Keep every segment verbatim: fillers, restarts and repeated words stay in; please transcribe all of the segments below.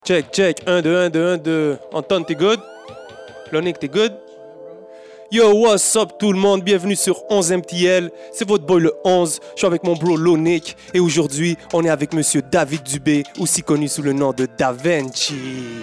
Check, check. un, deux, un, deux, un, deux. Anton, t'es good? Lonick, t'es good? Yo, what's up tout le monde? Bienvenue sur onze M T L. C'est votre boy le onze. Je suis avec mon bro Lonick. Et aujourd'hui, on est avec monsieur David Dubé, aussi connu sous le nom de DaVinci.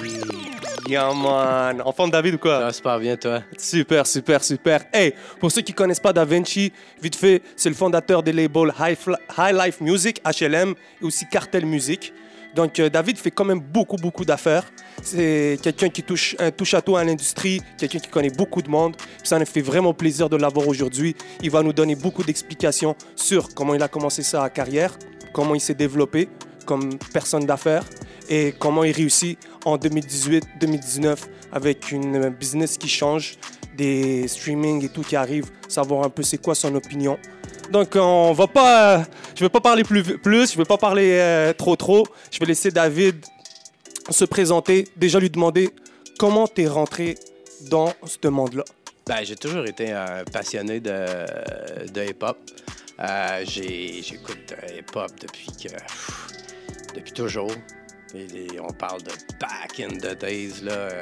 Yeah, man. En forme, David, ou quoi? Ça va super bien, toi. Super, super, super. Hey, pour ceux qui connaissent pas DaVinci, vite fait, c'est le fondateur des labels High, Fla- High Life Music, H L M, et aussi Cartel Music. Donc, euh, David fait quand même beaucoup, beaucoup d'affaires. C'est quelqu'un qui touche un touche-à-tout à l'industrie, quelqu'un qui connaît beaucoup de monde. Puis ça nous fait vraiment plaisir de l'avoir aujourd'hui. Il va nous donner beaucoup d'explications sur comment il a commencé sa carrière, comment il s'est développé comme personne d'affaires et comment il réussit en deux mille dix-huit deux mille dix-neuf avec une business qui change, des streaming et tout qui arrive, savoir un peu c'est quoi son opinion. Donc, on va pas, euh, je vais pas parler plus, plus je vais pas parler euh, trop trop. Je vais laisser David se présenter, déjà lui demander comment tu es rentré dans ce monde-là. Ben, j'ai toujours été un passionné de, de hip-hop. Euh, j'ai, j'écoute euh, hip-hop depuis que, pff, depuis toujours. Et les- on parle de back in the days, là.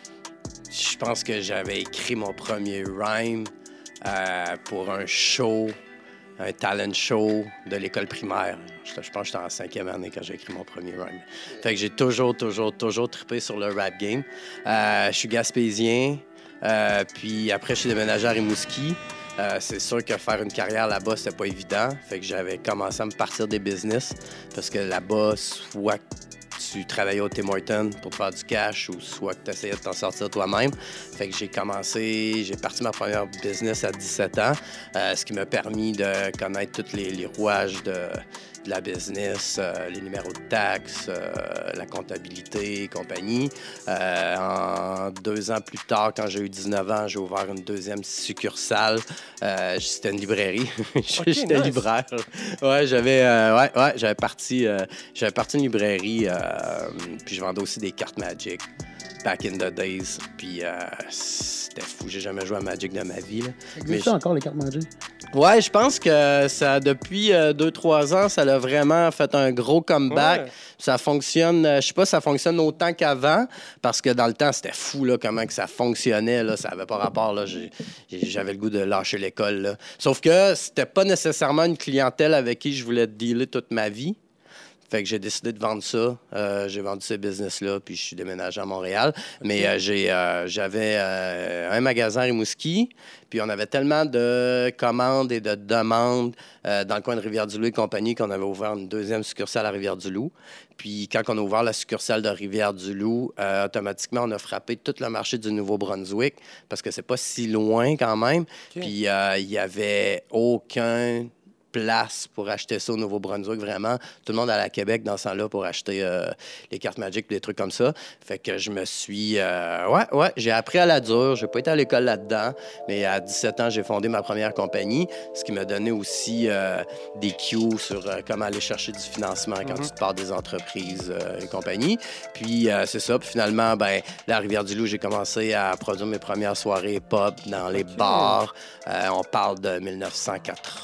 Je pense que j'avais écrit mon premier rhyme euh, pour un show, un talent show de l'école primaire. Je, je pense que j'étais en cinquième année quand j'ai écrit mon premier rhyme. Fait que j'ai toujours, toujours, toujours trippé sur le rap game. Euh, je suis gaspésien, euh, puis après, je suis déménagé à Rimouski. Euh, c'est sûr que faire une carrière là-bas, c'était pas évident. Fait que j'avais commencé à me partir des business parce que là-bas, soit tu travaillais au Tim Hortons pour te faire du cash ou soit que tu essayais de t'en sortir toi-même. Fait que j'ai commencé, j'ai parti ma première business à dix-sept ans, euh, ce qui m'a permis de connaître tous les, les rouages de, de la business, euh, les numéros de taxes, euh, la comptabilité et compagnie. Euh, en deux ans plus tard, quand j'ai eu dix-neuf ans, j'ai ouvert une deuxième succursale. Euh, c'était une librairie. Okay, J'étais nice. libraire. Ouais, j'avais euh, ouais, ouais, j'avais parti, euh, j'avais parti une librairie, euh, puis je vendais aussi des cartes Magic. Back in the days. Puis euh, c'était fou. J'ai jamais joué à Magic de ma vie, là. Ça Mais existe encore les cartes Magic? ouais, je pense que ça, depuis deux trois ans, ça a vraiment fait un gros comeback. Ouais. Ça fonctionne, euh, je sais pas si ça fonctionne autant qu'avant, parce que dans le temps, c'était fou, là, comment que ça fonctionnait, là. Ça avait pas rapport, là. J'ai- j'ai- J'avais le goût de lâcher l'école, là. Sauf que c'était pas nécessairement une clientèle avec qui je voulais dealer toute ma vie. Fait que j'ai décidé de vendre ça. Euh, j'ai vendu ce business-là, puis je suis déménagé à Montréal. Mais euh, j'ai, euh, j'avais euh, un magasin à Rimouski, puis on avait tellement de commandes et de demandes euh, dans le coin de Rivière-du-Loup et compagnie qu'on avait ouvert une deuxième succursale à Rivière-du-Loup. Puis quand on a ouvert la succursale de Rivière-du-Loup, euh, automatiquement, on a frappé tout le marché du Nouveau-Brunswick parce que c'est pas si loin quand même. Puis euh, il y avait aucun place pour acheter ça au Nouveau-Brunswick, vraiment. Tout le monde allait à Québec dans ce temps-là pour acheter euh, les cartes Magic et des trucs comme ça. Fait que je me suis... euh, ouais, ouais, j'ai appris à la dure. J'ai pas été à l'école là-dedans, mais à dix-sept ans, j'ai fondé ma première compagnie, ce qui m'a donné aussi euh, des cues sur euh, comment aller chercher du financement quand Mhm. tu te pars des entreprises euh, et compagnie. Puis euh, c'est ça. Puis finalement, ben, là, à Rivière-du-Loup, j'ai commencé à produire mes premières soirées pop dans les Ok. bars. Euh, on parle de dix-neuf cent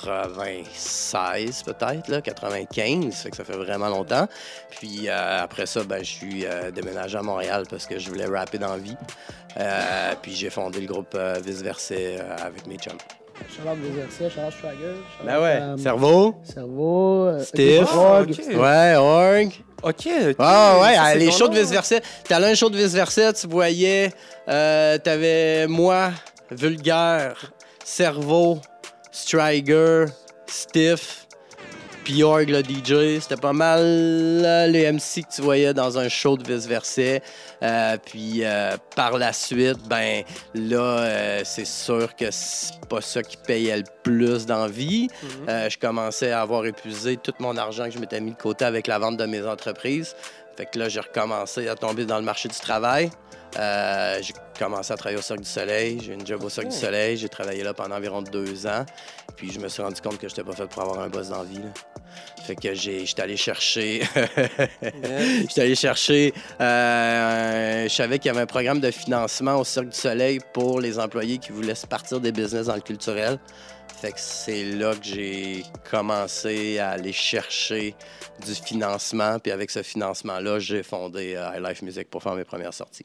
quatre-vingt-seize peut-être, là, quatre-vingt-quinze, fait que ça fait vraiment longtemps. Puis euh, après ça, ben, je suis euh, déménagé à Montréal parce que je voulais rapper dans la vie. Euh, puis j'ai fondé le groupe euh, Vice Versa euh, avec mes chums. Charlotte Desertier, Charlotte Schwager. Ben ouais, Cerveau, Cerveau. euh, Steve. ok, Org. Ah, ok. ouais, Org. OK. Ah ouais, Ça, ah, c'est les ton shows de nom. Vice Versa. T'allais à un show de Vice Versa, tu voyais, euh, t'avais moi, Vulgaire, Cerveau, Striger, Stiff, puis Org, le D J. C'était pas mal euh, les M C que tu voyais dans un show de Vice Versa. Euh, puis euh, par la suite, ben là, euh, c'est sûr que c'est pas ça qui payait le plus dans la vie. Mhm. Euh, je commençais à avoir épuisé tout mon argent que je m'étais mis de côté avec la vente de mes entreprises. Fait que là, j'ai recommencé à tomber dans le marché du travail. Euh, j'ai commencé à travailler au Cirque du Soleil. J'ai une job au Cirque Oh. du Soleil. J'ai travaillé là pendant environ deux ans. Puis je me suis rendu compte que j'étais pas fait pour avoir un boss dans la vie, là. Fait que j'ai, j'étais allé chercher... j'étais allé chercher... euh, je savais qu'il y avait un programme de financement au Cirque du Soleil pour les employés qui voulaient se partir des business dans le culturel. fait que c'est là que j'ai commencé à aller chercher du financement. Puis avec ce financement-là, j'ai fondé euh, High Life Music pour faire mes premières sorties.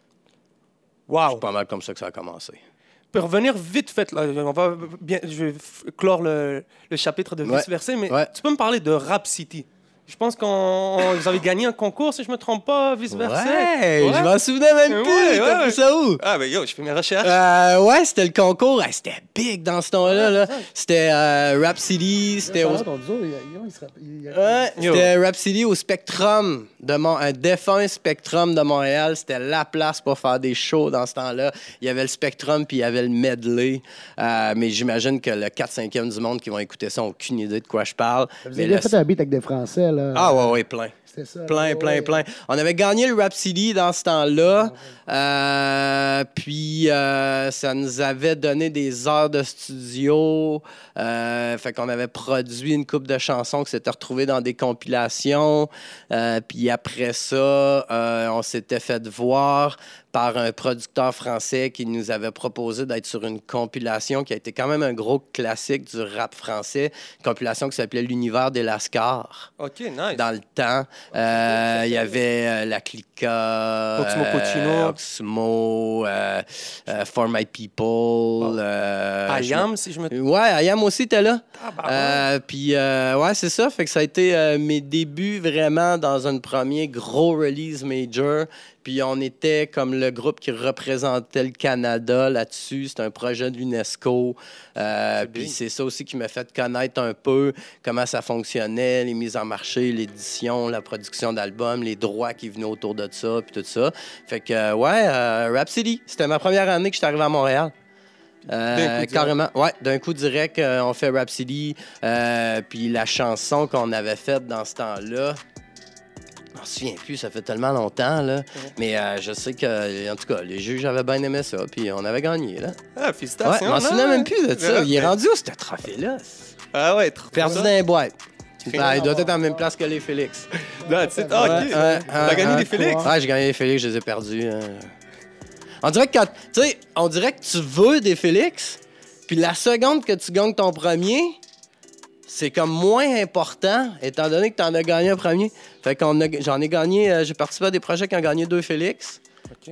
Wow! C'est pas mal comme ça que ça a commencé. Pour revenir vite fait, là, on va bien, je vais f- clore le, le chapitre de Ouais. vice-versa, mais Ouais. tu peux me parler de Rap City? Je pense qu'on vous avez gagné un concours, si je me trompe pas, vice-versa. Ouais, Ouais. je m'en souvenais même plus. Ouais, T'as ouais. vu ça où? Ah, ben yo, je fais mes recherches. Euh, ouais, c'était le concours. Ah, c'était big dans ce temps-là. Là. C'était euh, Rap City. C'était au... Charlotte, ton duo, il, il, il se rappelle- il- il- Ouais, Yo. c'était Rap City au Spectrum, de Mon... un défunt Spectrum de Montréal. C'était la place pour faire des shows dans ce temps-là. Il y avait le Spectrum puis il y avait le medley. Euh, mais j'imagine que le quatre cinquième du monde qui vont écouter ça n'ont aucune idée de quoi je parle. Vous Mais avez le- fait un beat avec des Français, là. Ah ouais, ouais, plein. C'était ça. Plein, ouais, plein, ouais. plein. On avait gagné le Rap City dans ce temps-là. Euh, puis, euh, ça nous avait donné des heures de studio. Euh, fait qu'on avait produit une couple de chansons qui s'étaient retrouvées dans des compilations. Euh, puis après ça, euh, on s'était fait voir par un producteur français qui nous avait proposé d'être sur une compilation qui a été quand même un gros classique du rap français. Une compilation qui s'appelait L'Univers des Lascars. OK, nice. Dans le temps, euh, il y avait euh, la Clica, Oxmo euh, Puccino. Oxmo, euh, euh, For My People. euh, I Am, si je me je me- Ouais, I Am aussi était là. Ah, bah ouais. Euh, Puis, euh, ouais, c'est ça. Fait que ça a été euh, mes débuts vraiment dans un premier gros release major. Puis on était comme le groupe qui représentait le Canada là-dessus. C'était un projet de l'UNESCO. Euh, C'est puis big. c'est ça aussi qui m'a fait connaître un peu comment ça fonctionnait, les mises en marché, l'édition, la production d'albums, les droits qui venaient autour de ça, puis tout ça. Fait que, euh, ouais, euh, Rap City, c'était ma première année que j'étais arrivé à Montréal. Euh, D'un coup direct. carrément, ouais, d'un coup direct, euh, on fait Rap City. Euh, puis la chanson qu'on avait faite dans ce temps-là, je m'en souviens plus, ça fait tellement longtemps, là. Mais euh, je sais que, en tout cas, les juges avaient bien aimé ça, puis on avait gagné, là. Ah, Ouais, félicitations. je m'en là. souviens même plus de ça. Ouais. Il est rendu où, ce trophée-là? Ah ouais, trop Perdu ça. dans les boîtes. fais- Ah, il doit être en même place que les Félix. That's it. Ah, OK. Ouais, ouais, T'as ouais, gagné ouais. des Félix? Ouais, j'ai gagné les Félix, je les ai perdus. hein. On dirait que quand, tu sais, on dirait que tu veux des Félix, puis la seconde que tu gagnes ton premier, c'est comme moins important, étant donné que tu en as gagné un premier. Fait qu'on a, j'en ai gagné, euh, j'ai participé à des projets qui ont gagné deux Félix. Il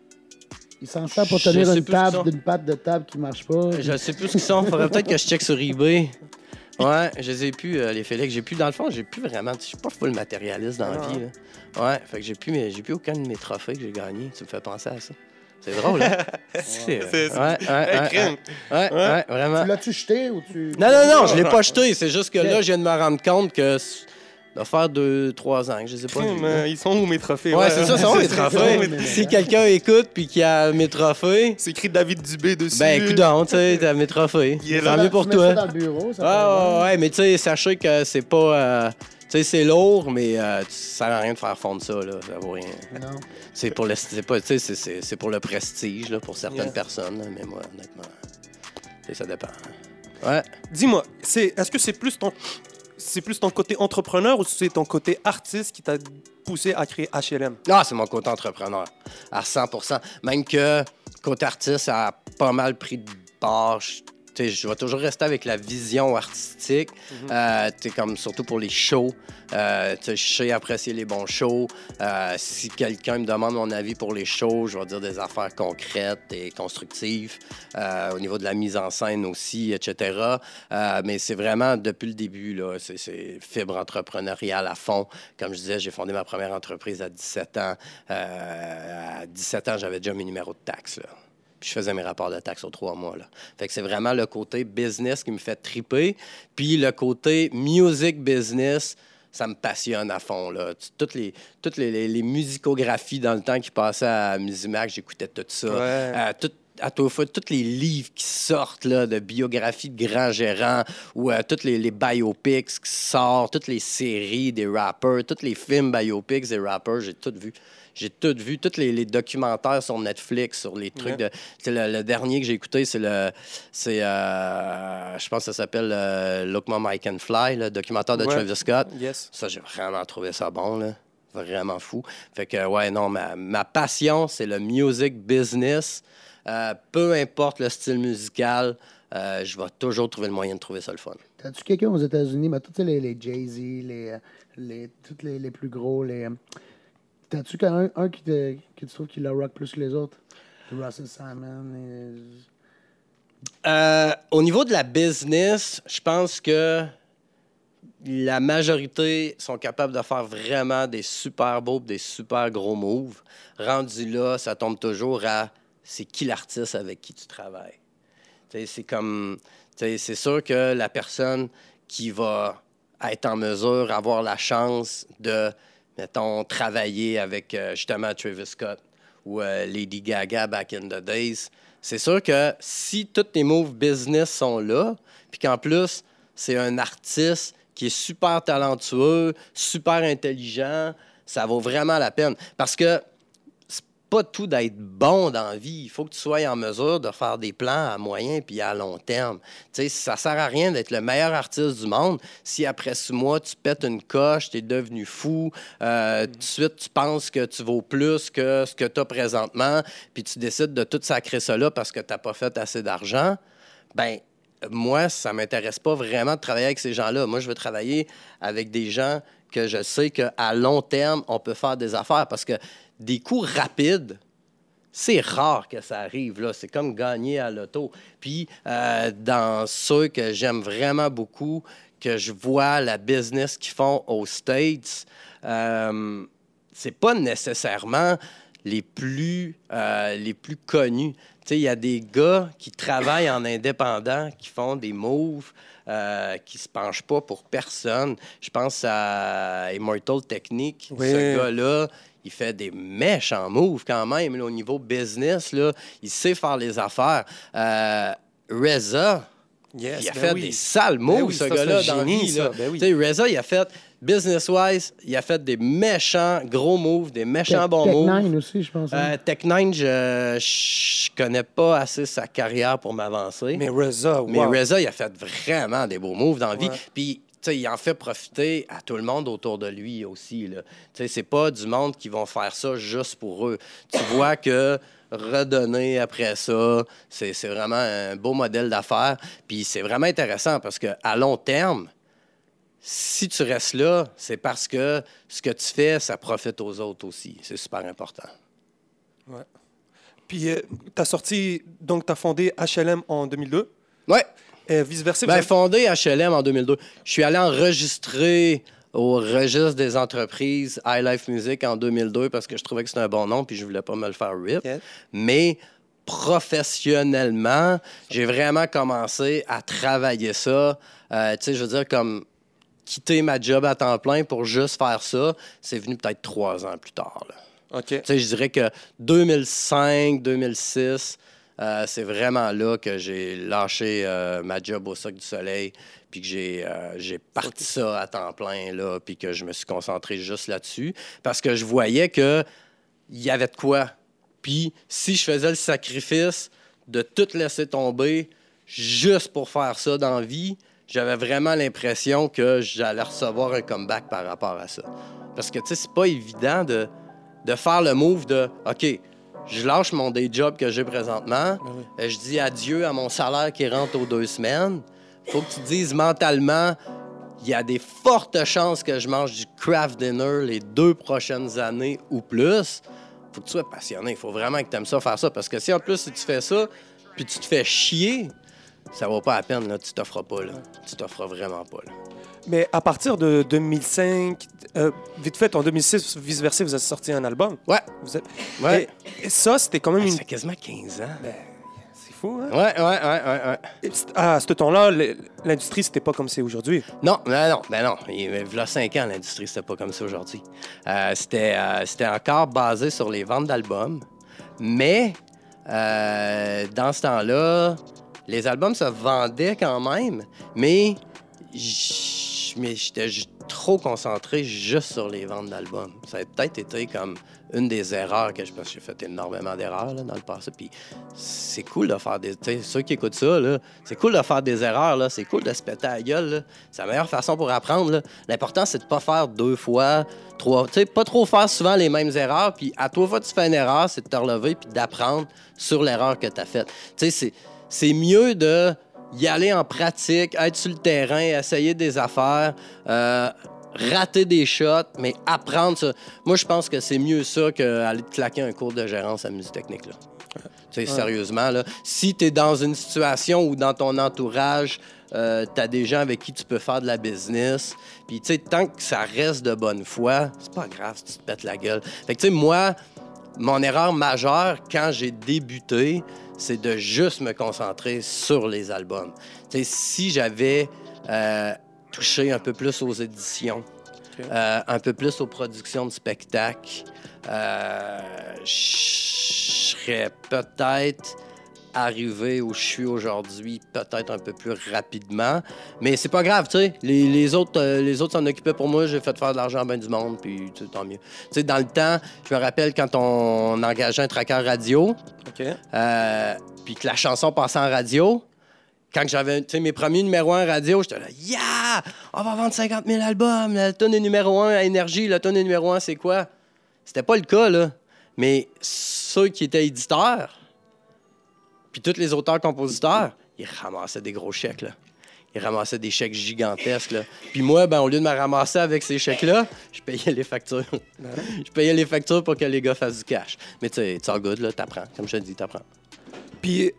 s'en sert pour Je tenir sais une plus ce qu'ils table sont. d'une patte de table qui marche pas. Je sais plus ce qu'ils sont. Faudrait peut-être que je check sur eBay. Ouais, je les ai plus, euh, les Félix. J'ai plus, dans le fond, j'ai plus vraiment. Je suis pas full matérialiste dans la Ah. vie. Là. Ouais, fait que j'ai plus, mes- j'ai plus aucun de mes trophées que j'ai gagnés. Tu me fais penser à ça. C'est drôle, hein? C'est, euh, C'est- c'est- ouais, ouais, Hey, ouais, crime. ouais, ouais, vraiment. Tu l'as-tu jeté ou tu. Non, non, non, je l'ai pas jeté. C'est juste que Ok. là, je viens de me rendre compte que ça doit faire deux, trois ans que je les ai pas Crime, vus. euh, ils sont où mes trophées? Ouais, c'est ça, c'est mes c'est trophées. mais- mais- Si quelqu'un écoute puis qu'il a mes trophées, C'est écrit David Dubé dessus. ben écoute donc, tu sais, t'as mes trophées. Il est Tant là. mieux pour Tu mets ça toi. dans le bureau, ça Ouais, fait ouais, ouais, mais tu sais, sachez que c'est pas. euh, tu sais, c'est lourd, mais euh, tu- ça sert à rien de faire fondre ça, là. Ça vaut rien. bien. Non. C'est pour le, c'est pas, tu sais, c'est- c'est c'est pour le prestige, là, pour certaines Yeah. personnes, là, mais moi, honnêtement, tu sais, ça dépend. Ouais. Dis-moi, c'est, est-ce que c'est plus ton, c'est plus ton côté entrepreneur ou c'est ton côté artiste qui t'a poussé à créer H L M? Ah, c'est mon côté entrepreneur, à cent pour cent. Même que côté artiste, ça a pas mal pris de part. Je- tu sais, je vais toujours rester avec la vision artistique, Euh, tu sais, comme surtout pour les shows. Euh, tu sais, je sais apprécier les bons shows. Euh, si quelqu'un me demande mon avis pour les shows, je vais dire des affaires concrètes et constructives. Euh, au niveau de la mise en scène aussi, et cetera. Euh, mais c'est vraiment depuis le début, là, c'est, c'est fibre entrepreneuriale à fond. Comme je disais, j'ai fondé ma première entreprise à dix-sept ans. Euh, à dix-sept ans, j'avais déjà mes numéros de taxes, là. Puis je faisais mes rapports de taxes aux trois mois. Là. Fait que c'est vraiment le côté business qui me fait triper. Puis le côté music business, ça me passionne à fond. Là. Tu- Toutes, les, toutes les, les- les musicographies dans le temps qui passaient à Musimac, j'écoutais tout ça. Ouais. Euh, tout- à tout fois, tous les livres qui sortent là, de biographies de grands gérants ou euh, tous les, les biopics qui sortent, toutes les séries des rappers, tous les films biopics des rappers, j'ai tout vu. J'ai tout vu, tous les, les documentaires sur Netflix, sur les trucs Ouais. de... c'est Le, le dernier que j'ai écouté, c'est le... C'est, euh, je pense que ça s'appelle euh, Look Mom I Can Fly, le documentaire de Ouais. Travis Scott. Yes. Ça, j'ai vraiment trouvé ça bon, là. Vraiment fou. Fait que, ouais, non, ma, ma passion, c'est le music business. Euh, peu importe le style musical, euh, je vais toujours trouver le moyen de trouver ça le fun. T'as-tu quelqu'un aux États-Unis, mais tous les, les Jay-Z, les, les, tous les, les plus gros, les. T'as-tu un, un qui, te, qui tu trouves qui la rock plus que les autres? Russell Simon et... Euh, au niveau de la business, je pense que la majorité sont capables de faire vraiment des super beaux, des super gros moves. Rendu là, ça tombe toujours à c'est qui l'artiste avec qui tu travailles. T'sais, c'est comme, t'sais, c'est sûr que la personne qui va être en mesure, avoir la chance de, mettons, travailler avec euh, justement Travis Scott ou euh, Lady Gaga back in the days, c'est sûr que si tous tes moves business sont là, puis qu'en plus, c'est un artiste qui est super talentueux, super intelligent, ça vaut vraiment la peine. Parce que c'est pas tout d'être bon dans la vie. Il faut que tu sois en mesure de faire des plans à moyen puis à long terme. Tu sais, ça sert à rien d'être le meilleur artiste du monde si après six mois, tu pètes une coche, tu es devenu fou, euh, tout de suite, tu penses que tu vaux plus que ce que tu as présentement, puis tu décides de tout sacrer ça là parce que tu n'as pas fait assez d'argent. Ben moi, ça ne m'intéresse pas vraiment de travailler avec ces gens-là. Moi, je veux travailler avec des gens que je sais qu'à long terme, on peut faire des affaires parce que des coups rapides, c'est rare que ça arrive, là. C'est comme gagner à l'auto. Puis, euh, dans ceux que j'aime vraiment beaucoup, que je vois la business qu'ils font aux States, euh, c'est pas nécessairement les plus, euh, les plus connus. Tu sais, il y a des gars qui travaillent en indépendant, qui font des moves, euh, qui se penchent pas pour personne. Je pense à Immortal Technique. Oui. Ce gars-là, il fait des méchants moves quand même, là, au niveau business. Là, il sait faire les affaires. Euh, Reza, Yes, il a ben fait oui. des sales moves, Ben oui, ce ça, gars-là, c'est un dans la génie, vie. ça. Là. Ben oui. Tu sais, Reza, il a fait, business-wise, il a fait des méchants gros moves, des méchants Tech- bons Tech moves. Nine aussi, je pense. hein. Euh, Tech Nine, je, je connais pas assez sa carrière pour m'avancer. Mais Reza, wow. Mais Reza, il a fait vraiment des beaux moves dans la vie. Ouais. Puis, tu sais, il en fait profiter à tout le monde autour de lui aussi, là. Tu sais, c'est pas du monde qui vont faire ça juste pour eux. Tu vois que redonner après ça, c'est c'est vraiment un beau modèle d'affaires. Puis c'est vraiment intéressant parce qu'à long terme, si tu restes là, c'est parce que ce que tu fais, ça profite aux autres aussi. C'est super important. Ouais. Puis, euh, tu as sorti, donc tu as fondé H L M en deux mille deux. Ouais. Et vice-versa. Ben, vous avez- fondé H L M en deux mille deux. Je suis allé enregistrer au registre des entreprises High Life Music en deux mille deux parce que je trouvais que c'était un bon nom puis je voulais pas me le faire rip. Yes. Mais professionnellement, j'ai vraiment commencé à travailler ça. Euh, tu sais, je veux dire, comme quitter ma job à temps plein pour juste faire ça, c'est venu peut-être trois ans plus tard, là. OK. Tu sais, je dirais que deux mille cinq, deux mille six, euh, c'est vraiment là que j'ai lâché euh, ma job au Cirque du Soleil, puis que j'ai euh, j'ai parti ça à temps plein, là, puis que je me suis concentré juste là-dessus, parce que je voyais que il y avait de quoi. Puis si je faisais le sacrifice de tout laisser tomber juste pour faire ça dans la vie, j'avais vraiment l'impression que j'allais recevoir un comeback par rapport à ça. Parce que, tu sais, c'est pas évident de, de faire le move de « OK, je lâche mon day job que j'ai présentement, oui. euh, je dis adieu à mon salaire qui rentre aux deux semaines. Faut que tu te dises mentalement, il y a des fortes chances que je mange du craft dinner les deux prochaines années ou plus. Faut que tu sois passionné. Il faut vraiment que tu aimes ça, faire ça. Parce que si en plus, si tu fais ça, puis tu te fais chier, ça vaut pas la peine, là. Tu t'offres pas, là. Tu t'offres vraiment pas, là. Mais à partir de deux mille cinq, euh, vite fait, en deux mille six, vice-versa, vous avez sorti un album. Ouais. Vous êtes... Ouais. Et, et ça, c'était quand même Ah, une... ça fait quasiment quinze ans. Ben, c'est fou, hein? Ouais, ouais, ouais, ouais, ouais. Et c'est- À ce temps-là, le- l'industrie, c'était pas comme c'est aujourd'hui. Non, ben non, ben non. Il y a cinq ans, l'industrie, c'était pas comme ça aujourd'hui. Euh, c'était, euh, c'était encore basé sur les ventes d'albums. Mais, euh, dans ce temps-là, les albums se vendaient quand même, mais j- mais j'étais j- trop concentré juste sur les ventes d'albums. Ça a peut-être été comme une des erreurs que je... Parce que j'ai fait énormément d'erreurs là, dans le passé. Puis c'est cool de faire des... Tu sais, ceux qui écoutent ça, là, c'est cool de faire des erreurs. Là. C'est cool de se péter à la gueule. Là. C'est la meilleure façon pour apprendre. Là. L'important, c'est de pas faire deux fois, trois... Tu sais, pas trop faire souvent les mêmes erreurs. Puis à toi, fois tu fais une erreur, c'est de te relever puis d'apprendre sur l'erreur que tu as faite. Tu sais, c'est... c'est mieux de y aller en pratique, être sur le terrain, essayer des affaires, euh, rater des shots, mais apprendre ça. Moi, je pense que c'est mieux ça qu'aller te claquer un cours de gérance à musique technique, là. Tu sais, ouais. Sérieusement, là, si tu es dans une situation où dans ton entourage, euh, tu as des gens avec qui tu peux faire de la business, puis tu sais, tant que ça reste de bonne foi, c'est pas grave si tu te pètes la gueule. Fait que tu sais, moi, mon erreur majeure quand j'ai débuté, c'est de juste me concentrer sur les albums. Tu sais, si j'avais euh, touché un peu plus aux éditions, okay. euh, un peu plus aux productions de spectacles, euh, je serais peut-être arrivé où je suis aujourd'hui, peut-être un peu plus rapidement. Mais c'est pas grave, tu sais. Les, les autres euh, les autres s'en occupaient pour moi. J'ai fait faire de l'argent à ben du monde, puis tant mieux. Tu sais, dans le temps, je me rappelle quand on, on engageait un tracker radio, okay. euh, puis que la chanson passait en radio. Quand j'avais mes premiers numéros un radio, j'étais là, yeah! On va vendre cinquante mille albums. La tonne numéro un à Énergie, la tonne numéro un, c'est quoi? C'était pas le cas, là. Mais ceux qui étaient éditeurs, puis tous les auteurs-compositeurs, ils ramassaient des gros chèques, là. Ils ramassaient des chèques gigantesques, là. Puis moi, ben, au lieu de me ramasser avec ces chèques-là, je payais les factures. Je payais les factures pour que les gars fassent du cash. Mais tu sais, it's all good, là, t'apprends. Comme je te dis, t'apprends. Puis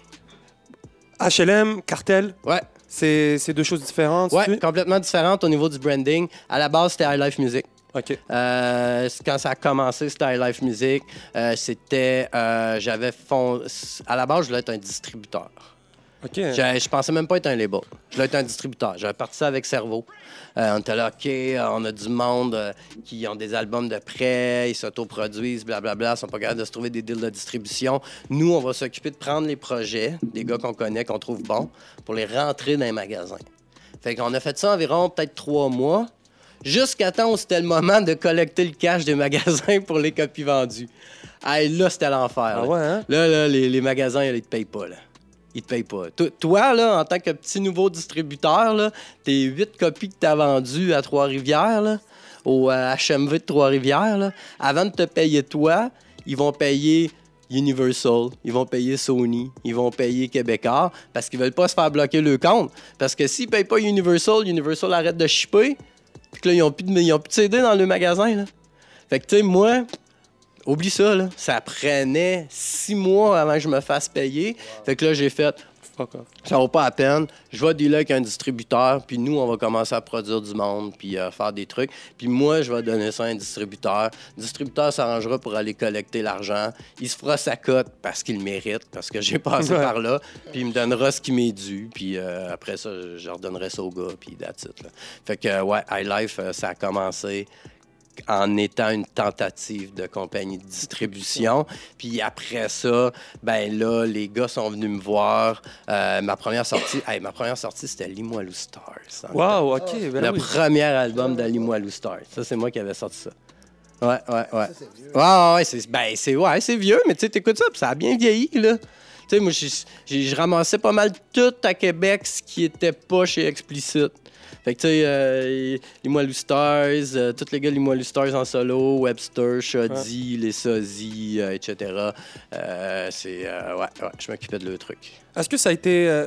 H L M, Cartel, ouais. c'est, c'est deux choses différentes? Ouais, complètement différentes au niveau du branding. À la base, c'était High Life Music. OK. Euh, quand ça a commencé, c'était High Life Music. Euh, c'était... Euh, j'avais fond... À la base, je voulais être un distributeur. OK. Je, je pensais même pas être un label. Je voulais être un distributeur. J'avais parti ça avec Cerveau. Euh, on était là, OK, on a du monde euh, qui ont des albums de prêt, ils s'autoproduisent, blablabla, ils sont pas capables de se trouver des deals de distribution. Nous, on va s'occuper de prendre les projets, des gars qu'on connaît, qu'on trouve bons, pour les rentrer dans les magasins. Fait qu'on a fait ça environ peut-être trois mois. Jusqu'à temps où c'était le moment de collecter le cash des magasins pour les copies vendues. Hey, là, c'était l'enfer. Ah là, ouais, hein? là, là les, les magasins, ils te payent pas. Là. Ils te payent pas. To- toi, là, en tant que petit nouveau distributeur, là, tes huit copies que tu as vendues à Trois-Rivières, là, au euh, H M V de Trois-Rivières, là, avant de te payer toi, ils vont payer Universal, ils vont payer Sony, ils vont payer Québécois parce qu'ils veulent pas se faire bloquer le compte. Parce que s'ils payent pas Universal, Universal arrête de shipper. Puis là, ils n'ont plus de, ils ont plus de C D dans le magasin, là. Fait que, tu sais, moi, oublie ça, là. Ça prenait six mois avant que je me fasse payer. Wow. Fait que là, j'ai fait, fuck off. Ça vaut pas la peine. Je vais dealer avec un distributeur, puis nous, on va commencer à produire du monde, puis euh, faire des trucs. Puis moi, je vais donner ça à un distributeur. Le distributeur s'arrangera pour aller collecter l'argent. Il se fera sa cote parce qu'il le mérite, parce que j'ai passé par là. Puis il me donnera ce qui m'est dû. Puis euh, après ça, je, je redonnerai ça au gars, puis that's it, là. Fait que, euh, ouais, High Life, euh, ça a commencé en étant une tentative de compagnie de distribution. Puis après ça, ben là, les gars sont venus me voir. Euh, ma première sortie, hey, ma première sortie, c'était Limoilou Stars. Wow, OK. Ben le oui. premier album de Limoilou Stars. Ça, c'est moi qui avais sorti ça. Ouais, ouais, ouais. Ça, c'est vieux. Ouais, ouais, c'est, ben, c'est, ouais, c'est vieux, mais tu sais, t'écoutes ça, puis ça a bien vieilli, là. Tu sais, moi, je ramassais pas mal tout à Québec ce qui était pas chez Explicit. Fait que, tu sais, euh, Limoilou Stars, euh, tous les gars Limoilou Stars en solo, Webster, Shoddy, ouais. Les Sozzy, euh, et cetera. Euh, c'est, euh, ouais, ouais, je m'occupais de le truc. Est-ce que ça a été euh,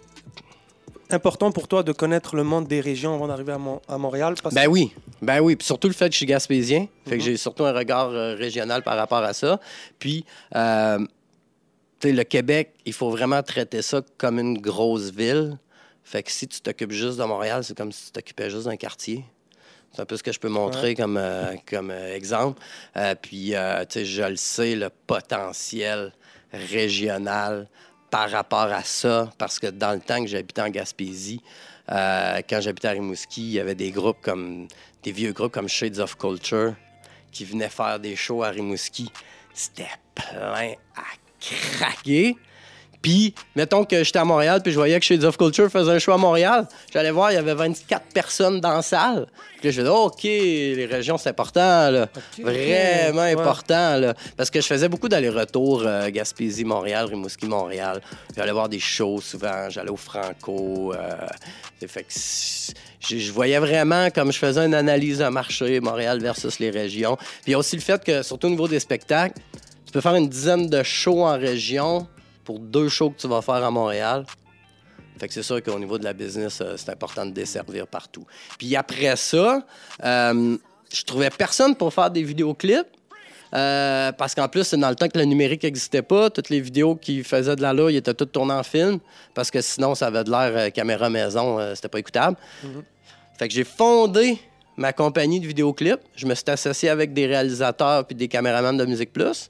important pour toi de connaître le monde des régions avant d'arriver à, Mon- à Montréal? Parce ben oui, ben oui. Puis surtout le fait que je suis gaspésien. Fait mm-hmm. que j'ai surtout un regard euh, régional par rapport à ça. Puis, euh, tu sais, le Québec, il faut vraiment traiter ça comme une grosse ville. Fait que si tu t'occupes juste de Montréal, c'est comme si tu t'occupais juste d'un quartier. C'est un peu ce que je peux montrer ouais. comme, euh, comme euh, exemple. Euh, puis, euh, tu sais, je le sais, le potentiel régional par rapport à ça, parce que dans le temps que j'habitais en Gaspésie, euh, quand j'habitais à Rimouski, il y avait des groupes comme, des vieux groupes comme Shades of Culture qui venaient faire des shows à Rimouski. C'était plein à craquer. Puis, mettons que j'étais à Montréal puis je voyais que Shades of Culture faisait un show à Montréal. J'allais voir, il y avait vingt-quatre personnes dans la salle. Puis là, je disais, oh, OK, les régions, c'est important, là. Okay. Vraiment ouais. important, là. Parce que je faisais beaucoup d'allers-retours, euh, Gaspésie, Montréal, Rimouski, Montréal. J'allais voir des shows souvent, j'allais au Franco. Euh, fait que je, je voyais vraiment, comme je faisais une analyse de marché, Montréal versus les régions. Puis il y a aussi le fait que, surtout au niveau des spectacles, tu peux faire une dizaine de shows en région pour deux shows que tu vas faire à Montréal. Fait que c'est sûr qu'au niveau de la business, euh, c'est important de desservir partout. Puis après ça, euh, je trouvais personne pour faire des vidéoclips. Euh, parce qu'en plus, c'est dans le temps que le numérique n'existait pas. Toutes les vidéos qui faisaient de là, là, ils étaient toutes tournées en film. Parce que sinon, ça avait de l'air euh, caméra maison, euh, c'était pas écoutable. Mm-hmm. Fait que j'ai fondé ma compagnie de vidéoclips. Je me suis associé avec des réalisateurs puis des caméramans de Musique Plus.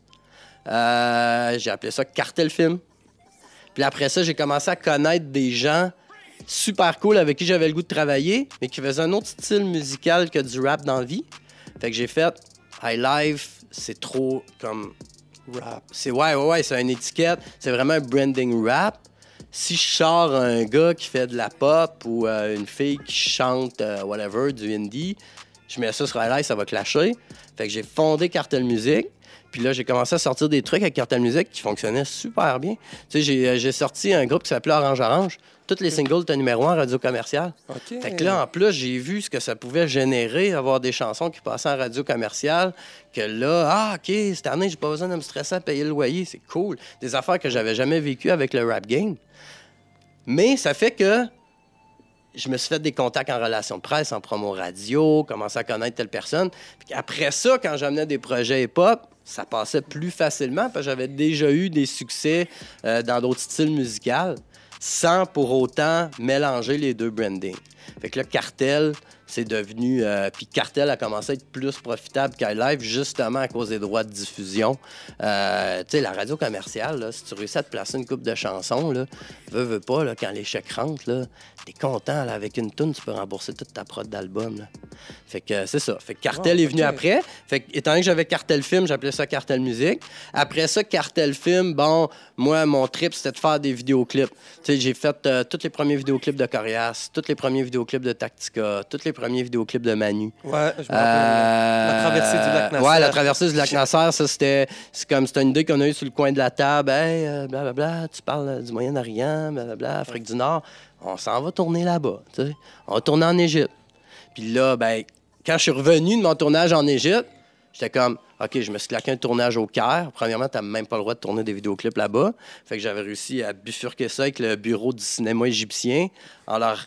Euh, j'ai appelé ça Cartel Film. Puis après ça, j'ai commencé à connaître des gens super cool avec qui j'avais le goût de travailler, mais qui faisaient un autre style musical que du rap dans la vie. Fait que j'ai fait High Life, c'est trop comme rap. C'est ouais, ouais, ouais, c'est une étiquette. C'est vraiment un branding rap. Si je sors un gars qui fait de la pop ou euh, une fille qui chante euh, whatever, du indie, je mets ça sur High Life, ça va clasher. Fait que j'ai fondé Cartel Music. Puis là, j'ai commencé à sortir des trucs avec Cartel Music qui fonctionnaient super bien. Tu sais, j'ai, j'ai sorti un groupe qui s'appelait Orange Orange. Tous les singles étaient numéro un en radio commerciale. Okay. Fait que là, en plus, j'ai vu ce que ça pouvait générer, avoir des chansons qui passaient en radio commerciale, que là, ah, OK, cette année, j'ai pas besoin de me stresser à payer le loyer. C'est cool. Des affaires que j'avais jamais vécues avec le rap game. Mais ça fait que je me suis fait des contacts en relations de presse, en promo radio, commencé à connaître telle personne. Puis après ça, quand j'amenais des projets hip-hop, ça passait plus facilement parce que j'avais déjà eu des succès euh, dans d'autres styles musicaux sans pour autant mélanger les deux brandings. Fait que là, Cartel, c'est devenu... Euh, puis Cartel a commencé à être plus profitable qu'High Life justement à cause des droits de diffusion. Euh, tu sais, la radio commerciale, là, si tu réussis à te placer une couple de chansons, là, veux, veux pas, là, quand les chèques rentrent, là, t'es content, là, avec une toune, tu peux rembourser toute ta prod d'album. Là. Fait que euh, c'est ça. Fait que Cartel oh, est venu okay. après. Fait que, étant donné que j'avais Cartel Film, j'appelais ça Cartel Music. Après ça, Cartel Film, bon, moi, mon trip, c'était de faire des vidéoclips. Tu sais, j'ai fait euh, tous les premiers vidéoclips de Corias, tous les premiers vidéoclips de Tactica, tous les premiers vidéoclips de Manu. Ouais, je me rappelle. Euh... La traversée du lac Nasser. Ouais, la traversée du lac Nasser, ça, c'était... C'est comme, c'était une idée qu'on a eue sur le coin de la table. Hey, euh, blablabla, tu parles euh, du Moyen-Orient, blablabla, Afrique du Nord. On s'en va tourner là-bas, tu sais. On va tourner en Égypte. Puis là, ben, quand je suis revenu de mon tournage en Égypte, j'étais comme, OK, je me suis claqué un tournage au Caire. Premièrement, t'as même pas le droit de tourner des vidéoclips là-bas. Fait que j'avais réussi à bifurquer ça avec le bureau du cinéma égyptien en leur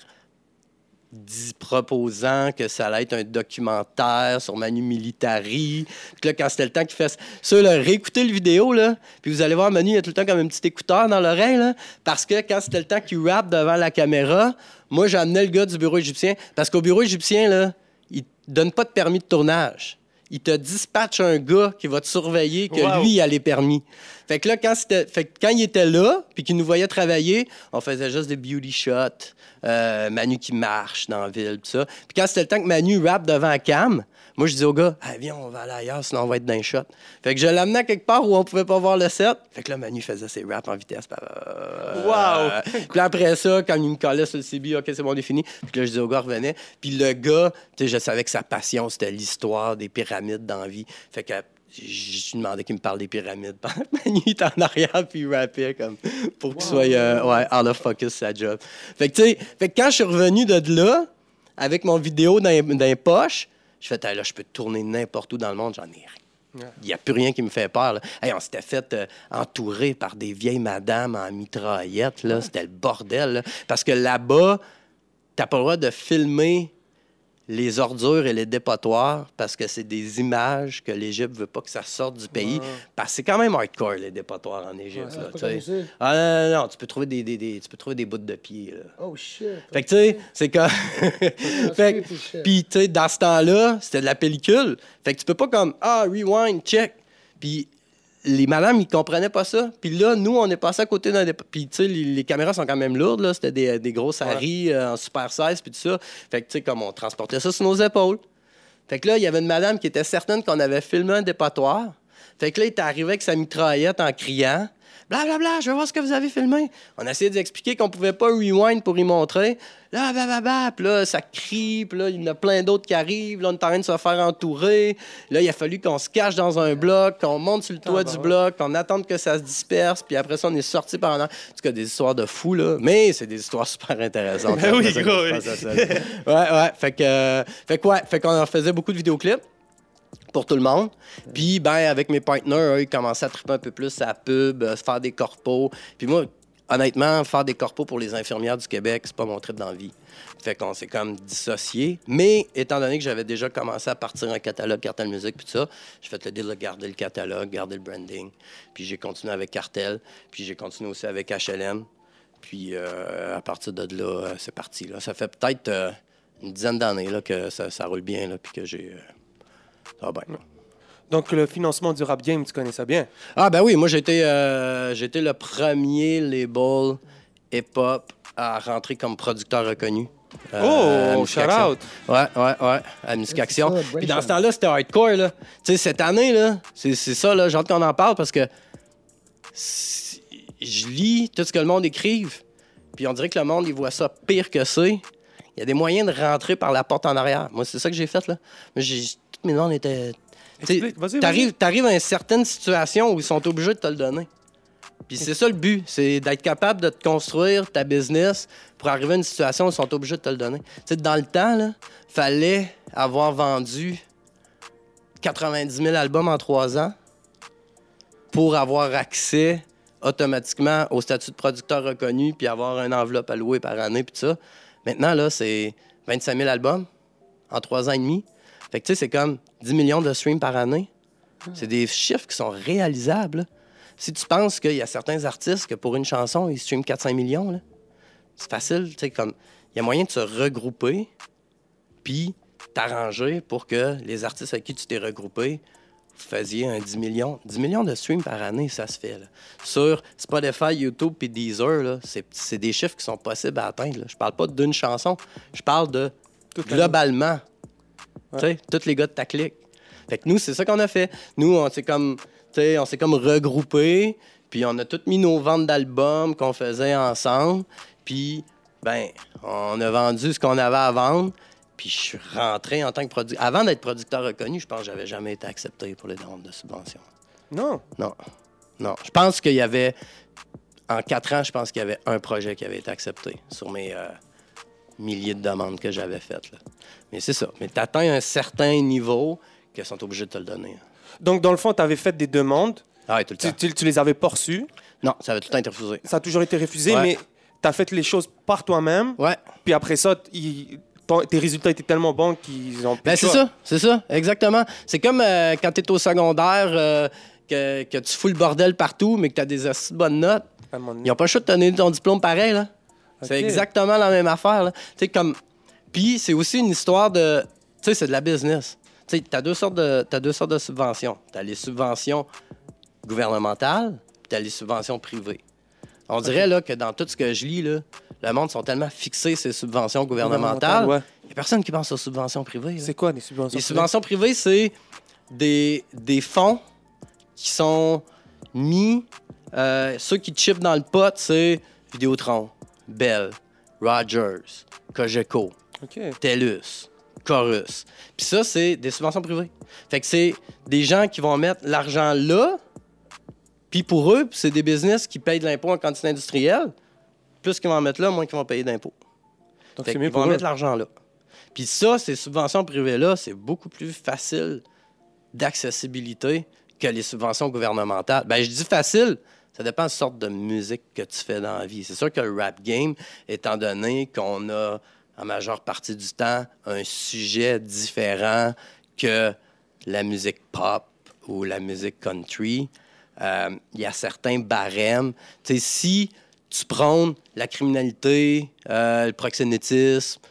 dit proposant que ça allait être un documentaire sur Manu Militari. Puis là, quand c'était le temps qu'il fasse ça, là, réécoutez le vidéo, là, puis vous allez voir, Manu, il a tout le temps comme un petit écouteur dans l'oreille, là, parce que quand c'était le temps qu'il rappe devant la caméra, moi, j'amenais le gars du bureau égyptien, parce qu'au bureau égyptien, là, il donne pas de permis de tournage. Il te dispatche un gars qui va te surveiller, que wow. lui, il a les permis. Fait que là, quand, c'était... fait que quand il était là, puis qu'il nous voyait travailler, on faisait juste des beauty shots, euh, Manu qui marche dans la ville, tout ça. Puis quand c'était le temps que Manu rappe devant la cam, moi, je disais au gars, hey, viens, on va aller ailleurs, sinon on va être dans les shots. Fait que je l'amenais quelque part où on pouvait pas voir le set. Fait que là, Manu faisait ses raps en vitesse. Euh, wow! Puis après ça, quand il me collait sur le C B, OK, c'est bon, on est fini. Puis là, je disais au gars, revenez. Puis le gars, tu sais, je savais que sa passion, c'était l'histoire des pyramides dans la vie. Fait que je lui demandais qu'il me parle des pyramides. Manu était en arrière, puis il rappait comme, pour qu'il wow. soit euh, ouais, out of focus, sa job. Fait que, tu sais, fait que quand je suis revenu de là, avec mon vidéo dans, dans les poches, je fais, hey, là, je peux tourner n'importe où dans le monde, j'en ai rien. Il n'y a plus rien qui me fait peur. Là. Hey, on s'était fait euh, entourer par des vieilles madames en mitraillette. Là. C'était le bordel. Là. Parce que là-bas, tu n'as pas le droit de filmer les ordures et les dépotoirs parce que c'est des images que l'Égypte ne veut pas que ça sorte du pays. Ouais. Parce que c'est quand même hardcore, les dépotoirs en Égypte. Ouais, là, tu ah, non, non, non, tu peux trouver des, des, des, tu peux trouver des bouts de pieds. Là. Oh, shit. Fait que, tu sais, c'est comme... fait que, puis, tu sais, dans ce temps-là, c'était de la pellicule. Fait que tu peux pas comme, ah, rewind, check. Puis, les madames, ils comprenaient pas ça. Puis là, nous, on est passé à côté d'un... Dé... Puis, tu sais, les, les caméras sont quand même lourdes, là. C'était des, des grosses Harry ouais. euh, en super seize, puis tout ça. Fait que, tu sais, comme on transportait ça sur nos épaules. Fait que là, il y avait une madame qui était certaine qu'on avait filmé un dépotoir. Fait que là, il était arrivé avec sa mitraillette en criant. Blablabla, bla, bla, je veux voir ce que vous avez filmé. On a essayé d'expliquer qu'on pouvait pas rewind pour y montrer. Là, blablabla, puis là, ça crie, puis là, il y en a plein d'autres qui arrivent. Là, on est en train de se faire entourer. Là, il a fallu qu'on se cache dans un bloc, qu'on monte sur le toit ah, du bah, bloc, qu'on attende que ça se disperse, puis après ça, on est sorti par en arrière. En tout cas, des histoires de fous, là. Mais c'est des histoires super intéressantes. Ben oui, gros, oui. Ouais, ouais. Fait que, euh, fait que, ouais, fait qu'on faisait beaucoup de vidéoclips pour tout le monde. Puis, ben, avec mes partenaires, eux, ils commençaient à triper un peu plus à la pub, à se faire des corpos. Puis moi, honnêtement, faire des corpos pour les infirmières du Québec, c'est pas mon trip dans la vie. Fait qu'on s'est comme dissocié. Mais étant donné que j'avais déjà commencé à partir un catalogue Cartel Musique puis tout ça, j'ai fait le deal de garder le catalogue, garder le branding. Puis j'ai continué avec Cartel, puis j'ai continué aussi avec H L M. Puis euh, à partir de là, euh, c'est parti. Là. Ça fait peut-être euh, une dizaine d'années là, que ça, ça roule bien, là, puis que j'ai... Euh, ça va bien. Donc, le financement du rap game, tu connais ça bien? Ah ben oui, moi, j'ai été, euh, j'ai été le premier label hip-hop à rentrer comme producteur reconnu. Euh, oh, shout-out! Ouais, ouais, ouais, à Musique Ouais, Action. c'est ça, Puis dans ce temps-là, c'était hardcore, là. Tu sais, cette année, là, c'est, c'est ça, là, j'ai hâte qu'on en parle parce que je lis tout ce que le monde écrive, puis on dirait que le monde, il voit ça pire que c'est. Il y a des moyens de rentrer par la porte en arrière. Moi, c'est ça que j'ai fait, là. Moi, j'ai, toutes mes demandes étaient... Explique, vas-y, T'arrives, vas-y. t'arrives à une certaine situation où ils sont obligés de te le donner. Puis c'est ça le but, c'est d'être capable de te construire ta business pour arriver à une situation où ils sont obligés de te le donner. Tu sais, dans le temps, là, fallait avoir vendu quatre-vingt-dix mille albums en trois ans pour avoir accès automatiquement au statut de producteur reconnu puis avoir une enveloppe allouée par année puis tout ça. Maintenant, là, c'est vingt-cinq mille albums en trois ans et demi. Fait que tu sais, c'est comme dix millions de streams par année. C'est des chiffres qui sont réalisables, là. Si tu penses qu'il y a certains artistes que pour une chanson, ils streament quatre à cinq millions, là, c'est facile. Tu sais, comme il y a moyen de se regrouper puis t'arranger pour que les artistes avec qui tu t'es regroupé, vous faisiez un dix millions. dix millions de streams par année, ça se fait, là. Sur Spotify, YouTube et Deezer, là, c'est, c'est des chiffres qui sont possibles à atteindre, là. Je parle pas d'une chanson, je parle de Toute la globalement. Ouais. Tu sais, tous les gars de ta clique. Fait que nous, c'est ça qu'on a fait. Nous, on s'est comme, tu sais, on s'est comme regroupés, puis on a tous mis nos ventes d'albums qu'on faisait ensemble, puis, ben, on a vendu ce qu'on avait à vendre, puis je suis rentré en tant que producteur. Avant d'être producteur reconnu, je pense que j'avais jamais été accepté pour les demandes de subvention. Non. Non. Non. Je pense qu'il y avait, en quatre ans, je pense qu'il y avait un projet qui avait été accepté sur mes euh, milliers de demandes que j'avais faites, là. Mais c'est ça. Mais tu atteins un certain niveau qu'ils sont obligés de te le donner. Donc, dans le fond, tu avais fait des demandes. Ah ouais, tout le temps. Tu, tu, tu les avais pas reçues. Non, ça avait tout le temps été refusé. Ça a toujours été refusé, Ouais. mais tu as fait les choses par toi-même. Ouais. Puis après ça, il- ton- tes résultats étaient tellement bons qu'ils ont plus Ben, le c'est choix. ça, c'est ça, exactement. C'est comme euh, quand tu es au secondaire, euh, que, que tu fous le bordel partout, mais que tu as des assez bonnes notes. À un moment donné. Ils n'ont pas le choix de te donner ton diplôme pareil, là. C'est Ok. exactement la même affaire, là. Tu sais, comme... Puis c'est aussi une histoire de... Tu sais, c'est de la business. Tu sais, t'as deux sortes de, t'as deux sortes de subventions. T'as les subventions gouvernementales, puis t'as les subventions privées. On dirait, là, que dans tout ce que je lis, là, le monde sont tellement fixés ces subventions gouvernementales. Ouais. Il n'y a personne qui pense aux subventions privées, là. C'est quoi les subventions? Les subventions privées, c'est des, des fonds qui sont mis... euh, ceux qui chippent dans le pot, c'est Vidéotron, Bell, Rogers, Cogeco, OK. TELUS, Chorus. Puis ça, c'est des subventions privées. Fait que c'est des gens qui vont mettre l'argent là, puis pour eux, c'est des business qui payent de l'impôt en quantité industrielle. Plus qu'ils vont en mettre là, moins qu'ils vont payer d'impôts. Donc, Fait c'est qu'ils mieux vont pour eux. mettre l'argent là. Puis ça, ces subventions privées-là, c'est beaucoup plus facile d'accessibilité que les subventions gouvernementales. Ben, je dis facile, ça dépend de la sorte de musique que tu fais dans la vie. C'est sûr que le rap game, étant donné qu'on a, en majeure partie du temps, un sujet différent que la musique pop ou la musique country, euh, il y a certains barèmes. Tu sais, si tu prônes la criminalité, euh, le proxénétisme,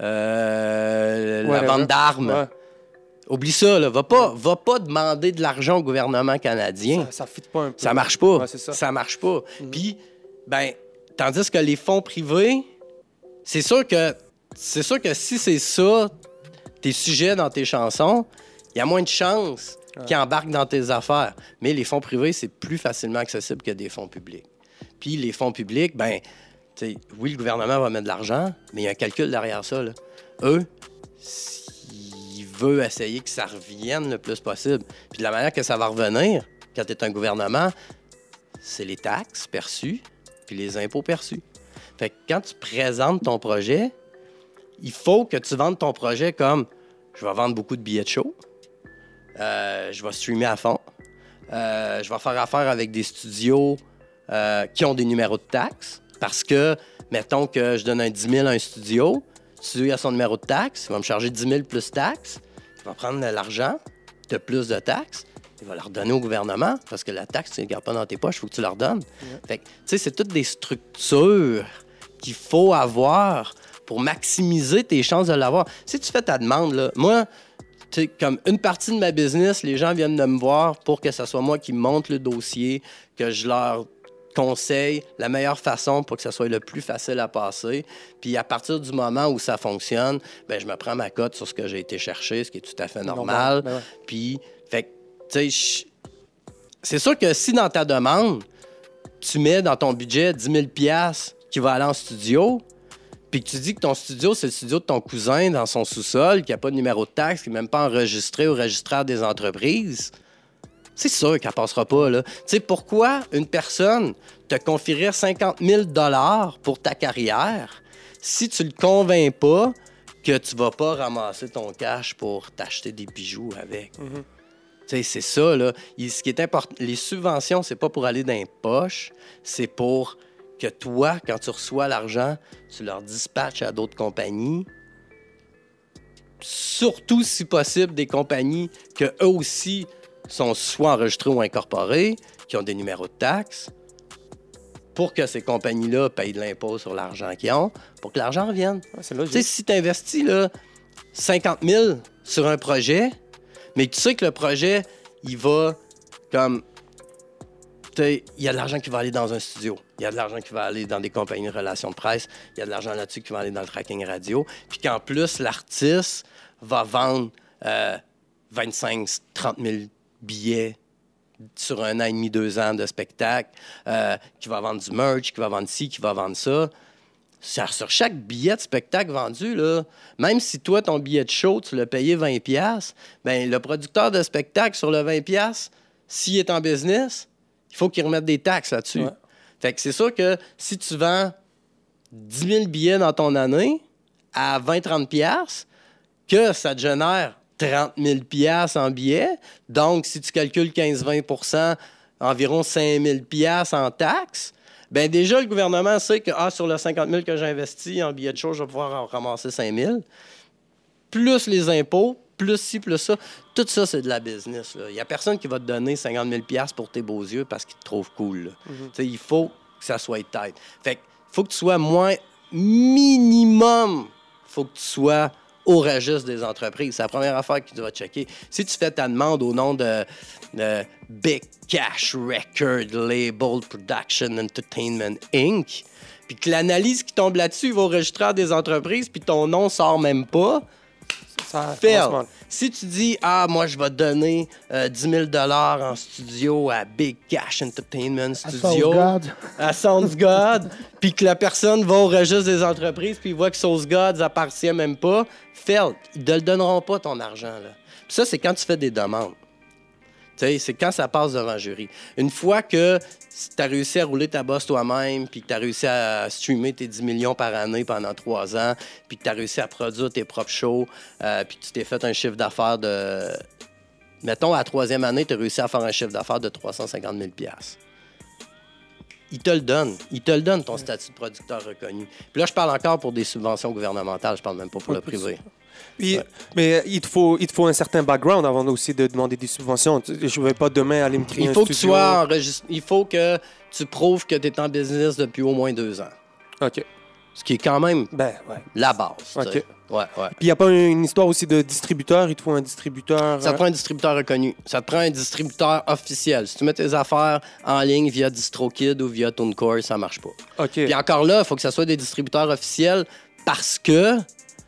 euh, la Whatever. vente d'armes, Ouais. oublie ça, là. Va pas, va pas demander de l'argent au gouvernement canadien. Ça, ça fit pas un peu. Ça marche pas. Ouais, c'est ça. ça marche pas. Puis, ben, tandis que les fonds privés, c'est sûr que c'est sûr que si c'est ça, tes sujets dans tes chansons, il y a moins de chances qu'ils embarquent dans tes affaires. Mais les fonds privés, c'est plus facilement accessible que des fonds publics. Puis les fonds publics, ben, tu sais, oui, le gouvernement va mettre de l'argent, mais il y a un calcul derrière ça, là. Eux, s'ils veulent essayer que ça revienne le plus possible. Puis de la manière que ça va revenir, quand tu es un gouvernement, c'est les taxes perçues puis les impôts perçus. Fait que quand tu présentes ton projet, il faut que tu vendes ton projet comme je vais vendre beaucoup de billets de show, euh, je vais streamer à fond, euh, je vais faire affaire avec des studios euh, qui ont des numéros de taxes. Parce que, mettons que je donne un dix mille à un studio, le studio a son numéro de taxes, il va me charger dix mille plus taxes, il va prendre de l'argent de plus de taxes, il va le redonner au gouvernement, parce que la taxe, tu ne la gardes pas dans tes poches, il faut que tu la redonnes. Yeah. Fait que, tu sais, c'est toutes des structures qu'il faut avoir pour maximiser tes chances de l'avoir. Si tu fais ta demande, là, moi, tu sais, comme une partie de ma business, les gens viennent de me voir pour que ce soit moi qui monte le dossier, que je leur conseille la meilleure façon pour que ça soit le plus facile à passer. Puis à partir du moment où ça fonctionne, ben je me prends ma cote sur ce que j'ai été chercher, ce qui est tout à fait normal. normal. Ben ouais. Puis, fait tu sais, c'est sûr que si dans ta demande, tu mets dans ton budget dix mille dollars qui va aller en studio, puis que tu dis que ton studio, c'est le studio de ton cousin dans son sous-sol, qui n'a pas de numéro de taxe, qui n'est même pas enregistré au registraire des entreprises, c'est sûr qu'elle ne passera pas, là. Tu sais, pourquoi une personne te confierait cinquante mille dollars pour ta carrière si tu ne le convaincs pas que tu ne vas pas ramasser ton cash pour t'acheter des bijoux avec? Mm-hmm. Tu sais, c'est ça, là. Ce qui est important, les subventions, c'est pas pour aller dans les poches, c'est pour que toi, quand tu reçois l'argent, tu leur dispatches à d'autres compagnies. Surtout, si possible, des compagnies que eux aussi sont soit enregistrés ou incorporés, qui ont des numéros de taxes, pour que ces compagnies-là payent de l'impôt sur l'argent qu'ils ont, pour que l'argent revienne. Ouais, c'est logique. Tu sais, si tu investis là, cinquante mille sur un projet, mais tu sais que le projet, il va comme... Il y a de l'argent qui va aller dans un studio. Il y a de l'argent qui va aller dans des compagnies de relations de presse. Il y a de l'argent là-dessus qui va aller dans le tracking radio. Puis qu'en plus, l'artiste va vendre euh, vingt-cinq à trente mille billets sur un an et demi, deux ans de spectacle, euh, qui va vendre du merch, qui va vendre ci, qui va vendre ça. Sur chaque billet de spectacle vendu, là, même si toi, ton billet de show, tu l'as payé vingt dollars, bien, le producteur de spectacle sur le vingt dollars, s'il est en business, il faut qu'il remette des taxes là-dessus. Ouais. Fait que c'est sûr que si tu vends dix mille billets dans ton année à vingt à trente dollars, que ça te génère trente mille dollars en billets, donc si tu calcules quinze à vingt pour cent, environ cinq mille dollars en taxes, bien déjà, le gouvernement sait que ah, sur le cinquante mille que j'ai investi en billets de show, je vais pouvoir en ramasser cinq mille. Plus les impôts, plus ci, plus ça. Tout ça, c'est de la business. Il n'y a personne qui va te donner cinquante mille dollars pour tes beaux yeux parce qu'il te trouve cool. Mm-hmm. Il faut que ça soit tight. Fait qu'il faut que tu sois moins minimum. Il faut que tu sois au registre des entreprises. C'est la première affaire que tu vas checker. Si tu fais ta demande au nom de, de Big Cash Record Label Production Entertainment Incorporated, puis que l'analyse qui tombe là-dessus va au registraire des entreprises, puis ton nom sort même pas, ça fail. Si tu dis, ah, moi, je vais donner euh, dix mille dollars en studio à Big Cash Entertainment Studio, à Sounds God, puis que la personne va au registre des entreprises, puis voit que Sounds God appartient même pas, fail. Ils ne te le donneront pas, ton argent, là. Puis ça, c'est quand tu fais des demandes. Tu sais, c'est quand ça passe devant le jury. Une fois que tu as réussi à rouler ta bosse toi-même, puis que tu as réussi à streamer tes dix millions par année pendant trois ans, puis que tu as réussi à produire tes propres shows, euh, puis que tu t'es fait un chiffre d'affaires de... Mettons, à la troisième année, tu as réussi à faire un chiffre d'affaires de trois cent cinquante mille dollars. Ils te le donnent. Ils te le donnent, ton statut de producteur reconnu. Puis là, je parle encore pour des subventions gouvernementales. Je parle même pas pour le privé. Puis, ouais. Mais il te, faut, il te faut un certain background avant aussi de demander des subventions. Je ne vais pas demain aller me créer il un faut studio. Que tu sois enregistré. Il faut que tu prouves que tu es en business depuis au moins deux ans. OK. Ce qui est quand même ben, ouais. la base. OK. Ouais, ouais. Puis il n'y a pas une histoire aussi de distributeur? Il te faut un distributeur? Ça te prend un distributeur reconnu. Ça te prend un distributeur officiel. Si tu mets tes affaires en ligne via DistroKid ou via TuneCore, ça ne marche pas. OK. Puis encore là, il faut que ça soit des distributeurs officiels parce que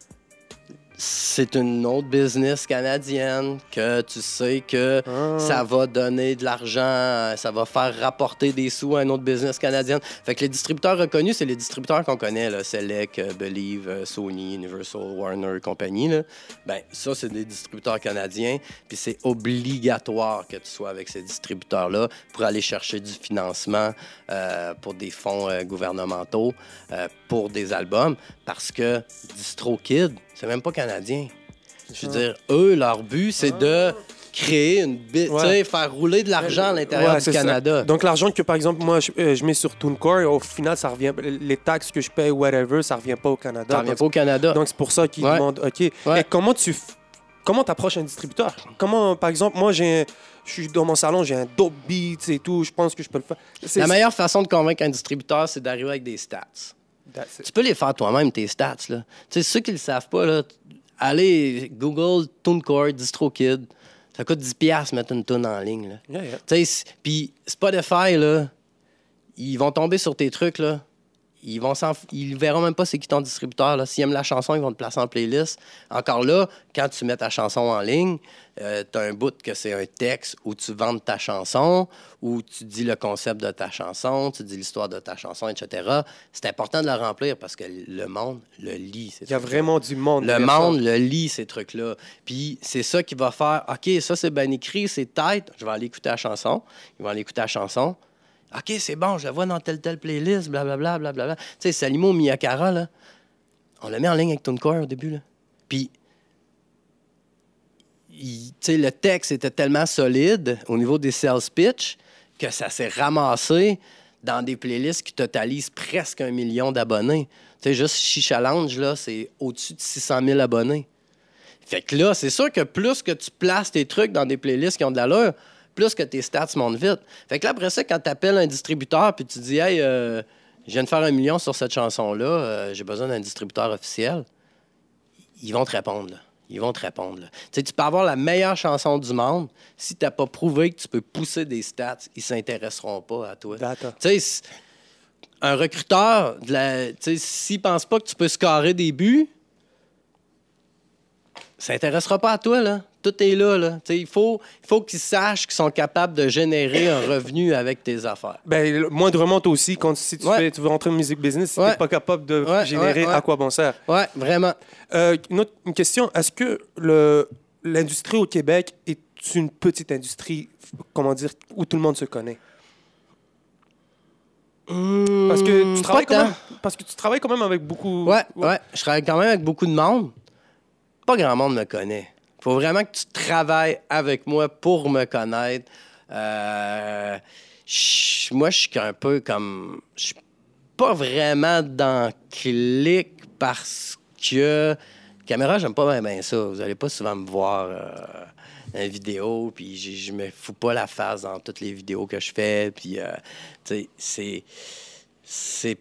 c'est une autre business canadienne que tu sais que ah. ça va donner de l'argent, ça va faire rapporter des sous à une autre business canadienne. Fait que les distributeurs reconnus, c'est les distributeurs qu'on connaît, là, Select, Believe, Sony, Universal, Warner, compagnie. Là. Ben, ça, c'est des distributeurs canadiens. Puis c'est obligatoire que tu sois avec ces distributeurs-là pour aller chercher du financement euh, pour des fonds euh, gouvernementaux euh, pour des albums. Parce que DistroKid, c'est même pas canadien. Je veux dire, eux, leur but, c'est de créer une bite, Ouais. tu sais, faire rouler de l'argent à l'intérieur Ouais, du c'est Canada. ça. Donc, l'argent que, par exemple, moi, je, euh, je mets sur TuneCore, au final, ça revient. Les taxes que je paye, whatever, ça revient pas au Canada. Ça revient Donc, pas au Canada. Donc, c'est pour ça qu'ils Ouais. demandent, OK. Ouais. Et comment tu f- comment approches un distributeur? Comment, par exemple, moi, j'ai, un- je suis dans mon salon, j'ai un dope beat et tout, je pense que je peux le faire. C'est- La meilleure façon de convaincre un distributeur, c'est d'arriver avec des stats. That's it. Tu peux les faire toi-même, tes stats. Là. Tu sais, ceux qui ne le savent pas, là, allez, Google, TuneCore, DistroKid. Ça coûte dix dollars mettre une tune en ligne. Là. Yeah, yeah. Tu sais, c- puis Spotify, là, ils vont tomber sur tes trucs, là. Ils vont s'en f- ils verront même pas c'est qui ton distributeur. Là. S'ils aiment la chanson, ils vont te placer en playlist. Encore là, quand tu mets ta chanson en ligne, euh, tu as un bout que c'est un texte où tu vends ta chanson, où tu dis le concept de ta chanson, tu dis l'histoire de ta chanson, et cetera. C'est important de le remplir parce que le monde le lit. ces Il y a trucs-là. vraiment du monde. Le derrière ça. monde le lit, ces trucs-là. Puis c'est ça qui va faire, OK, ça c'est bien écrit, c'est tête, je vais aller écouter la chanson. Ils vont aller écouter la chanson. OK, c'est bon, je la vois dans telle, telle playlist, blablabla, blablabla. Tu sais, Salimo Miyakara, là, on l'a mis en ligne avec TuneCore au début, là. Puis, il- tu sais, le texte était tellement solide au niveau des sales pitch que ça s'est ramassé dans des playlists qui totalisent presque un million d'abonnés. Tu sais, juste Chicha Lounge, là, c'est au-dessus de six cent mille abonnés. Fait que là, c'est sûr que plus que tu places tes trucs dans des playlists qui ont de l'allure, plus que tes stats montent vite. Fait que là, après ça, quand tu appelles un distributeur puis tu dis « Hey, euh, je viens de faire un million sur cette chanson-là, euh, j'ai besoin d'un distributeur officiel », ils vont te répondre, là. Ils vont te répondre, là. Tu sais, tu peux avoir la meilleure chanson du monde. Si tu n'as pas prouvé que tu peux pousser des stats, ils ne s'intéresseront pas à toi. D'accord. Tu sais, c- un recruteur, de la- tu sais, s'il pense pas que tu peux scorer des buts, ça s'intéressera pas à toi, là. Tout est là, là. Tu sais, il faut, il faut qu'ils sachent qu'ils sont capables de générer un revenu avec tes affaires. Ben, le- moindrement, toi aussi, quand si tu, Ouais. fais, tu veux rentrer en musique business, si Ouais. t'es pas capable de Ouais, générer, ouais, ouais. à quoi bon sert? Ouais, vraiment. Euh, une, autre, une question, est-ce que le, l'industrie au Québec est une petite industrie, comment dire, où tout le monde se connaît? Parce que tu travailles pas quand tant. même, parce que tu travailles quand même avec beaucoup. Ouais, ouais. Je travaille quand même avec beaucoup de monde. Pas grand monde me connaît. Faut vraiment que tu travailles avec moi pour me connaître. Euh, je- moi, je suis un peu comme... Je suis pas vraiment dans clic parce que... Caméra, j'aime pas bien, bien ça. Vous allez pas souvent me voir euh, dans les vidéos, puis je je me fous pas la face dans toutes les vidéos que je fais. Puis, euh, tu sais, c'est... C'est...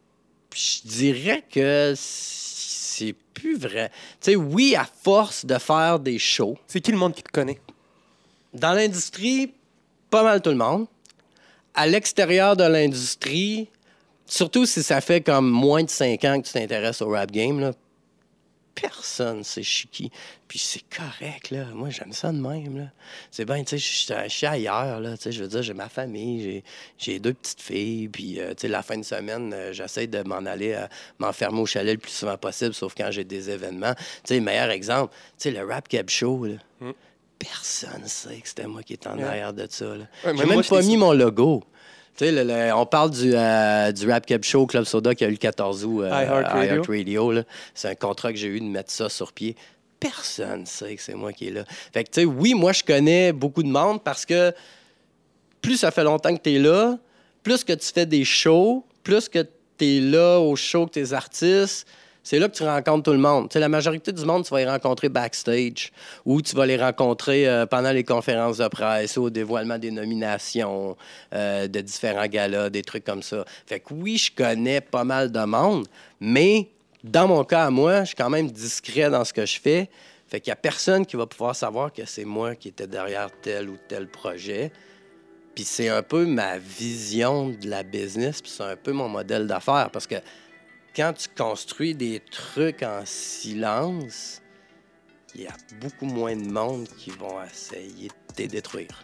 Je dirais que c'est plus vrai. Tu sais, oui, à force de faire des shows, C'est qui le monde qui te connaît? dans l'industrie, pas mal tout le monde. À l'extérieur de l'industrie, surtout si ça fait comme moins de cinq ans que tu t'intéresses au rap game, là, personne sait je suis qui. Puis c'est correct, là. Moi, j'aime ça de même, là. C'est bien, tu sais, je suis- je suis ailleurs, là. Tu sais, je veux dire, j'ai ma famille, j'ai, j'ai deux petites filles, puis, euh, tu sais, la fin de semaine, euh, j'essaie de m'en aller, euh, m'enfermer au chalet le plus souvent possible, sauf quand j'ai des événements. Tu sais, meilleur exemple, tu sais, le Rap Cab Show, là. Mm. Personne sait que c'était moi qui étais en Yeah. arrière de ça, là. Ouais, J'ai même même moi, pas j'étais mis ça. mon logo. Tu sais, le- le- on parle du, euh, du Rap Cab Show Club Soda qui a eu le quatorze août euh, iHeartRadio. à iHeartRadio, là. C'est un contrat que j'ai eu de mettre ça sur pied. Personne ne sait que c'est moi qui est là. Fait que, tu sais, oui, moi, je connais beaucoup de monde parce que plus ça fait longtemps que tu es là, plus que tu fais des shows, plus que tu es là au show que tes artistes, c'est là que tu rencontres tout le monde. Tu sais, la majorité du monde, tu vas les rencontrer backstage ou tu vas les rencontrer euh, pendant les conférences de presse ou au dévoilement des nominations euh, de différents galas, des trucs comme ça. Fait que oui, je connais pas mal de monde, mais dans mon cas à moi, je suis quand même discret dans ce que je fais. Fait qu'il y a personne qui va pouvoir savoir que c'est moi qui étais derrière tel ou tel projet. Puis c'est un peu ma vision de la business, puis c'est un peu mon modèle d'affaires. Parce que quand tu construis des trucs en silence, il y a beaucoup moins de monde qui vont essayer de te détruire.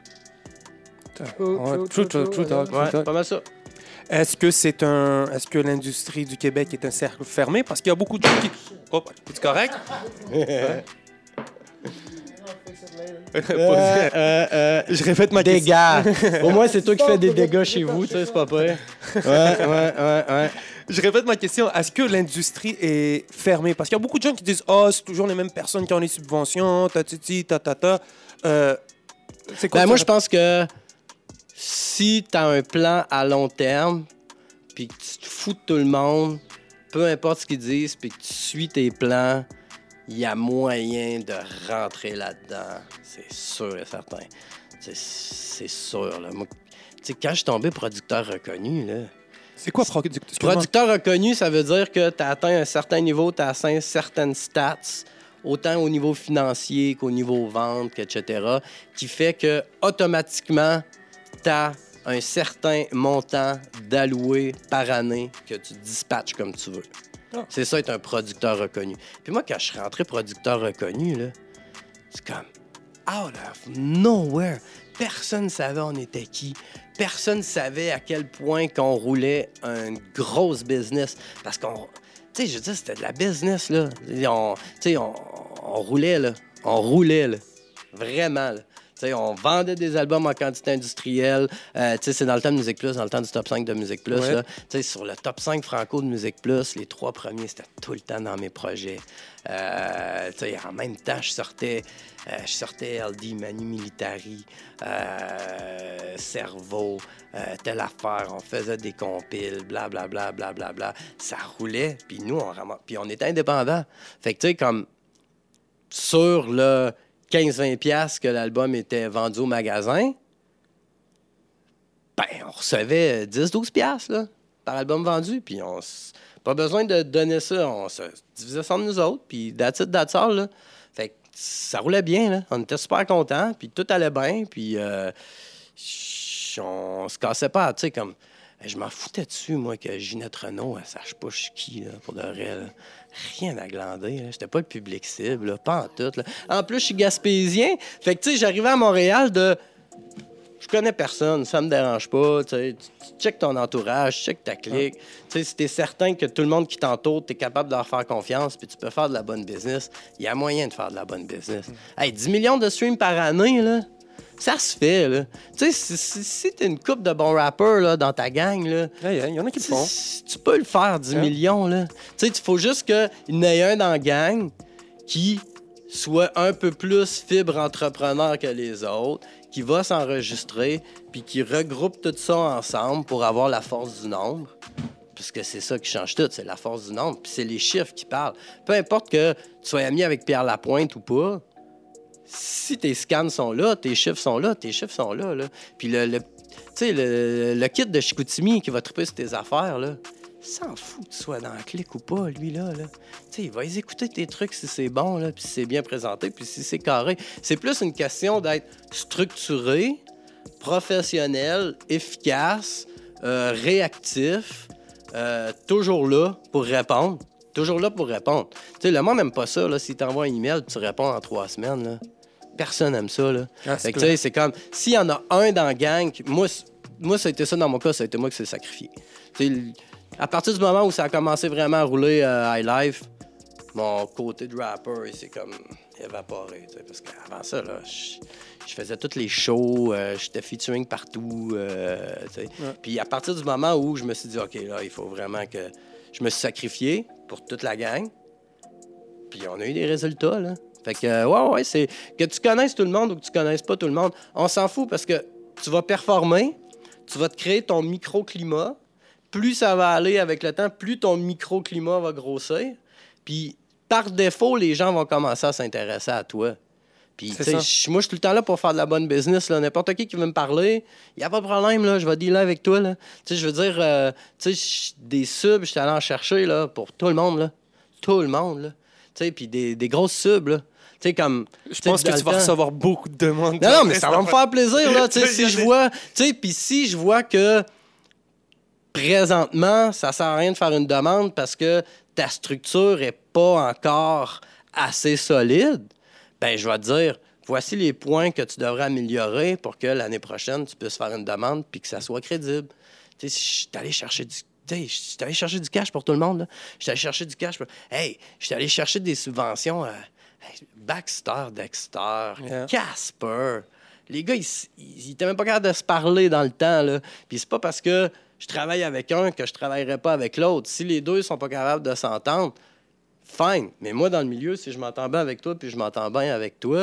Ouais, true talk, true talk, true Ouais, talk. pas mal ça. Est-ce que c'est un, est-ce que l'industrie du Québec est un cercle fermé? Parce qu'il y a beaucoup de gens qui. Oh, c'est correct? Euh, euh, euh, Je répète ma question. dégâts. Au moins, c'est toi qui fais des dégâts chez vous, tu sais, c'est pas pire. Ouais, ouais, ouais, ouais. Je répète ma question. Est-ce que l'industrie est fermée? Parce qu'il y a beaucoup de gens qui disent « Oh, c'est toujours les mêmes personnes qui ont les subventions, ta, ta, ta, ta, ta. ta. Euh, C'est quoi Ben, ça? moi, je pense que si tu as un plan à long terme, puis que tu te fous de tout le monde, peu importe ce qu'ils disent, puis que tu suis tes plans, il y a moyen de rentrer là-dedans. C'est sûr et certain. C'est, c'est sûr. Là. Moi, quand je suis tombé producteur reconnu, là, C'est quoi producteur? producteur reconnu, ça veut dire que tu as atteint un certain niveau, tu as atteint certaines stats, autant au niveau financier qu'au niveau vente, et cetera, qui fait que automatiquement, tu as un certain montant d'alloué par année que tu dispatches comme tu veux. Ah. C'est ça, être un producteur reconnu. Puis moi, quand je suis rentré producteur reconnu, là, c'est comme out of nowhere. Personne ne savait on était qui. Personne ne savait à quel point qu'on roulait une grosse business. Parce qu'on... Tu sais, je veux dire, c'était de la business, là. On, tu sais, on, on roulait, là. On roulait, là. Vraiment, là. Tu sais, on vendait des albums en quantité industrielle. Euh, tu sais, c'est dans le temps de Musique Plus, dans le temps du top cinq de Musique Plus. Ouais. Là. Tu sais, sur le top cinq franco de Musique Plus, les trois premiers, c'était tout le temps dans mes projets. Euh, tu sais, en même temps, je sortais, euh, je sortais L D, Manu Militari, euh, Cerveau, euh, telle affaire. On faisait des compiles, blablabla, blablabla. Bla, bla, bla. Ça roulait, puis nous, on ramassait. Puis on était indépendants. Fait que, tu sais, comme sur le quinze à vingt piastres que l'album était vendu au magasin, ben, on recevait dix à douze piastres là, par album vendu. Puis on s... pas besoin de donner ça. On se divisait ça entre nous autres. Puis that's it, that's all, là. Fait que ça roulait bien. Là. On était super contents. Puis tout allait bien. Puis euh, on se cassait pas. Tu sais, comme... Je m'en foutais dessus, moi, que Ginette Renault, elle sache pas je suis qui, là, pour de vrai. Là. Rien à glander. Là. J'étais pas le public cible, là, pas en tout. Là. En plus, je suis gaspésien. Fait que, tu sais, j'arrivais à Montréal de... Je connais personne, ça me dérange pas. Tu, tu check ton entourage, tu check ta clique. Ah. Tu sais, si t'es certain que tout le monde qui t'entoure, t'es capable de leur faire confiance, puis tu peux faire de la bonne business, il y a moyen de faire de la bonne business. Mm. Hey, dix millions de streams par année, là, ça se fait, là. Tu sais, si, si, si t'es une couple de bons rappers, là, dans ta gang, là... Il hey, hey, y en a qui le font. Tu peux le faire, dix millions, là. Tu sais, il faut juste qu'il y en ait un dans la gang qui soit un peu plus fibre entrepreneur que les autres, qui va s'enregistrer, puis qui regroupe tout ça ensemble pour avoir la force du nombre. Parce que c'est ça qui change tout, c'est la force du nombre, puis c'est les chiffres qui parlent. Peu importe que tu sois ami avec Pierre Lapointe ou pas, si tes scans sont là, tes chiffres sont là, tes chiffres sont là. là. Puis le, le, le, le kit de Chicoutimi qui va triper sur tes affaires, là, s'en fout que tu sois dans le clic ou pas, lui, là. là. Il va écouter tes trucs si c'est bon, là, puis si c'est bien présenté, puis si c'est carré. C'est plus une question d'être structuré, professionnel, efficace, euh, réactif, euh, toujours là pour répondre. Toujours là pour répondre. Tu sais, le monde n'aime pas ça, là. Si tu envoies un email, tu réponds en trois semaines, là. Personne n'aime ça, là. Ah, fait que, tu sais, c'est comme... S'il y en a un dans la gang... Moi, moi, ça a été ça dans mon cas, ça a été moi qui s'est sacrifié. Tu sais, à partir du moment où ça a commencé vraiment à rouler euh, High Life, mon côté de rapper, il s'est comme évaporé. Parce qu'avant ça, là, je, je faisais tous les shows, euh, j'étais featuring partout. Euh, ouais. Puis à partir du moment où je me suis dit, OK, là, il faut vraiment que... Je me suis sacrifié pour toute la gang. Puis on a eu des résultats, là. Fait que, euh, ouais, ouais, c'est... Que tu connaisses tout le monde ou que tu connaisses pas tout le monde, on s'en fout parce que tu vas performer, tu vas te créer ton microclimat. Plus ça va aller avec le temps, plus ton microclimat va grossir. Puis, par défaut, les gens vont commencer à s'intéresser à toi. Puis, tu sais, moi, je suis tout le temps là pour faire de la bonne business. Là. N'importe qui qui veut me parler, il n'y a pas de problème, là, je vais dealer avec toi. Tu sais, je veux dire, euh, tu sais, des subs, je suis allé en chercher là, pour tout le monde. Là. Tout le monde. Là. Tu sais, puis des, des grosses subs, là. Tu sais, comme... Je pense que tu vas temps... recevoir beaucoup de demandes. Non, non, mais ça va me faire plaisir, là. Tu sais, si je vois... Tu sais, puis si je vois que... Présentement, ça sert à rien de faire une demande parce que ta structure n'est pas encore assez solide, ben je vais te dire, voici les points que tu devrais améliorer pour que l'année prochaine, tu puisses faire une demande puis que ça soit crédible. Tu sais, si je suis allé chercher du... Je suis allé chercher du cash pour tout le monde. Je suis allé chercher du cash pour... Hey, je suis allé chercher des subventions à Baxter, Dexter, yeah. Casper. Les gars, ils n'étaient même pas capables de se parler dans le temps. Là. Puis c'est pas parce que je travaille avec un que je ne travaillerai pas avec l'autre. Si les deux ne sont pas capables de s'entendre, fine. Mais moi, dans le milieu, si je m'entends bien avec toi puis je m'entends bien avec toi,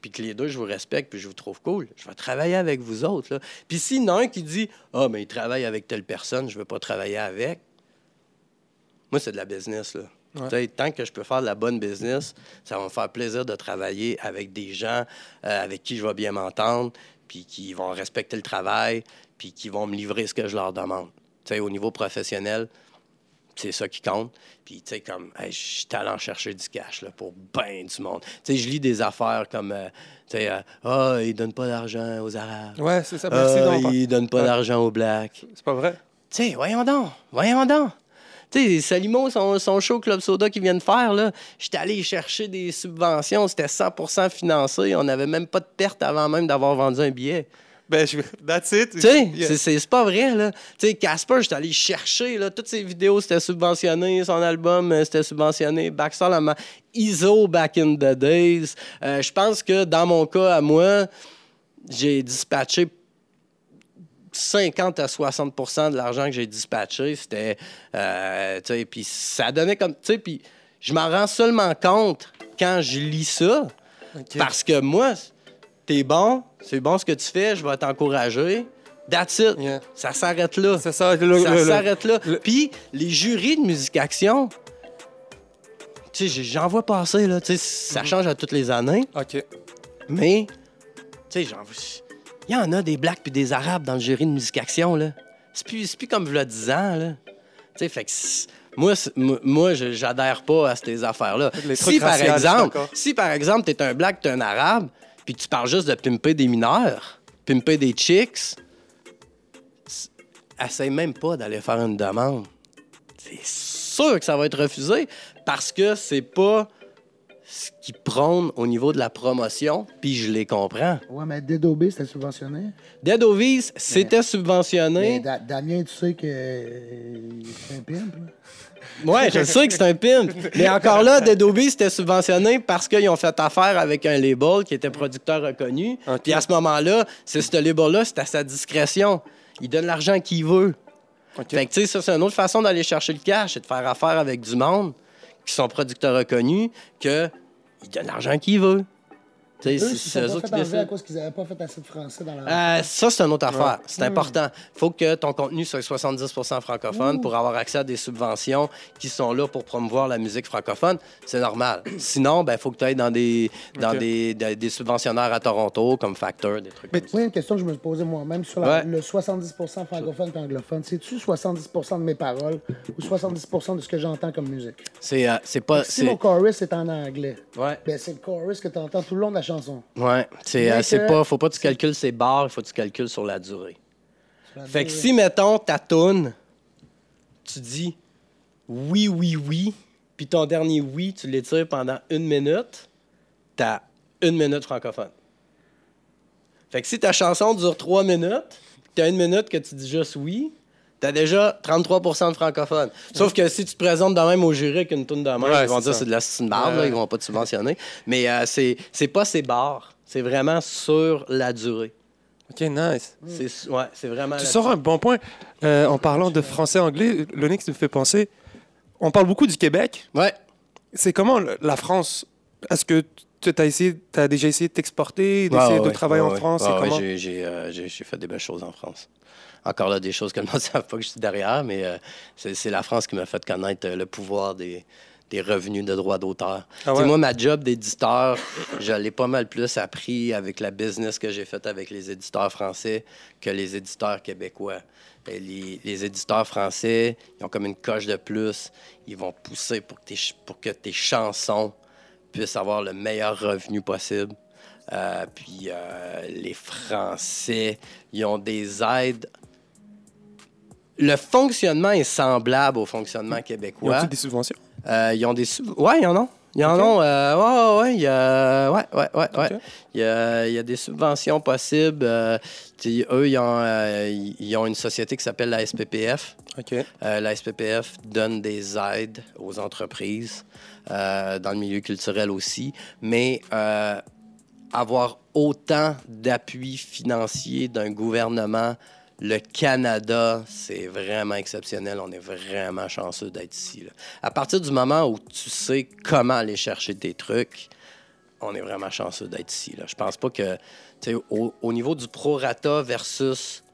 puis que les deux, je vous respecte, puis je vous trouve cool, je vais travailler avec vous autres. Là. Puis s'il y en a un qui dit « Ah, oh, mais il travaille avec telle personne, je ne veux pas travailler avec », moi, c'est de la business, là. Ouais. Tant que je peux faire de la bonne business, ça va me faire plaisir de travailler avec des gens euh, avec qui je vais bien m'entendre, puis qui vont respecter le travail, puis qui vont me livrer ce que je leur demande. T'sais, au niveau professionnel, c'est ça qui compte. Puis, tu sais, comme, hey, je suis allé en chercher du cash là, pour ben du monde. Tu sais, je lis des affaires comme, euh, tu sais, ah, euh, oh, ils donnent pas d'argent aux Arabes. Ouais, c'est ça, merci. Ah, oh, ils donnent pas ouais. d'argent aux Blacks. C'est pas vrai? Tu sais, voyons donc, voyons donc. Tu sais, Salimo, son, son show Club Soda qu'il vient de faire, là, j'étais allé chercher des subventions, c'était cent pour cent financé, on n'avait même pas de perte avant même d'avoir vendu un billet. Ben, je... that's it. Tu sais, yeah. c'est, c'est, c'est pas vrai, là. Tu sais, Casper, j'étais allé chercher, là, toutes ses vidéos, c'était subventionné, son album, c'était subventionné, Backstar, I S O, back in the days. Euh, je pense que, dans mon cas, à moi, j'ai dispatché cinquante à soixante pour cent de l'argent que j'ai dispatché, c'était, euh, tu sais, puis ça donnait comme, tu sais, puis je m'en rends seulement compte quand je lis ça, okay. Parce que moi, t'es bon, c'est bon ce que tu fais, je vais t'encourager, that's it, yeah. Ça s'arrête là. C'est ça, le, ça le, s'arrête là. Le... Puis les jurys de Musique Action, tu sais, j'en vois passer, là, tu sais, ça mm-hmm. change à toutes les années, OK. Mais, tu sais, j'en vois... Il y en a des Blacks puis des Arabes dans le jury de Musique Action, là. C'est plus, c'est plus comme il y a dix ans, là. Tu sais, fait que moi, moi j'adhère pas à ces affaires-là. Si par, exemple, si, par exemple, t'es un Black, t'es un Arabe, puis tu parles juste de pimper des mineurs, pimper des chicks, essaye même pas d'aller faire une demande. C'est sûr que ça va être refusé parce que c'est pas... ce qui prône au niveau de la promotion, puis je les comprends. Ouais, mais Dead Obies, c'était subventionné? Dead Obies, c'était mais, subventionné. Mais da- Damien, tu sais que euh, c'est un pimp, là? Ouais, je sais que c'est un pimp. Mais encore là, Dead Obies, c'était subventionné parce qu'ils ont fait affaire avec un label qui était producteur reconnu. Okay. Puis à ce moment-là, c'est ce label-là, c'est à sa discrétion. Il donne l'argent qu'il veut. Okay. Fait que, tu sais, ça, c'est une autre façon d'aller chercher le cash, c'est de faire affaire avec du monde qui sont producteurs reconnus, qu'il donne l'argent qu'il veut. Eux, c'est, c'est eux autres qui décident. À cause qu'ils n'avaient pas fait assez de français dans la... Euh, ça, c'est une autre affaire. Ouais. C'est mmh. important. Il faut que ton contenu soit soixante-dix pour cent francophone mmh. pour avoir accès à des subventions qui sont là pour promouvoir la musique francophone. C'est normal. Sinon, il ben, faut que tu ailles dans, des, dans okay. des, des, des subventionnaires à Toronto, comme Factor, des trucs mais, comme ça. Oui, une question que je me posais moi-même sur la, ouais. le soixante-dix pour cent francophone et anglophone. C'est-tu soixante-dix pour cent de mes paroles ou soixante-dix pour cent de ce que j'entends comme musique? C'est, euh, c'est pas... Si c'est... mon chorus est en anglais, ouais. ben, c'est le chorus que tu entends tout le long de la chanson. Ouais, c'est, euh, c'est que... pas, faut pas que tu calcules ses barres, il faut que tu calcules sur la durée. Sur la fait durée. Que si, mettons, ta toune, tu dis oui, oui, oui, puis ton dernier oui, tu l'étires pendant une minute, t'as une minute francophone. Fait que si ta chanson dure trois minutes, t'as une minute que tu dis juste oui, t'as déjà trente-trois pour cent de francophones. Sauf que si tu te présentes de même au jury avec une toune de même, ouais, ils vont dire que c'est de la style barre, ouais. Ils vont pas te subventionner. Mais euh, c'est, c'est pas ces barres, c'est vraiment sur la durée. OK, nice. C'est, ouais, c'est vraiment... Tu sors un bon point. Euh, en parlant de français-anglais, Lonyx me fait penser... On parle beaucoup du Québec. Ouais. C'est comment la France? Est-ce que tu as, essayé, as déjà essayé de t'exporter, d'essayer ouais, de travailler ouais, en ouais. France? Ouais, c'est ouais, comment? J'ai, j'ai, euh, j'ai, j'ai fait des belles choses en France. Encore là, des choses que le monde ne savent pas que je suis derrière, mais euh, c'est, c'est la France qui m'a fait connaître euh, le pouvoir des, des revenus de droits d'auteur. Ah ouais? Moi, ma job d'éditeur, je l'ai pas mal plus appris avec la business que j'ai faite avec les éditeurs français que les éditeurs québécois. Et les, les éditeurs français, ils ont comme une coche de plus. Ils vont pousser pour que tes, pour que tes chansons puissent avoir le meilleur revenu possible. Euh, puis euh, les Français, ils ont des aides. Le fonctionnement est semblable au fonctionnement québécois. Ils ont des subventions? Euh, ils ont des subventions. Oui, ils en ont. Ils en okay. ont. Euh, ouais, ouais, il y a. Ouais, ouais, ouais, okay. ouais. Il y a, il y a des subventions possibles. Euh, eux, ils ont, euh, ils ont une société qui s'appelle la S P P F. Okay. Euh, la S P P F donne des aides aux entreprises, euh, dans le milieu culturel aussi. Mais euh, avoir autant d'appui financier d'un gouvernement, le Canada, c'est vraiment exceptionnel. On est vraiment chanceux d'être ici. Là. À partir du moment où tu sais comment aller chercher tes trucs, on est vraiment chanceux d'être ici. Là. Je pense pas que, tu sais, au, au niveau du prorata versus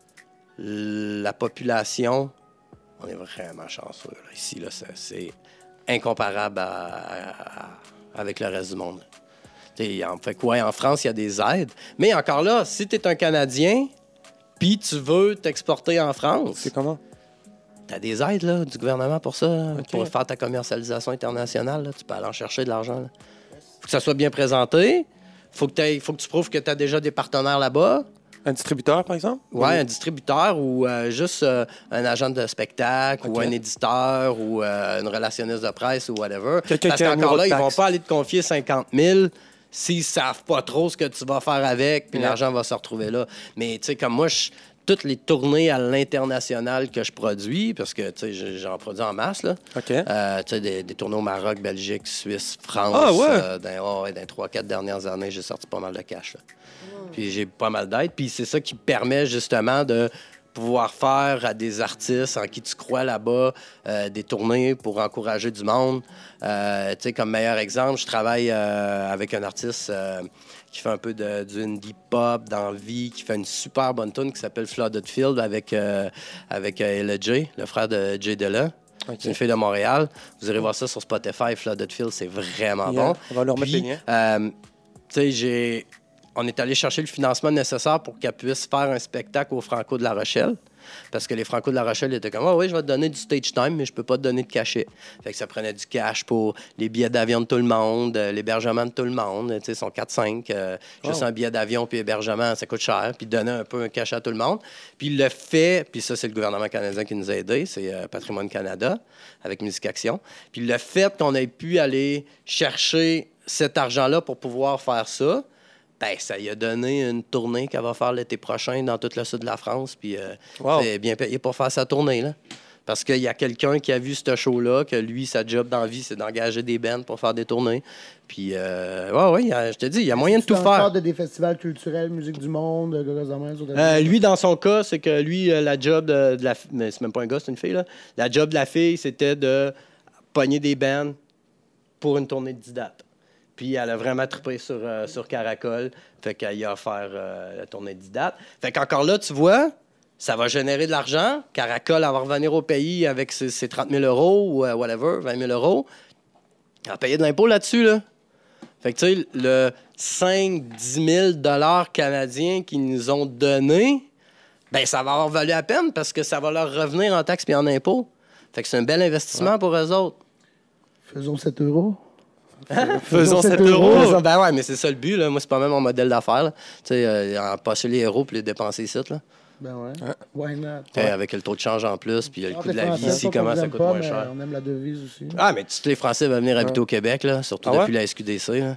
la population, on est vraiment chanceux. Là. Ici, là, c'est, c'est incomparable à, à, à, avec le reste du monde. T'sais, en fait, ouais, en France, il y a des aides. Mais encore là, si tu es un Canadien, puis tu veux t'exporter en France... C'est comment? Tu as des aides là, du gouvernement pour ça, là, okay. pour faire ta commercialisation internationale. Là. Tu peux aller en chercher de l'argent. Il faut que ça soit bien présenté. Il faut, faut que tu prouves que tu as déjà des partenaires là-bas. Un distributeur, par exemple? Oui, un distributeur ou euh, juste euh, un agent de spectacle okay. ou un éditeur ou euh, une relationniste de presse ou whatever. Quelqu'un Parce qu'encore là, ils vont pas aller te confier cinquante mille s'ils savent pas trop ce que tu vas faire avec, puis yeah. l'argent va se retrouver là. Mais tu sais, comme moi, je... toutes les tournées à l'international que je produis, parce que j'en produis en masse, là. Okay. Euh, des, des tournées au Maroc, Belgique, Suisse, France. Ah, ouais. euh, dans, oh, ouais, dans les trois quatre dernières années, j'ai sorti pas mal de cash. Là. Mm. Puis j'ai pas mal d'aide. Puis c'est ça qui permet justement de pouvoir faire à des artistes en qui tu crois là-bas euh, des tournées pour encourager du monde. Euh, tu sais, comme meilleur exemple, je travaille euh, avec un artiste... Euh, qui fait un peu de, du indie pop dans la vie, qui fait une super bonne tune qui s'appelle Flooded Field avec, euh, avec euh, Ella J, le frère de Jay Dilla. Okay. C'est une fille de Montréal. Vous irez voir ça sur Spotify. Flooded Field, c'est vraiment yeah. bon. On va leur mettre les liens. Euh, tu sais, j'ai... on est allé chercher le financement nécessaire pour qu'elle puisse faire un spectacle au Franco de La Rochelle. Parce que les Franco de La Rochelle étaient comme « Ah oui, je vais te donner du stage time, mais je peux pas te donner de cachet. » Fait que ça prenait du cash pour les billets d'avion de tout le monde, euh, l'hébergement de tout le monde. Tu sais, ils sont quatre cinq. Euh, wow. Juste un billet d'avion puis hébergement, ça coûte cher. Puis donner un peu un cachet à tout le monde. Puis le fait, puis ça, c'est le gouvernement canadien qui nous a aidés, c'est euh, Patrimoine Canada, avec Musique Action. Puis le fait qu'on ait pu aller chercher cet argent-là pour pouvoir faire ça, ben, ça lui a donné une tournée qu'elle va faire l'été prochain dans tout le sud de la France. Puis, euh, wow. c'est bien payé pour faire sa tournée, là. Parce qu'il y a quelqu'un qui a vu ce show-là, que lui, sa job dans la vie, c'est d'engager des bands pour faire des tournées. Puis, euh, ouais, ouais, je te dis, il y a moyen de tout faire. Tu parles de des festivals culturels, musique du monde, euh, lui, dans son cas, c'est que lui, euh, la job de, de la... Mais c'est même pas un gars, c'est une fille, là. La job de la fille, c'était de pogner des bands pour une tournée de dix dates. Puis elle a vraiment trippé sur, euh, sur Caracol. Fait qu'elle y a offert euh, la tournée de dix dates. Fait qu'encore là, tu vois, ça va générer de l'argent. Caracol, elle va revenir au pays avec ses, ses trente mille euros ou euh, whatever, vingt mille euros. Elle va payer de l'impôt là-dessus, là. Fait que, tu sais, le cinq à dix mille dollars canadiens qu'ils nous ont donné, ben ça va avoir valu la peine parce que ça va leur revenir en taxes et en impôts. Fait que c'est un bel investissement ouais. pour eux autres. Faisons sept euros. Hein? Faisons sept euros. Faisons, ben ouais, mais c'est ça le but. Là. Moi, c'est pas même mon modèle d'affaires. Tu sais, euh, en passer les euros puis les dépenser ici. Là. Ben ouais. Hein? Why not? Ouais. Avec le taux de change en plus, puis le coût de la vie ici, comment ça coûte pas, moins cher. On aime la devise aussi. Ah, mais tous les Français veulent venir habiter ouais. au Québec, là, surtout ah depuis ouais? la S Q D C.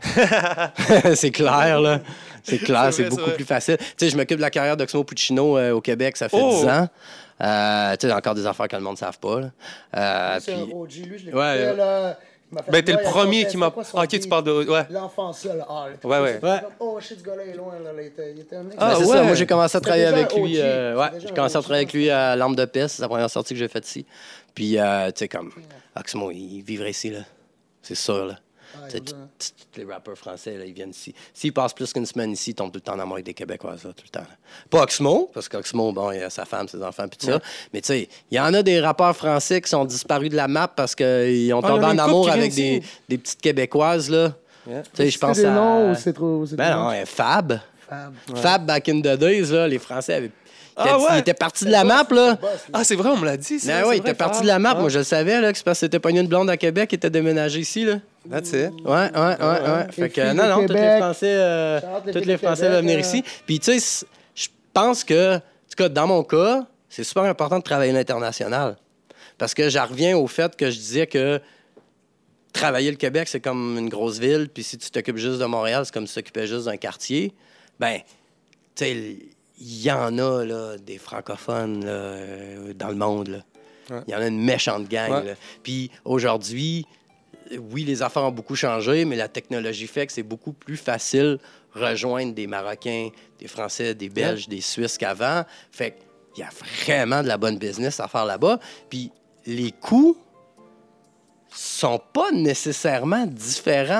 C'est clair, là. C'est clair, c'est, c'est vrai, beaucoup c'est plus facile. Tu sais, je m'occupe de la carrière d'Oxmo Puccino euh, au Québec, ça fait oh! dix ans. Euh, tu sais, encore des affaires que le monde ne savent pas. Là. Euh, c'est puis... un O G, lui, je l'ai ouais, fait, là. Ben, t'es le premier qui m'a... Ah, OK, tu parles de... Ouais. L'enfant seul. Ah, ouais, ouais. ouais. Oh, shit, ce gars-là est loin. Là. Il était, il était un... Ah, ben, c'est ouais. ça. Moi, j'ai commencé à travailler avec lui. Euh, ouais, j'ai commencé à travailler avec lui à Lampe de Peste. C'est la première sortie que j'ai faite ici. Puis, euh, tu sais, comme... Oxmo, il vivrait ici, là. C'est sûr, là. Ah, tous les rappeurs français, là, ils viennent ici. S'ils passent plus qu'une semaine ici, ils tombent tout le temps en amour avec des Québécoises, là, tout le temps. Là. Pas Oxmo, parce qu'Oxmo, bon, il a sa femme, ses enfants, puis tout ouais. ça. Mais tu sais, il y en a des rappeurs français qui sont disparus de la map parce qu'ils ont tombé ah, en amour avec des, des petites Québécoises, là. Yeah. Tu sais, je pense à... Noms, ou c'est trop... C'est ben non, Fab. Fab. Ouais. Fab, back in the days, là, les Français avaient... Ah ouais. Il était parti de la map, là. Ah, c'est vrai, on me l'a dit. Ben oui, il était parti de la map. Moi, je le savais, là, que c'est parce que c'était pogné une blonde à Québec qui était déménagé ici, là. That's it. Ouais, ouais, ouais, ouais. Fait que, non, non, tous les Français, euh, tous les Français veulent venir ici. Puis, tu sais, je pense que, en tout cas, dans mon cas, c'est super important de travailler l'international. Parce que j'en reviens au fait que je disais que travailler le Québec, c'est comme une grosse ville. Puis, si tu t'occupes juste de Montréal, c'est comme si tu t'occupais juste d'un quartier. Ben, tu sais, il y en a, là, des francophones, là, euh, dans le monde, là. Ouais. Il y en a une méchante gang, ouais. là. Puis aujourd'hui, oui, les affaires ont beaucoup changé, mais la technologie fait que c'est beaucoup plus facile rejoindre des Marocains, des Français, des Belges, ouais. des Suisses qu'avant. Fait qu'il y a vraiment de la bonne business à faire là-bas. Puis les coûts sont pas nécessairement différents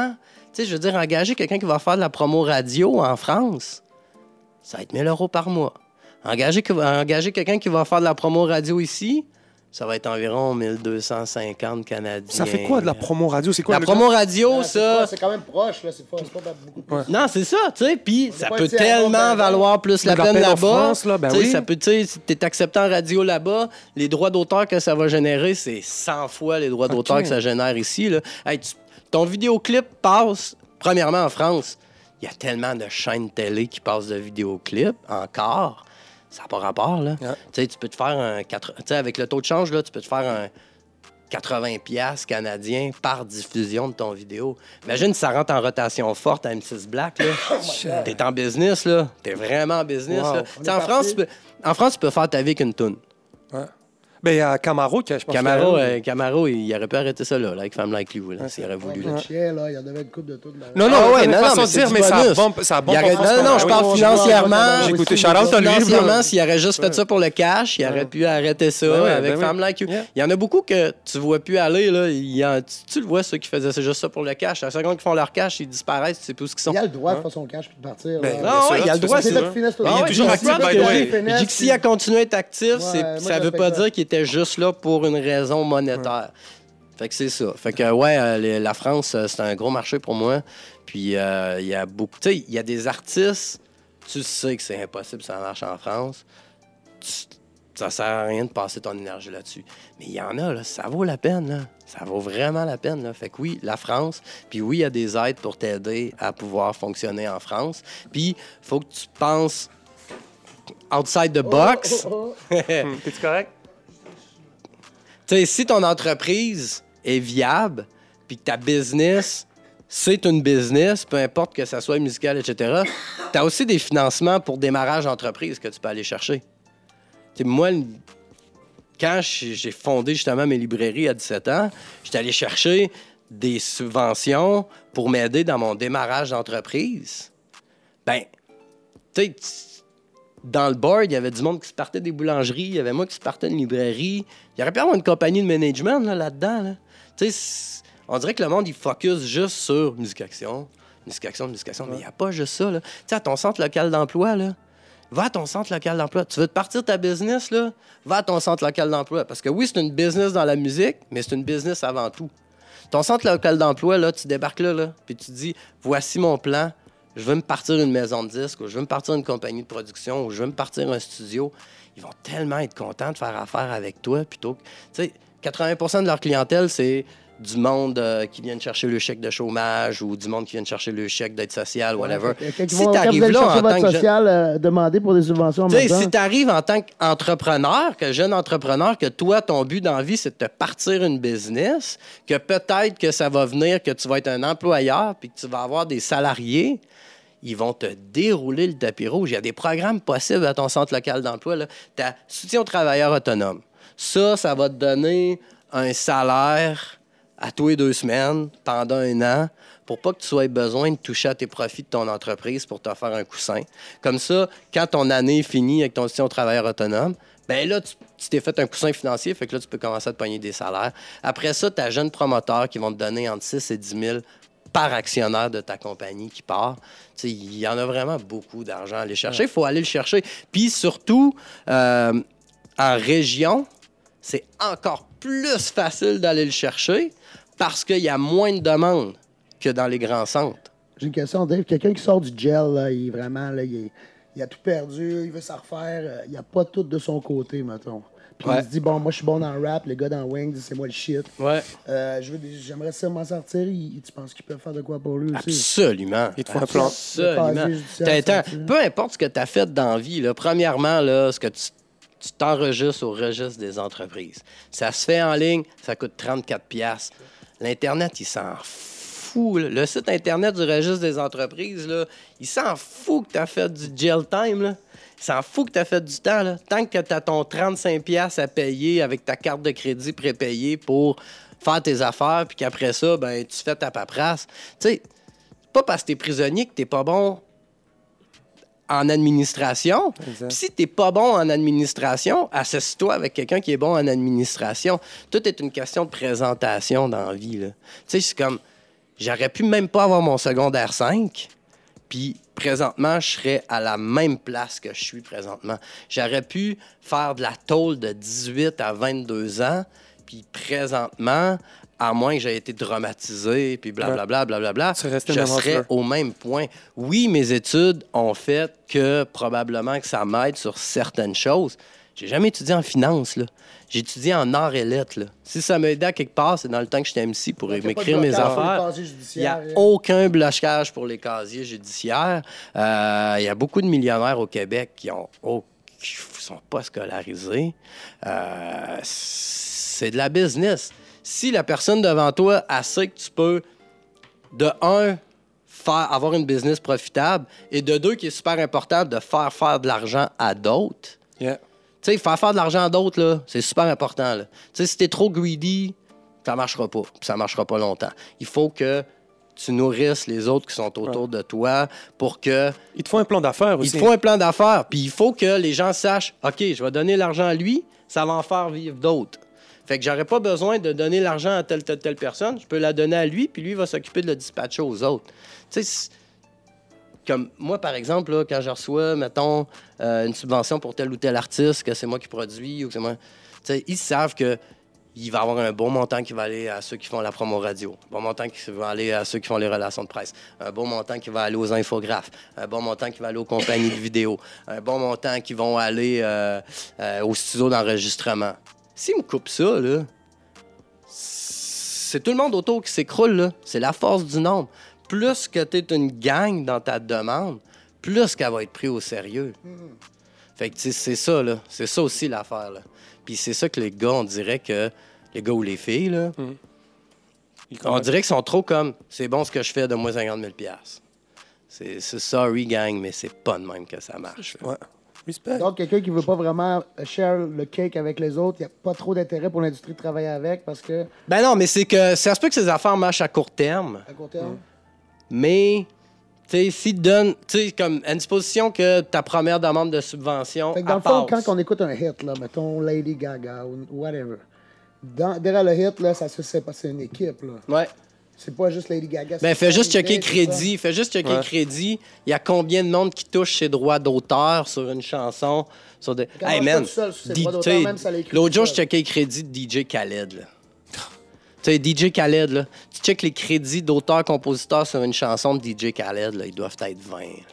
sais, je veux dire, engager quelqu'un qui va faire de la promo radio en France, ça va être mille euros par mois. Engager, engager quelqu'un qui va faire de la promo radio ici, ça va être environ mille deux cent cinquante Canadiens. Ça fait quoi de la promo radio? C'est quoi? La promo radio, Ouais, ça... C'est quand même proche, là. C'est pas, pas beaucoup plus. Ouais. Non, c'est ça, tu sais, puis ça pas peut été à tellement Montréal. valoir plus la Le peine rappel en là-bas. France, là, ben Tu sais, oui. ça peut, tu sais, si t'es accepté en radio là-bas, les droits d'auteur que ça va générer, c'est cent fois les droits d'auteur Ok. que ça génère ici, là. Hey, tu- ton vidéoclip passe, premièrement, en France, il y a tellement de chaînes télé qui passent de vidéoclips, encore, ça n'a pas rapport, là. Yeah. Tu sais, tu peux te faire un... quatre- Tu sais, avec le taux de change, là, tu peux te faire un... quatre-vingts piastres canadiens par diffusion de ton vidéo. Imagine si ça rentre en rotation forte à M six Black, là. T'es en business, là. T'es vraiment en business, Wow. là. On Tu sais, est En France, tu peux, en France, tu peux faire ta vie avec une toune. Ouais. Ben, il y a Camaro qui, je pense. Camaro, que- euh, Camaro, il aurait pu arrêter ça, là, là, avec Femme Like You, là, s'il aurait voulu. Le là. chien, là, il y en avait une coupe de tout. Là. Non, non, Ah ouais, ouais, non, non, non, façon mais de c'est dire, du mais ça bonus. bombe, ça bombe Il aurait- en France, Non, non, ben je oui. parle oui, financièrement. oui, J'ai oui, écouté oui, Shout-out oui, à lui. Financièrement, bro. s'il aurait juste fait ça pour le cash, il aurait pu arrêter ça Ben ouais, avec ben oui. Femme Like You. Yeah. Il y en a beaucoup que tu vois plus aller, là. Il y en- tu, tu le vois, ceux qui faisaient ça, juste ça pour le cash. À la seconde qu'ils font leur cash, ils disparaissent, tu sais plus où ils sont. Il a le droit de faire son cash puis de partir. Ben, là. bien Non, sûr, ouais, il y a le tu fais droit, ça, c'est c'est ça. ça. Finesse tout le Ah, temps. il est ouais, toujours je actif, comprends by the que way. j'ai- J'ai que s'il a continué à être actif, Ouais, c'est- moi, ça je veut pas respecte ça. dire qu'il était juste là pour une raison monétaire. Fait que c'est ça. Fait que, ouais, euh, les- la France, euh, c'est un gros marché pour moi. Puis, euh, il y a beaucoup... Tu sais, il y a des artistes, tu sais que c'est impossible, ça marche en France. Tu- ça sert à rien de passer ton énergie là-dessus. Mais il y en a, là, ça vaut la peine, là. Ça vaut vraiment la peine, là. Fait que oui, la France, puis oui, il y a des aides pour t'aider à pouvoir fonctionner en France. Puis, faut que tu penses outside the box. Oh, oh, oh. Hum, T'es-tu correct? Tu sais, si ton entreprise est viable, puis que ta business, c'est une business, peu importe que ça soit musical, et cetera, tu as aussi des financements pour démarrage d'entreprise que tu peux aller chercher. Tu sais, moi, le- quand j'ai j'ai fondé justement mes librairies à dix-sept ans, j'étais allé chercher des subventions pour m'aider dans mon démarrage d'entreprise. Ben, tu sais, t- dans le board, il y avait du monde qui se partait des boulangeries, il y avait moi qui se partais d'une librairie. Il y aurait pu avoir une compagnie de management là, là-dedans. Là. Tu sais, c'est- on dirait que le monde, il focus juste sur Musique Action, Musique Action, Musique Action, mais il n'y a pas juste ça. Là. Tu sais, à ton centre local d'emploi, là, va à ton centre local d'emploi. Tu veux te partir ta business, là, va à ton centre local d'emploi. Parce que oui, c'est une business dans la musique, mais c'est une business avant tout. Ton centre local d'emploi, là, tu débarques là, là puis tu dis, voici mon plan. Je veux me partir une maison de disques, ou je veux me partir une compagnie de production, ou je veux me partir un studio. Ils vont tellement être contents de faire affaire avec toi plutôt que... Tu sais, quatre-vingts pour cent de leur clientèle, c'est du monde euh, qui vient chercher le chèque de chômage ou du monde qui vient chercher le chèque d'aide sociale, whatever. Fait que Quand, ils Si vont- quand vous t'arrives allez là chercher en tant votre que jeune- social, euh, demander pour des subventions en Tu sais, même temps. si tu arrives en tant qu'entrepreneur, que jeune entrepreneur, que toi, ton but dans la vie, c'est de te partir une business, que peut-être que ça va venir, que tu vas être un employeur, puis que tu vas avoir des salariés, ils vont te dérouler le tapis rouge. Il y a des programmes possibles à ton centre local d'emploi. Tu as soutien aux travailleurs autonomes. Ça, ça va te donner un salaire à tous les deux semaines pendant un an pour pas que tu aies besoin de toucher à tes profits de ton entreprise pour te faire un coussin. Comme ça, quand ton année est finie avec ton soutien aux travailleurs autonomes, ben là, tu tu t'es fait un coussin financier, fait que là, tu peux commencer à te pogner des salaires. Après ça, tu as jeunes promoteurs qui vont te donner entre six et dix mille par actionnaire de ta compagnie qui part. Tu sais, il y en a vraiment beaucoup d'argent à aller chercher. Il faut aller le chercher. Puis surtout, euh, en région, c'est encore plus facile d'aller le chercher parce qu'il y a moins de demandes que dans les grands centres. J'ai une question, Dave. Quelqu'un qui sort du gel, là, il est vraiment, là, il, est- il a tout perdu, il veut s'en refaire. euh, Il n'y a pas tout de son côté, mettons. Puis Ouais. il se dit, bon, moi, je suis bon dans le rap, les gars dans Wings, c'est moi le shit. Ouais. Euh, je veux des- J'aimerais ça m'en sortir. Il- tu penses qu'ils peuvent faire de quoi pour lui aussi? Absolument. Il te faut un plan. Absolument. Le casier judiciaire, T'as- ça, t'as- tu sais. peu importe ce que tu as fait dans la vie, là, premièrement, là, ce que tu tu t'enregistres au registre des entreprises. Ça se fait en ligne, ça coûte trente-quatre piastres. L'Internet, il s'en fout. Là. Le site Internet du registre des entreprises, là, il s'en fout que tu as fait du jail time. Là. Il s'en fout que tu as fait du temps. Là. Tant que tu as ton trente-cinq piastres à payer avec ta carte de crédit prépayée pour faire tes affaires, puis qu'après ça, ben, tu fais ta paperasse. Tu sais, c'est pas parce que tu es prisonnier que tu n'es pas bon en administration. Exact. Puis si t'es pas bon en administration, associe-toi avec quelqu'un qui est bon en administration. Tout est une question de présentation dans la vie. Là. Tu sais, c'est comme... J'aurais pu même pas avoir mon secondaire cinq, puis présentement, je serais à la même place que je suis présentement. J'aurais pu faire de la tôle de dix-huit à vingt-deux ans, puis présentement, à moins que j'aie été traumatisé, puis blablabla, blablabla, je serais au même point. Oui, mes études ont fait que probablement que ça m'aide sur certaines choses. J'ai jamais étudié en finance, là. J'ai étudié en arts et lettres, là. Si ça m'a aidé à quelque part, c'est dans le temps que j'étais M C pour m'écrire mes affaires. Il n'y a aucun blocage pour les casiers judiciaires. Euh, il y a beaucoup de millionnaires au Québec qui ont oh, qui sont pas scolarisés. Euh, c'est de la business. Si la personne devant toi a sait que tu peux, de un, faire, avoir une business profitable, et de deux, qui est super important, de faire faire de l'argent à d'autres. Yeah. Tu sais, faire faire de l'argent à d'autres, là, c'est super important. Tu sais, si t'es trop greedy, ça marchera pas. Ça marchera pas longtemps. Il faut que tu nourrisses les autres qui sont autour ouais. de toi pour que... Il te faut un plan d'affaires aussi. Il te faut un plan d'affaires. Puis il faut que les gens sachent, OK, je vais donner l'argent à lui, ça va en faire vivre d'autres. Fait que j'aurais pas besoin de donner l'argent à telle, telle, telle personne. Je peux la donner à lui, puis lui va s'occuper de le dispatcher aux autres. Tu sais, comme moi, par exemple, là, quand je reçois, mettons, euh, une subvention pour tel ou tel artiste, que c'est moi qui produis, ou que c'est moi... Tu sais, ils savent que il va y avoir un bon montant qui va aller à ceux qui font la promo radio, un bon montant qui va aller à ceux qui font les relations de presse, un bon montant qui va aller aux infographes, un bon montant qui va aller aux compagnies de vidéo, un bon montant qui vont aller euh, euh, au studio d'enregistrement. S'ils me coupent ça, là, c'est tout le monde autour qui s'écroule, là. C'est la force du nombre. Plus que tu es une gang dans ta demande, plus qu'elle va être prise au sérieux. Mm-hmm. Fait que, tu sais, c'est ça, là. C'est ça aussi l'affaire, là. Puis c'est ça que les gars, on dirait que... Les gars ou les filles, là... Mm-hmm. On dirait qu'ils sont trop comme... C'est bon ce que je fais, de moins cinquante mille dollars. C'est, c'est sorry, gang, mais c'est pas de même que ça marche. Ouais. Respect. Donc, quelqu'un qui veut pas vraiment share le cake avec les autres, il n'y a pas trop d'intérêt pour l'industrie de travailler avec parce que... Ben non, mais c'est que ça se peut que ces affaires marchent à court terme. À court terme. Mm. Mais, tu sais, s'ils te donnent, tu sais, comme à une disposition que ta première demande de subvention. Fait que dans le fond, quand on écoute un hit, là, mettons Lady Gaga ou whatever, dans, derrière le hit, là, ça se sait pas, c'est une équipe, là. Ouais. C'est pas juste Lady Gaga. Ben, fais juste checker crédit. Fais juste checker ouais. crédit. Il y a combien de monde qui touche ses droits d'auteur sur une chanson? Sur des... Hey, man, seul, D- même, l'autre jour, je checkais les crédits de D J Khaled, là. Tu sais, D J Khaled, là, tu checkes les crédits d'auteur-compositeur sur une chanson de D J Khaled, là, ils doivent être vingt.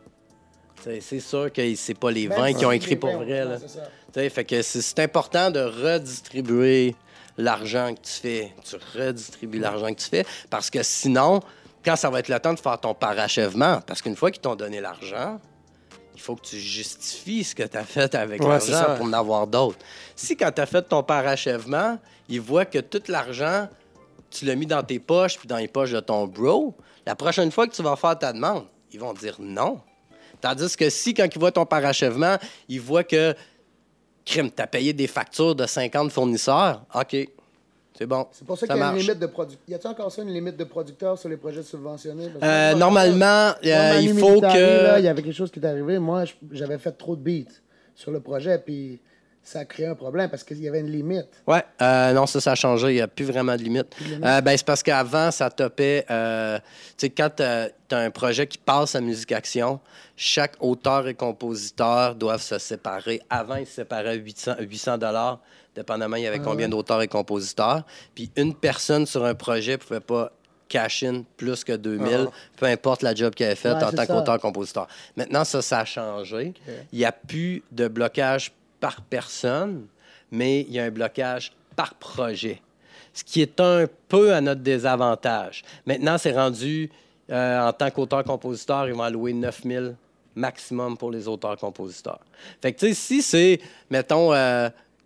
T'sais, c'est sûr que c'est pas les vingt ben, qui ont écrit pour vrai. Là. T'sais, fait que c'est, c'est important de redistribuer l'argent que tu fais. Tu redistribues l'argent que tu fais parce que sinon, quand ça va être le temps de faire ton parachèvement, parce qu'une fois qu'ils t'ont donné l'argent, il faut que tu justifies ce que tu as fait avec ouais, l'argent pour en avoir d'autres. Si quand tu as fait ton parachèvement, ils voient que tout l'argent, tu l'as mis dans tes poches puis dans les poches de ton bro, la prochaine fois que tu vas faire ta demande, ils vont dire non. Tandis que si, quand ils voient ton parachèvement, ils voient que, crime, tu as payé des factures de cinquante fournisseurs, OK, c'est bon. C'est pour ça, ça qu'il y a marche. Une limite de producteurs. Y a-t-il encore ça, une limite de producteurs sur les projets subventionnés? Euh, normalement, euh, il faut que... Il y avait quelque chose qui est arrivé. Moi, j'avais fait trop de beats sur le projet, puis ça a créé un problème parce qu'il y avait une limite. Ouais, euh, non, ça, ça a changé. Il n'y a plus vraiment de limite. De limite. Euh, ben, c'est parce qu'avant, ça topait... Euh, tu sais, quand tu as un projet qui passe à Musique Action, chaque auteur et compositeur doivent se séparer. Avant, ils se séparaient huit cents dollars, dépendamment, il y avait ah, combien ouais. d'auteurs et compositeurs. Puis une personne sur un projet ne pouvait pas cash-in plus que deux mille, ah. peu importe la job qu'elle a faite ouais, en tant qu'auteur-compositeur. Maintenant, ça, ça a changé. Okay. Il n'y a plus de blocage par personne, mais il y a un blocage par projet, ce qui est un peu à notre désavantage. Maintenant, c'est rendu, euh, en tant qu'auteur-compositeur, ils vont allouer neuf mille maximum pour les auteurs-compositeurs. Fait que, tu sais, si c'est, mettons, euh,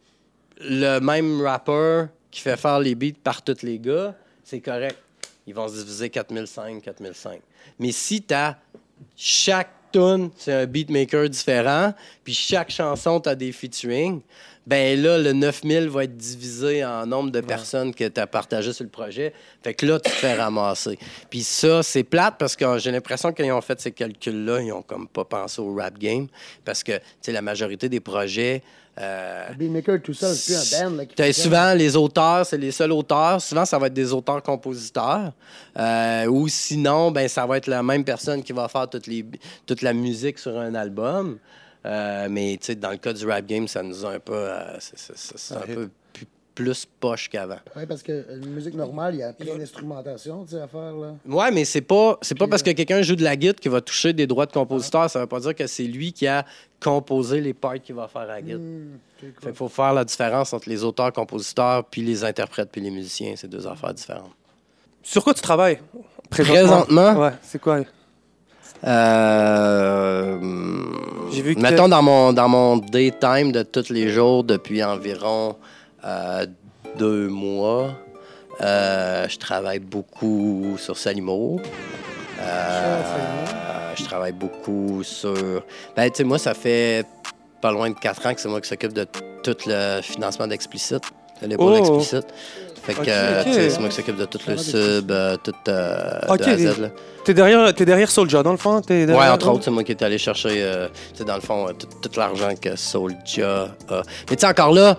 le même rappeur qui fait faire les beats par tous les gars, c'est correct. Ils vont se diviser quatre mille cinq, quatre mille cinq. Mais si tu as chaque tune, c'est un beatmaker différent, puis chaque chanson, tu as des featuring, ben là, le neuf mille va être divisé en nombre de personnes que tu as partagé sur le projet. Fait que là, tu te fais ramasser. Puis ça, c'est plate parce que j'ai l'impression qu'ils ont fait ces calculs-là, ils ont comme pas pensé au rap game. Parce que, tu sais, la majorité des projets... Euh, le beatmaker tout seul, c'est plus un band. Là, qui t'as fait souvent, les auteurs, c'est les seuls auteurs. Souvent, ça va être des auteurs-compositeurs. Euh, ou sinon, ben ça va être la même personne qui va faire toutes les, toute la musique sur un album. Euh, mais tu sais, dans le cas du rap game, ça nous a un peu, euh, c'est, c'est, c'est, c'est un peu plus, plus poche qu'avant. Oui, parce que une musique normale, il y a plein d'instrumentation à faire. Là. Ouais, mais c'est pas, c'est pas Puis, parce que quelqu'un joue de la guitare qui va toucher des droits de compositeur. Ah. Ça veut pas dire que c'est lui qui a composé les parts qu'il va faire à la guitare. Mmh, okay, cool. Fait qu'il faut faire la différence entre les auteurs, compositeurs, puis les interprètes, puis les musiciens. C'est deux affaires différentes. Sur quoi tu travailles présentement? Présentement? Ouais, c'est quoi? Euh, J'ai vu que mettons dans mon, dans mon daytime de tous les jours depuis environ euh, deux mois, euh, je travaille beaucoup sur Salimo. Euh, je travaille beaucoup sur... Ben, tu sais, moi, ça fait pas loin de quatre ans que c'est moi qui s'occupe de tout le financement d'Explicit, de l'épaule oh. Explicit. Fait que okay, euh, okay. c'est moi qui s'occupe de tout le sub, euh, tout euh, okay, de A à Z. Là. T'es derrière, t'es derrière Soulja, dans le fond? T'es derrière... Ouais, entre autres, c'est moi qui est allé chercher, euh, dans le fond, euh, tout, tout l'argent que Soulja a. Mais tu sais, encore là,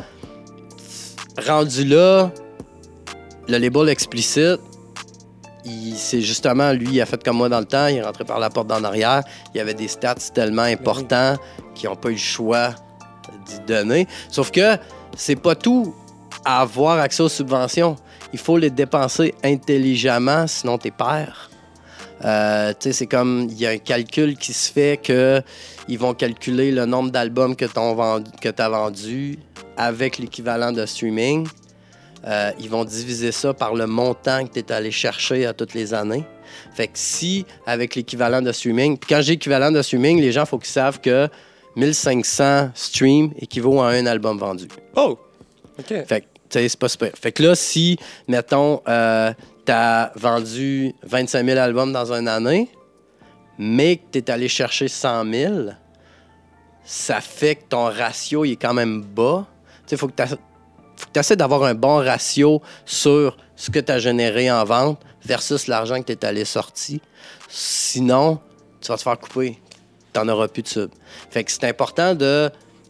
rendu là, le label Explicit, il, c'est justement, lui, il a fait comme moi dans le temps, il est rentré par la porte d'en arrière, il y avait des stats tellement importants qu'ils n'ont pas eu le choix d'y donner. Sauf que c'est pas tout à avoir accès aux subventions. Il faut les dépenser intelligemment, sinon t'es perds. Euh, tu sais, c'est comme, il y a un calcul qui se fait que ils vont calculer le nombre d'albums que tu as vendu avec l'équivalent de streaming. Euh, ils vont diviser ça par le montant que tu es allé chercher à toutes les années. Fait que si, avec l'équivalent de streaming, puis quand j'ai équivalent de streaming, les gens, il faut qu'ils savent que mille cinq cents streams équivaut à un album vendu. Oh! OK. Fait que, tu sais, c'est pas super. Fait que là, si, mettons, euh, tu as vendu vingt-cinq mille albums dans une année, mais que tu es allé chercher cent mille, ça fait que ton ratio il est quand même bas. Tu sais, il faut que tu essaies d'avoir un bon ratio sur ce que tu as généré en vente versus l'argent que tu es allé sortir. Sinon, tu vas te faire couper. Tu n'en auras plus de sub. Fait que c'est important de...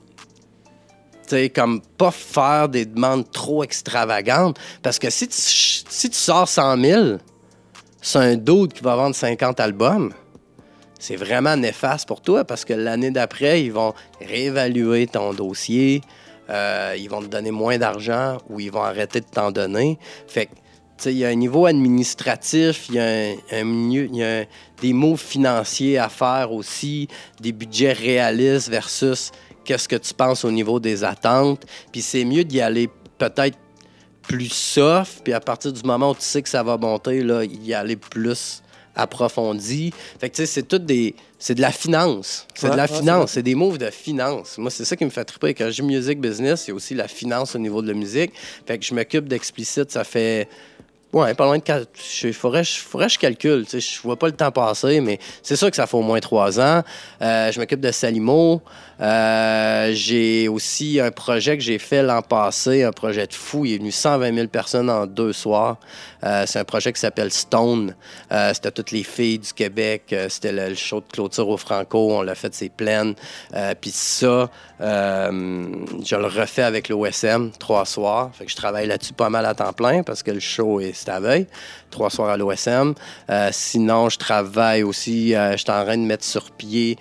Tu sais, comme pas faire des demandes trop extravagantes. Parce que si tu, si tu sors cent mille, c'est un dude qui va vendre cinquante albums, c'est vraiment néfaste pour toi parce que l'année d'après, ils vont réévaluer ton dossier, euh, ils vont te donner moins d'argent ou ils vont arrêter de t'en donner. Fait que, tu sais, il y a un niveau administratif, il y a, un, un milieu, il y a un, des moves financiers à faire aussi, des budgets réalistes versus... qu'est-ce que tu penses au niveau des attentes. Puis c'est mieux d'y aller peut-être plus soft, puis à partir du moment où tu sais que ça va monter, là, y aller plus approfondi. Fait que tu sais, c'est tout des... C'est de la finance. C'est ouais, de la ouais, finance. C'est, c'est des moves de finance. Moi, c'est ça qui me fait triper. Quand je dis music business, il y a aussi la finance au niveau de la musique. Fait que je m'occupe d'Explicit, ça fait... Ouais, pas loin de quatre. Il faudrait, faudrait que je calcule. Tu sais, je vois pas le temps passer, mais c'est sûr que ça fait au moins trois ans. Euh, je m'occupe de Salimo. Euh, j'ai aussi un projet que j'ai fait l'an passé, un projet de fou. Il est venu cent vingt mille personnes en deux soirs. Euh, c'est un projet qui s'appelle Stone. Euh, c'était toutes les filles du Québec. Euh, c'était le, le show de clôture au Franco. On l'a fait, c'est plein. Euh, Puis ça, euh, je le refais avec l'O S M, trois soirs. Fait que je travaille là-dessus pas mal à temps plein parce que le show est c'est à veille. Trois soirs à l'O S M. Euh, sinon, je travaille aussi, euh, je suis en train de mettre sur pied,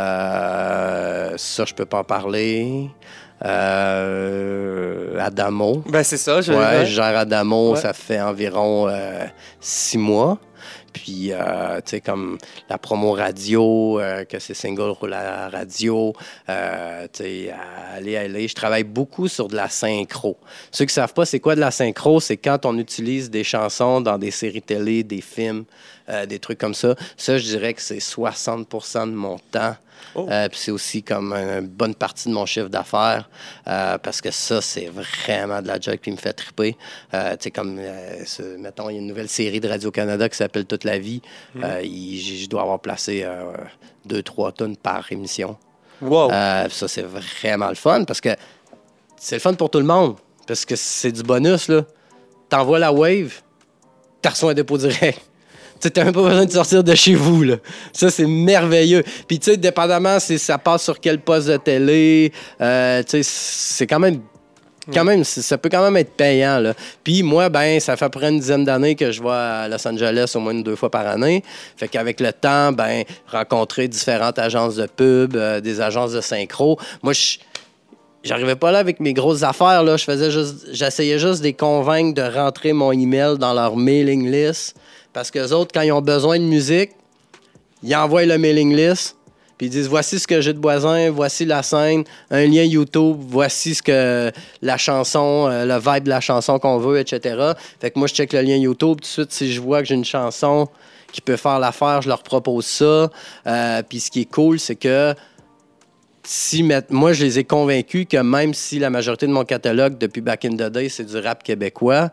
euh, ça, je peux pas en parler. Euh, Adamo. Ben, c'est ça. Je, ouais, ouais. je gère Adamo, ouais. ça fait environ euh, six mois. Puis, euh, tu sais, comme la promo radio, euh, que ces singles roulent à la radio, euh, tu sais, aller, aller. Je travaille beaucoup sur de la synchro. Ceux qui ne savent pas c'est quoi de la synchro, c'est quand on utilise des chansons dans des séries télé, des films, euh, des trucs comme ça. Ça, je dirais que c'est soixante pour cent de mon temps. Oh. Euh, puis c'est aussi comme une bonne partie de mon chiffre d'affaires euh, parce que ça, c'est vraiment de la job qui me fait triper. Euh, tu sais, comme, euh, ce, mettons, il y a une nouvelle série de Radio-Canada qui s'appelle Toute la vie. Mm. Euh, il, je dois avoir placé euh, deux, trois tonnes par émission. Wow. Euh, ça, c'est vraiment le fun parce que c'est le fun pour tout le monde, parce que c'est du bonus, là. T'envoies la wave, t'as reçu un dépôt direct. Tu n'as même pas besoin de sortir de chez vous, là. Ça, c'est merveilleux. Puis, tu sais, dépendamment si ça passe sur quel poste de télé, euh, tu sais, c'est quand même... Quand même, ça peut quand même être payant, là. Puis moi, ben, ça fait à peu près une dizaine d'années que je vais à Los Angeles au moins une deux fois par année. Fait qu'avec le temps, ben, rencontrer différentes agences de pub, euh, des agences de synchro. Moi, je... J'arrivais pas là avec mes grosses affaires, là. Je faisais juste... J'essayais juste de les convaincre de rentrer mon email dans leur mailing list. Parce qu'eux autres, quand ils ont besoin de musique, ils envoient le mailing list. Puis ils disent, voici ce que j'ai de Boisin, voici la scène, un lien YouTube, voici ce que la chanson, euh, le vibe de la chanson qu'on veut, et cetera. Fait que moi, je check le lien YouTube. Tout de suite, si je vois que j'ai une chanson qui peut faire l'affaire, je leur propose ça. Euh, puis ce qui est cool, c'est que si moi, je les ai convaincus que même si la majorité de mon catalogue depuis Back in the Day, c'est du rap québécois,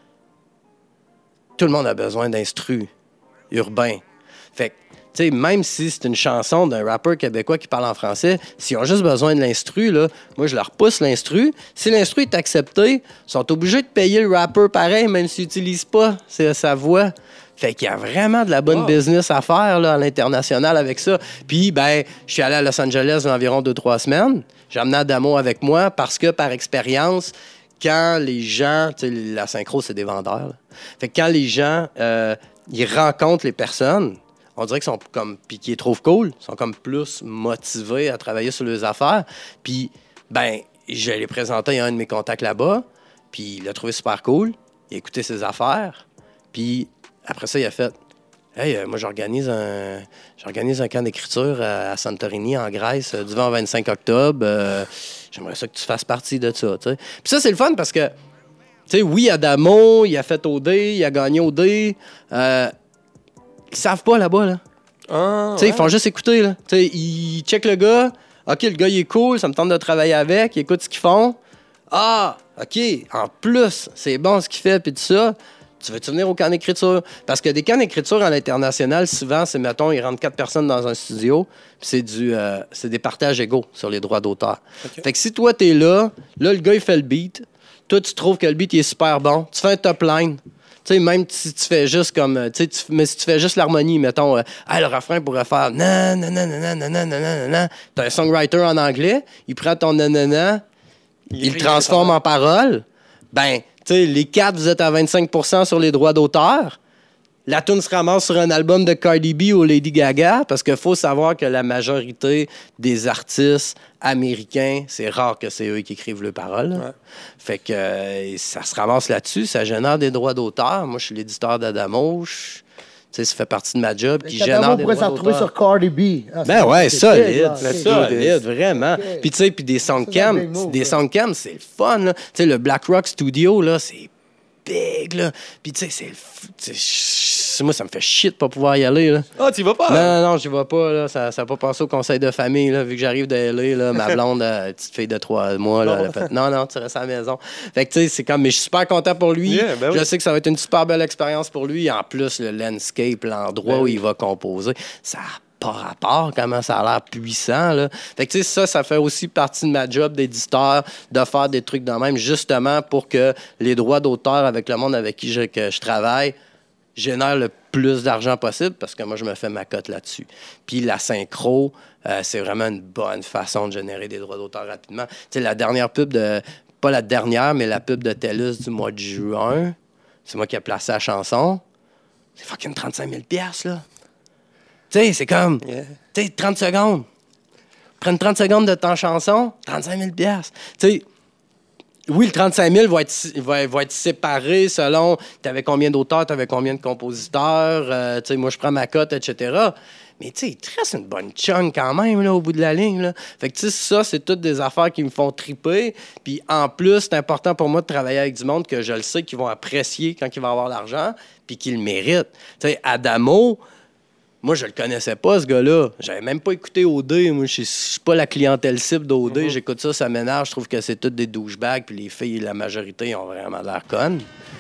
tout le monde a besoin d'instru urbain. Fait que, tu sais, même si c'est une chanson d'un rappeur québécois qui parle en français, s'ils ont juste besoin de l'instru, là, moi, je leur pousse l'instru. Si l'instru est accepté, ils sont obligés de payer le rappeur pareil, même s'ils n'utilisent pas sa voix. Fait qu'il y a vraiment de la bonne wow. business à faire là, à l'international avec ça. Puis, ben, je suis allé à Los Angeles il y a environ deux, trois semaines. J'ai amené Adamo avec moi parce que, par expérience, quand les gens... Tu sais, la synchro, c'est des vendeurs. Là. Fait que quand les gens, euh, ils rencontrent les personnes, on dirait qu'ils sont comme... Puis qu'ils les trouvent cool, ils sont comme plus motivés à travailler sur leurs affaires. Puis, ben, je l'ai présenté à un de mes contacts là-bas, puis il l'a trouvé super cool. Il a écouté ses affaires, puis après ça, il a fait... Hey, euh, moi, j'organise un, j'organise un camp d'écriture à, à Santorini, en Grèce, euh, du vingt au vingt-cinq octobre. Euh, j'aimerais ça que tu fasses partie de ça, tu sais. Puis ça, c'est le fun parce que, tu sais, oui, Adamo, il a fait O D, il a gagné O D. Euh, ils savent pas là-bas, là. Ah, tu sais, ouais. Ils font juste écouter, là. Tu sais, ils checkent le gars. OK, le gars, il est cool, ça me tente de travailler avec. Ils écoutent ce qu'ils font. Ah, OK, en plus, c'est bon ce qu'il fait, puis tout ça. Tu veux-tu venir au camp d'écriture? Parce que des camps d'écriture à l'international, souvent, c'est, mettons, ils rentrent quatre personnes dans un studio, puis c'est, du, euh, c'est des partages égaux sur les droits d'auteur. Okay. Fait que si toi, t'es là, là, le gars, il fait le beat, toi, tu trouves que le beat, il est super bon, tu fais un top line. Tu sais, même si tu fais juste comme... Tu sais, mais si tu fais juste l'harmonie, mettons, euh, ah, le refrain pourrait faire nan, nan, nan, nan, nan, nan, nan, nan, nan. T'as un songwriter en anglais, il prend ton nanana, il, il le transforme en parole, ben... Tu sais, les quatre, vous êtes à vingt-cinq pour cent sur les droits d'auteur. La tune se ramasse sur un album de Cardi B ou Lady Gaga, parce qu'il faut savoir que la majorité des artistes américains, c'est rare que c'est eux qui écrivent les paroles. Ouais. Fait que euh, ça se ramasse là-dessus, ça génère des droits d'auteur. Moi, je suis l'éditeur d'Adamo. Je... Tu sais, ça fait partie de ma job qui génère des droits d'auteur. pourrait se retrouver sur Cardi B. Ah, ben ouais, solide. C'est solide, vraiment. Okay. Puis tu sais, puis des soundcams, des soundcams, c'est le fun, là. Tu sais, le Black Rock Studio, là, c'est big, là. Puis tu sais, c'est... Moi, ça me fait chier de pas pouvoir y aller, là. Ah, oh, tu y vas pas? Non, non, non, j'y vais pas, là. Ça n'a pas passé au conseil de famille, là. Vu que j'arrive de L A, là, ma blonde, euh, petite fille de trois mois, là, elle a fait, non, non, tu restes à la maison. Fait que, tu sais, c'est comme... Mais je suis super content pour lui. Yeah, ben je oui. sais que ça va être une super belle expérience pour lui. En plus, le landscape, l'endroit ben où oui. il va composer, ça pas rapport comment ça a l'air puissant, là. Fait que, tu sais, ça, ça fait aussi partie de ma job d'éditeur, de faire des trucs de même, justement pour que les droits d'auteur avec le monde avec qui je, que je travaille génèrent le plus d'argent possible, parce que moi, je me fais ma cote là-dessus. Puis la synchro, euh, c'est vraiment une bonne façon de générer des droits d'auteur rapidement. Tu sais, la dernière pub de... Pas la dernière, mais la pub de TELUS du mois de juin, c'est moi qui ai placé la chanson. C'est fucking trente-cinq mille dollars, là. Tu sais, c'est comme... Yeah. Tu sais, trente secondes. Prends trente secondes de ton chanson, trente-cinq mille dollars. Tu sais... Oui, le trente-cinq mille va être, va, va être séparé selon t'avais combien d'auteurs, t'avais combien de compositeurs, euh, tu sais, moi, je prends ma cote, et cetera. Mais tu sais, il te reste une bonne chunk quand même, là, au bout de la ligne, là. Fait que tu sais, ça, c'est toutes des affaires qui me font triper. Puis en plus, c'est important pour moi de travailler avec du monde que je le sais qu'ils vont apprécier quand ils vont avoir l'argent, puis qu'ils le méritent. Tu sais, Adamo... Moi, je le connaissais pas, ce gars-là. J'avais même pas écouté O D. Moi, je suis pas la clientèle cible d'O D. Mm-hmm. J'écoute ça, ça m'énerve. Je trouve que c'est toutes des douchebags, puis les filles, la majorité, ils ont vraiment l'air connes.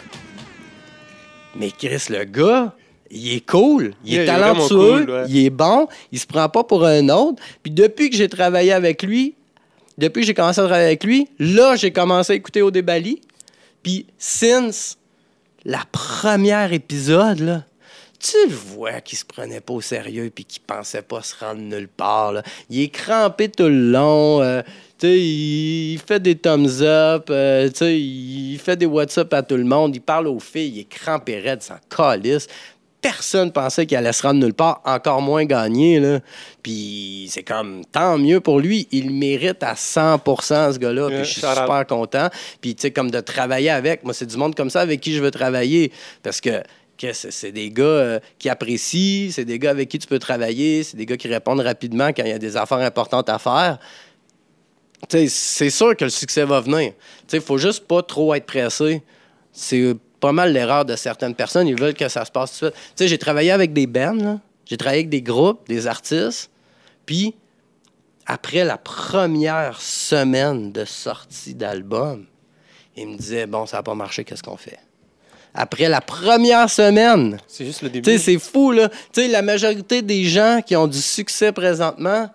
Mais Chris, le gars, il est cool. Il est yeah, talentueux. Il est, cool, ouais. Il est bon. Il se prend pas pour un autre. Puis depuis que j'ai travaillé avec lui, depuis que j'ai commencé à travailler avec lui, là, j'ai commencé à écouter Odebali. Puis, since la première épisode, là, tu le vois qu'il se prenait pas au sérieux puis qu'il pensait pas se rendre nulle part. Là. Il est crampé tout le long. Euh, il, il fait des thumbs up. Euh, il fait des WhatsApp à tout le monde. Il parle aux filles. Il est crampé raide, sans calice. Personne pensait qu'il allait se rendre nulle part, encore moins gagner. Là. Puis c'est comme, tant mieux pour lui. Il mérite à cent pour cent ce gars-là. Puis yeah, je suis super out. Content. Puis tu sais, comme de travailler avec. Moi, c'est du monde comme ça avec qui je veux travailler. Parce que C'est, c'est des gars euh, qui apprécient, c'est des gars avec qui tu peux travailler, c'est des gars qui répondent rapidement quand il y a des affaires importantes à faire. T'sais, c'est sûr que le succès va venir. Il ne faut juste pas trop être pressé. C'est pas mal l'erreur de certaines personnes. Ils veulent que ça se passe tout de suite. T'sais, j'ai travaillé avec des bands, là. J'ai travaillé avec des groupes, des artistes. Puis, après la première semaine de sortie d'album, ils me disaient, bon, ça n'a pas marché, qu'est-ce qu'on fait? Après la première semaine. C'est juste le début. T'sais, c'est fou, là. T'sais, la majorité des gens qui ont du succès présentement,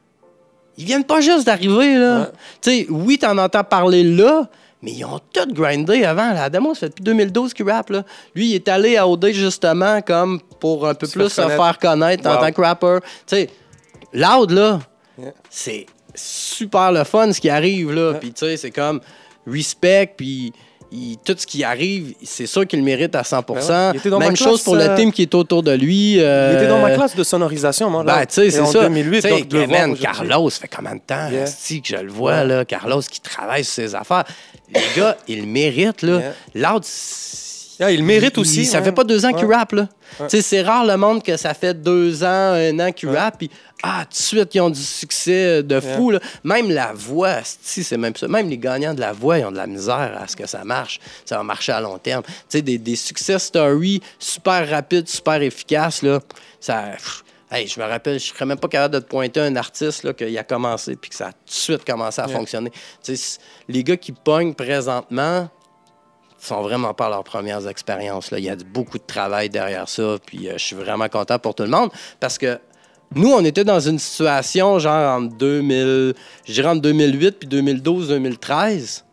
ils viennent pas juste d'arriver, là. Ouais. T'sais, oui, t'en entends parler là, mais ils ont tout grindé avant. La Adamo, ça fait depuis deux mille douze qu'il rappe, là. Lui, il est allé à O D, justement, comme pour un peu se plus se faire connaître wow. en tant que rapper. T'sais, Loud, là, yeah. c'est super le fun, ce qui arrive, là. Yeah. Puis, tu sais, c'est comme respect, puis... Il, tout ce qui arrive, c'est sûr qu'il le mérite à cent pour cent. Ben ouais. Même chose classe, pour le team qui est autour de lui. Euh... Il était dans ma classe de sonorisation, moi. Ben, tu sais, c'est ça. En deux mille huit, donc, le man, Carlos, ça fait combien de temps yeah. que je le vois, yeah. là, Carlos qui travaille sur ses affaires. Les gars, ils le méritent, là. Yeah. L'autre, yeah, il le mérite aussi. Il, ça ouais. fait pas deux ans ouais. qu'il rappe, là. Ouais. Tu sais, c'est rare le monde que ça fait deux ans, un an qu'ils ouais. rappent, puis ah, tout de suite, ils ont du succès de fou. Yeah. Là. Même la voix, c'est même ça. Même les gagnants de la voix, ils ont de la misère à ce que ça marche. Ça va marcher à long terme. Tu sais, des, des success stories super rapides, super efficaces, là, ça... Hey, je me rappelle, je ne serais même pas capable de te pointer un artiste là, qui a commencé puis que ça a tout de suite commencé à yeah. fonctionner. Tu sais, les gars qui pognent présentement sont vraiment pas leurs premières expériences. Là. Il y a beaucoup de travail derrière ça, puis euh, je suis vraiment content pour tout le monde, parce que nous, on était dans une situation, genre en deux mille, je dirais en deux mille huit, puis deux mille douze, deux mille treize.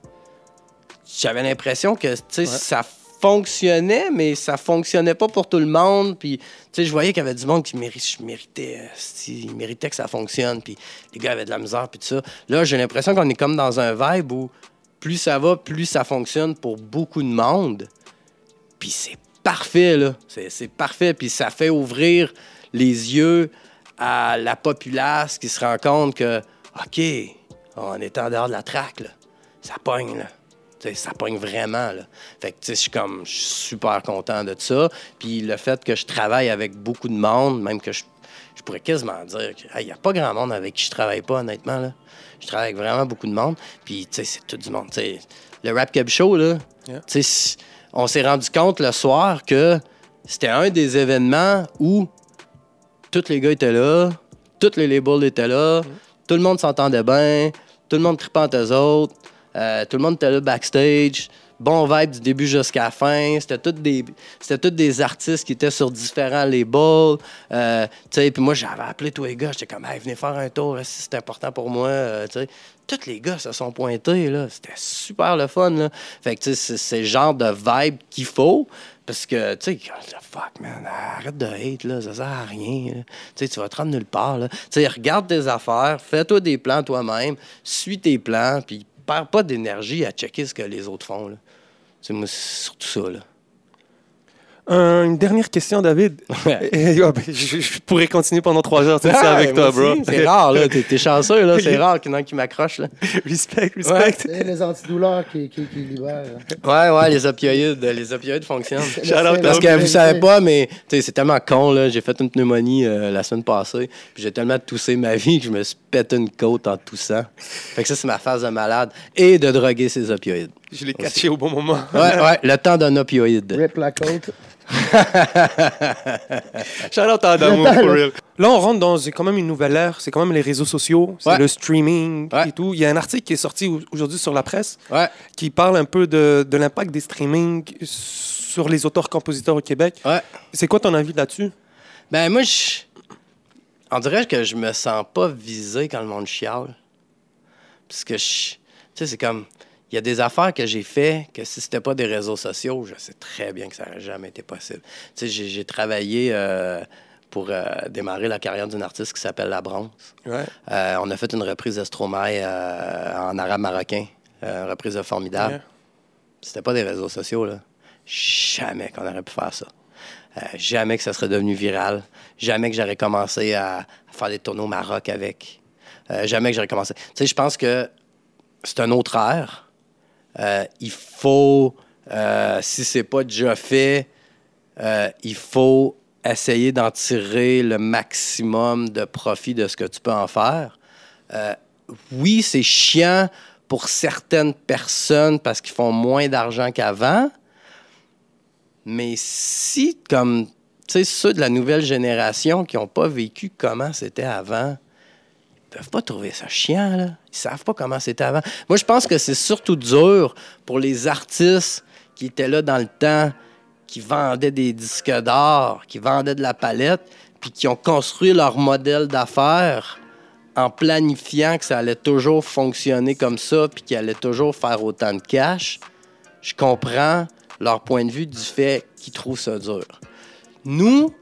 J'avais l'impression que, tu sais, ouais. ça fonctionnait, mais ça fonctionnait pas pour tout le monde, puis, tu sais, je voyais qu'il y avait du monde qui méritait, méritait, il méritait que ça fonctionne, puis les gars avaient de la misère, puis tout ça. Là, j'ai l'impression qu'on est comme dans un vibe où plus ça va, plus ça fonctionne pour beaucoup de monde. Puis c'est parfait, là. C'est, c'est parfait. Puis ça fait ouvrir les yeux à la populace qui se rend compte que, OK, on est en dehors de la traque, là. Ça pogne, là. T'sais, ça pogne vraiment, là. Fait que, tu sais, je suis comme, je suis super content de ça. Puis le fait que je travaille avec beaucoup de monde, même que je, je pourrais quasiment dire qu'il n'y a pas grand monde avec qui je travaille pas, honnêtement, là. Je travaille avec vraiment beaucoup de monde. Puis, tu sais, c'est tout du monde. T'sais, le Rap Keb Show, là, yeah. tu sais, on s'est rendu compte le soir que c'était un des événements où tous les gars étaient là, tous les labels étaient là, mm. tout le monde s'entendait bien, tout le monde tripait entre eux autres, euh, tout le monde était là backstage. Bon vibe du début jusqu'à la fin. C'était tous des, c'était tous des artistes qui étaient sur différents labels. Euh, puis moi, j'avais appelé tous les gars. J'étais comme, hey, venez faire un tour, si c'est important pour moi. Euh, tous les gars se sont pointés. Là. C'était super le fun. Là. Fait que c'est, c'est le genre de vibe qu'il faut. Parce que, tu sais, fuck, man, arrête de hate, là, ça sert à rien. Tu vas te rendre nulle part. Là. Regarde tes affaires, fais-toi des plans toi-même, suis tes plans, puis perds pas d'énergie à checker ce que les autres font. Là. C'est moi, c'est surtout ça, là. Euh, une dernière question, David. je, je pourrais continuer pendant trois heures ouais, avec toi, bro. Aussi, c'est rare, là. T'es, t'es chanceux, là. C'est rare qu'il y en ait qui m'accroche, là. Respect, respect. Ouais. C'est les antidouleurs qui, qui, qui libèrent. Ouais, ouais, les opioïdes. Les opioïdes fonctionnent. Le Parce que vous savez pas, mais c'est tellement con, là. J'ai fait une pneumonie euh, la semaine passée. Puis j'ai tellement toussé ma vie que je me suis pété une côte en toussant. Fait que ça, c'est ma phase de malade. Et de droguer ces opioïdes. Je l'ai catché au bon moment. Ouais, ouais, le temps d'un opioïde. Rip la côte. Shout out à Adamo, for real. Là, on rentre dans quand même une nouvelle ère. C'est quand même les réseaux sociaux, c'est ouais. le streaming ouais. et tout. Il y a un article qui est sorti aujourd'hui sur la presse ouais. qui parle un peu de, de l'impact des streamings sur les auteurs-compositeurs au Québec. Ouais. C'est quoi ton avis là-dessus? Ben moi, je... on dirait que je me sens pas visé quand le monde chiale. Parce que, je- tu sais, c'est comme... Il y a des affaires que j'ai fait que si c'était pas des réseaux sociaux, je sais très bien que ça n'aurait jamais été possible. Tu sais, j'ai, j'ai travaillé euh, pour euh, démarrer la carrière d'une artiste qui s'appelle La Bronze. Ouais. Euh, on a fait une reprise de Stromae euh, en arabe marocain. Euh, une reprise de Formidable. Yeah. C'était pas des réseaux sociaux, là. Jamais qu'on aurait pu faire ça. Euh, jamais que ça serait devenu viral. Jamais que j'aurais commencé à, à faire des tournées au Maroc avec. Euh, jamais que j'aurais commencé. Tu sais, je pense que c'est un autre ère. Euh, il faut, euh, si c'est pas déjà fait, euh, il faut essayer d'en tirer le maximum de profit de ce que tu peux en faire. Euh, oui, c'est chiant pour certaines personnes parce qu'ils font moins d'argent qu'avant, mais si, comme, tu sais, ceux de la nouvelle génération qui n'ont pas vécu comment c'était avant, ils peuvent pas trouver ça chiant, là. Ils savent pas comment c'était avant. Moi, je pense que c'est surtout dur pour les artistes qui étaient là dans le temps, qui vendaient des disques d'or, qui vendaient de la palette, puis qui ont construit leur modèle d'affaires en planifiant que ça allait toujours fonctionner comme ça, puis qu'ils allaient toujours faire autant de cash. Je comprends leur point de vue du fait qu'ils trouvent ça dur. Nous,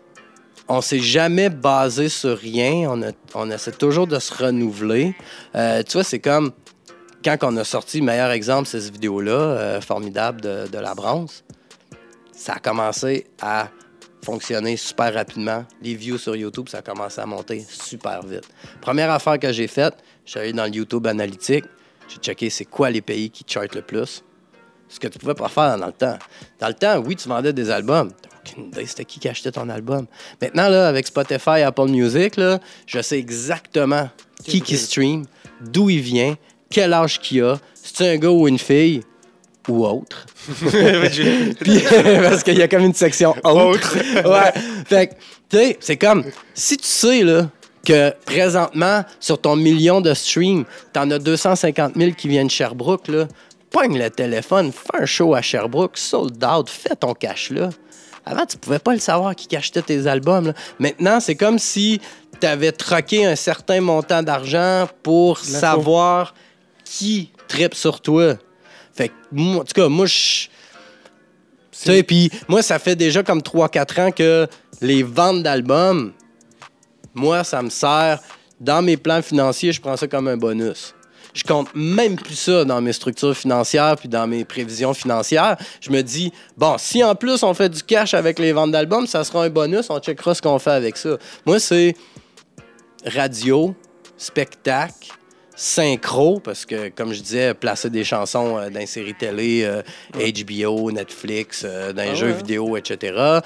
on s'est jamais basé sur rien. On, a, on essaie toujours de se renouveler. Euh, tu vois, c'est comme quand on a sorti, meilleur exemple, cette vidéo-là, euh, formidable de, de La Bronze. Ça a commencé à fonctionner super rapidement. Les views sur YouTube, ça a commencé à monter super vite. Première affaire que j'ai faite, je suis allé dans le YouTube Analytics. J'ai checké c'est quoi les pays qui chartent le plus. Ce que tu pouvais pas faire dans le temps. Dans le temps, oui, tu vendais des albums. T'as aucune idée c'était qui qui achetait ton album. Maintenant, là, avec Spotify, Apple Music, là, je sais exactement qui qui stream, d'où il vient, quel âge qu'il a, si c'est un gars ou une fille, ou autre. Puis, parce qu'il y a comme une section autre. Ouais. Fait que, tu sais, c'est comme, si tu sais, là, que présentement, sur ton million de streams, t'en as deux cent cinquante mille qui viennent de Sherbrooke, là, pogne le téléphone, fais un show à Sherbrooke, sold out, fais ton cash là. Avant, tu pouvais pas le savoir qui achetait tes albums. Là. Maintenant, c'est comme si tu avais troqué un certain montant d'argent pour L'info. savoir qui tripe sur toi. Fait que, moi, en tout cas, moi, je... Tu sais, puis moi, ça fait déjà comme trois quatre ans que les ventes d'albums, moi, ça me sert... Dans mes plans financiers, je prends ça comme un bonus. Je compte même plus ça dans mes structures financières puis dans mes prévisions financières. Je me dis, bon, si en plus on fait du cash avec les ventes d'albums, ça sera un bonus, on checkera ce qu'on fait avec ça. Moi, c'est radio, spectacle, synchro, parce que, comme je disais, placer des chansons euh, dans les séries télé, euh, ouais. H B O, Netflix, euh, dans les ah jeux ouais. vidéo, et cetera.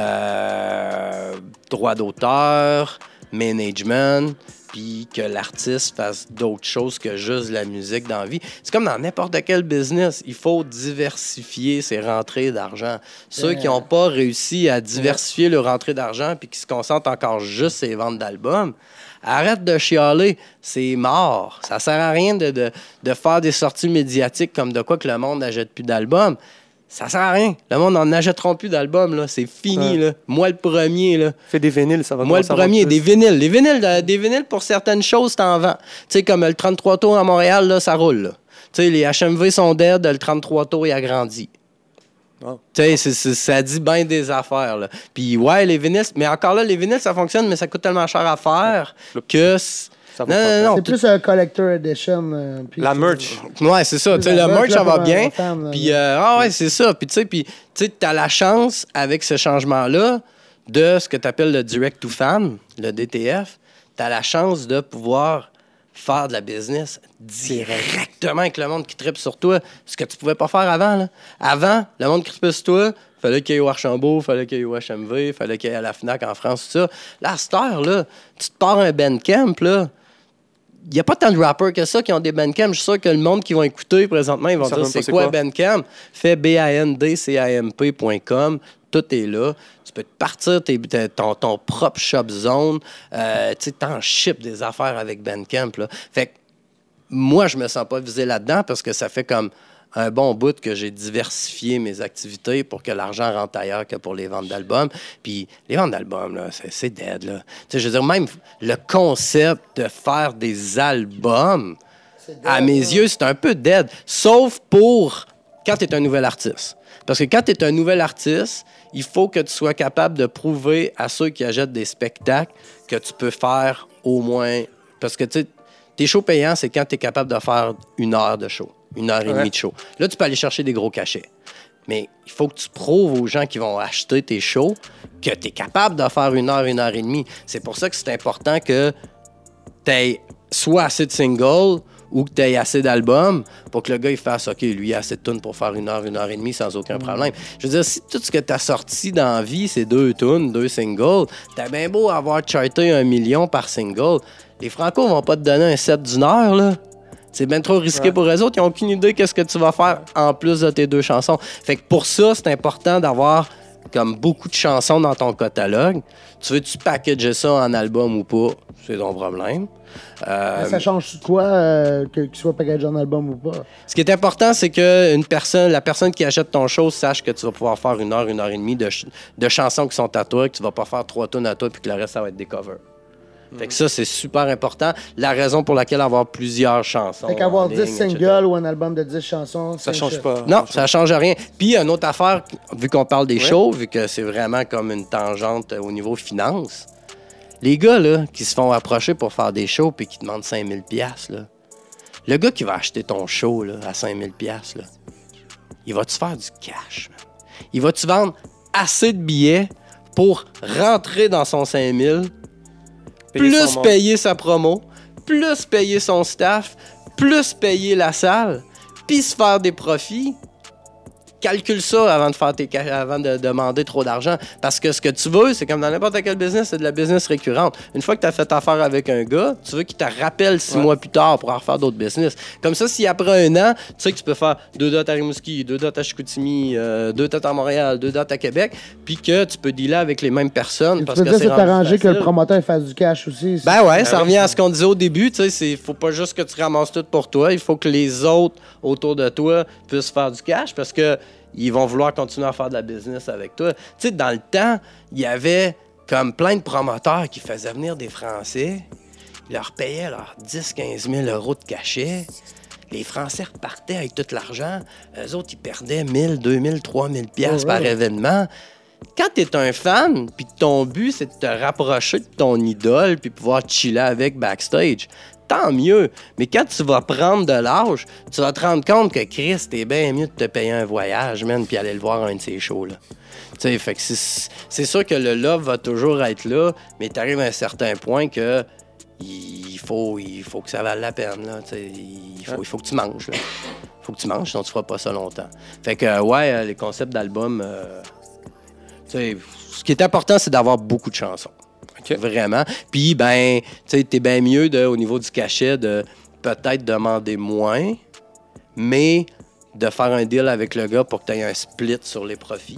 Euh, droit d'auteur, management, puis que l'artiste fasse d'autres choses que juste la musique dans la vie. C'est comme dans n'importe quel business. Il faut diversifier ses rentrées d'argent. Ceux yeah. qui n'ont pas réussi à diversifier yeah. leur rentrée d'argent puis qui se concentrent encore juste sur les ventes d'albums, arrête de chialer. C'est mort. Ça sert à rien de, de, de faire des sorties médiatiques comme de quoi que le monde n'achète plus d'albums. Ça sert à rien. Le monde n'en achètera plus d'albums, là. C'est fini, ouais. là. Moi, le premier, là. Fais des vinyles, ça va Moi, le premier, des vinyles. Les vinyles, des vinyles, pour certaines choses, t'en vends. Tu sais, comme le trente-trois tours à Montréal, là, ça roule, là. Tu sais, les H M V sont dead, le trente-trois tours, il a grandi. Oh. Tu sais, c'est, c'est, ça dit bien des affaires, là. Puis, ouais, les vinyles, mais encore là, les vinyles, ça fonctionne, mais ça coûte tellement cher à faire ouais. que... Non, non, non, c'est plus un collector edition. Euh, la merch. Ouais, c'est ça. Le merch, ça va bien. Puis, euh, ah ouais, c'est ça. Puis, tu sais, puis, tu as la chance, avec ce changement-là, de ce que tu appelles le direct to fan, le D T F, tu as la chance de pouvoir faire de la business directement avec le monde qui tripe sur toi, ce que tu pouvais pas faire avant. Là. Avant, le monde qui tripe sur toi, fallait qu'il y ait au Archambault, fallait qu'il y ait au H M V, fallait qu'il y ait à la Fnac en France, tout ça. Là, à cette heure-là, tu te pars un Bandcamp, là. Il n'y a pas tant de rappers que ça qui ont des Bandcamp. Je suis sûr que le monde qui va écouter présentement, ils vont ça dire c'est quoi, quoi Bandcamp. Fais B A N D C A M P point com. Tout est là. Tu peux te partir tes, ton, ton propre shop zone. Euh, tu sais, t'en ship des affaires avec Bandcamp. Là. Fait que moi, je me sens pas visé là-dedans parce que ça fait comme un bon bout que j'ai diversifié mes activités pour que l'argent rentre ailleurs que pour les ventes d'albums. Puis les ventes d'albums, là, c'est, c'est dead. Là. Tu sais, je veux dire, même le concept de faire des albums, à mes yeux, c'est un peu dead. Sauf pour quand tu es un nouvel artiste. Parce que quand tu es un nouvel artiste, il faut que tu sois capable de prouver à ceux qui achètent des spectacles que tu peux faire au moins... Parce que, tu sais, tes shows payants, c'est quand tu es capable de faire une heure de show, une heure et Ouais. demie de show. Là, tu peux aller chercher des gros cachets. Mais il faut que tu prouves aux gens qui vont acheter tes shows que tu es capable de faire une heure, une heure et demie. C'est pour ça que c'est important que tu aies soit assez de singles ou que tu aies assez d'albums pour que le gars il fasse OK, lui, il a assez de tunes pour faire une heure, une heure et demie sans aucun problème. Je veux dire, si tout ce que tu as sorti dans la vie, c'est deux tunes, deux singles, t'as bien beau avoir charté un million par single, les Franco vont pas te donner un set d'une heure, là. C'est bien trop risqué Ouais. pour eux autres. Ils n'ont aucune idée qu'est-ce que tu vas faire en plus de tes deux chansons. Fait que pour ça, c'est important d'avoir comme beaucoup de chansons dans ton catalogue. Tu veux-tu packager ça en album ou pas? C'est ton problème. Euh, Mais ça change quoi, euh, que- qu'il soit packagé en album ou pas? Ce qui est important, c'est que une personne, la personne qui achète ton show sache que tu vas pouvoir faire une heure, une heure et demie de, ch- de chansons qui sont à toi, que tu vas pas faire trois tunes à toi puis que le reste, ça va être des covers. Fait que ça, c'est super important. La raison pour laquelle avoir plusieurs chansons. Fait qu'avoir en dix ligne, et cetera. singles ou un album de dix chansons, Ça c'est change shit. pas. Non, ça change rien. Puis, une autre affaire, vu qu'on parle des Ouais. shows, vu que c'est vraiment comme une tangente au niveau finance, les gars là, qui se font approcher pour faire des shows puis qui demandent cinq mille dollars, là, le gars qui va acheter ton show là, à cinq mille dollars, là, il va-tu faire du cash, man? Il va-tu vendre assez de billets pour rentrer dans son cinq mille, Payer plus son monde. payer sa promo, plus payer son staff, plus payer la salle, puis se faire des profits? Calcule ça avant de faire tes ca- avant de demander trop d'argent. Parce que ce que tu veux, c'est comme dans n'importe quel business, c'est de la business récurrente. Une fois que tu as fait affaire avec un gars, tu veux qu'il te rappelle six Ouais. mois plus tard pour en refaire d'autres business. Comme ça, si après un an, tu sais que tu peux faire deux dates à Rimouski, deux dates à Chicoutimi, euh, deux dates à Montréal, deux dates à Québec, puis que tu peux dealer avec les mêmes personnes. Tu Parce peux que dire c'est c'est rendu t'arranger que le facile. promoteur fasse du cash aussi. c'est- Ben ouais, ça oui, revient à c'est- ce qu'on disait au début, tu sais, il faut pas juste que tu ramasses tout pour toi, il faut que les autres autour de toi puissent faire du cash parce que ils vont vouloir continuer à faire de la business avec toi. Tu sais, dans le temps, il y avait comme plein de promoteurs qui faisaient venir des Français, ils leur payaient leurs dix à quinze mille euros de cachet. Les Français repartaient avec tout l'argent. Eux autres, ils perdaient mille, deux mille, trois mille piastres Oh, par ouais. événement. Quand tu es un fan, puis que ton but, c'est de te rapprocher de ton idole, puis pouvoir chiller avec backstage, tant mieux. Mais quand tu vas prendre de l'âge, tu vas te rendre compte que Chris, t'es bien mieux de te payer un voyage, man, puis aller le voir à un de ces shows-là. Tu sais, fait que c'est c'est sûr que le love va toujours être là, mais tu arrives à un certain point que il faut, il faut que ça vale la peine, là. Tu sais, il faut, il faut que tu manges, là. Il faut que tu manges, sinon tu feras pas ça longtemps. Fait que, euh, ouais, euh, les concepts d'albums... euh, tu sais, ce qui est important, c'est d'avoir beaucoup de chansons. OK. Vraiment. Puis, ben, tu sais, t'es bien mieux, de, au niveau du cachet, de peut-être demander moins, mais de faire un deal avec le gars pour que tu aies un split sur les profits.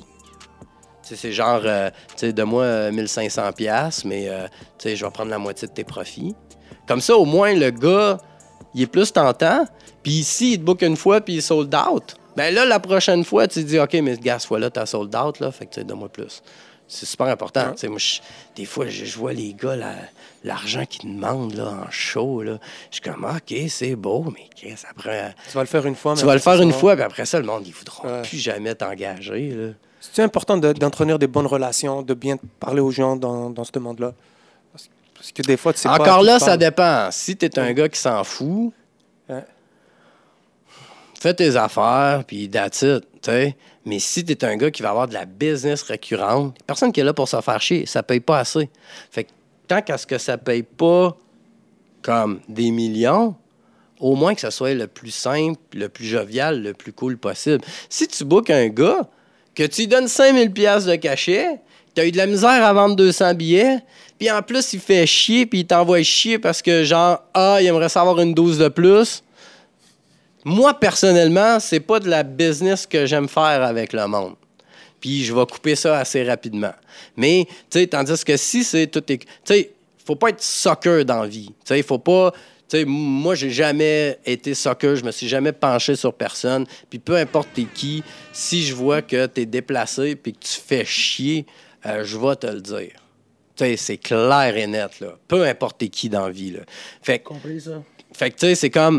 Tu sais, c'est genre, euh, tu sais, de moi, euh, mille cinq cents dollars, mais, euh, tu sais, je vais prendre la moitié de tes profits. Comme ça, au moins, le gars, il est plus tentant. Puis, s'il te book une fois, puis il est sold out, ben là, la prochaine fois, tu te dis, OK, mais gars, cette fois-là, t'as sold out, là, fait que, tu sais, donne-moi plus. C'est super important. Ouais. Tu sais, moi, je- des fois, je, je vois les gars, la- l'argent qu'ils demandent là, en show. Là. Je suis comme, OK, c'est beau, mais qu'est-ce après. Tu vas le faire une fois. Tu mais vas le après, faire c'est une bon. fois, puis après ça, le monde, ils ne voudront Ouais. plus jamais t'engager. Là. C'est important de- d'entretenir des bonnes relations, de bien parler aux gens dans, dans ce monde-là. Parce, parce que des fois, tu sais pas. à Encore qui là, tu ça parles. dépend. Si tu es un gars qui s'en fout, Ouais. fais tes affaires, puis that's it, tu sais. Mais si tu es un gars qui va avoir de la business récurrente, personne qui est là pour se faire chier, ça paye pas assez. Fait que tant qu'à ce que ça paye pas comme des millions, au moins que ça soit le plus simple, le plus jovial, le plus cool possible. Si tu bookes un gars, que tu lui donnes cinq mille dollars de cachet, tu as eu de la misère à vendre deux cents billets, puis en plus, il fait chier, puis il t'envoie chier parce que, genre, ah, il aimerait savoir une douze de plus. Moi, personnellement, c'est pas de la business que j'aime faire avec le monde. Puis je vais couper ça assez rapidement. Mais, tu sais, tandis que si c'est tout... est- Tu sais, faut pas être soccer dans la vie. Tu sais, il faut pas... Tu sais, moi, j'ai jamais été soccer, je me suis jamais penché sur personne. Puis peu importe t'es qui, si je vois que t'es déplacé puis que tu fais chier, euh, je vais te le dire. Tu sais, c'est clair et net, là. Peu importe t'es qui dans la vie, là. Fait que Compris ça? fait que, tu sais, c'est comme,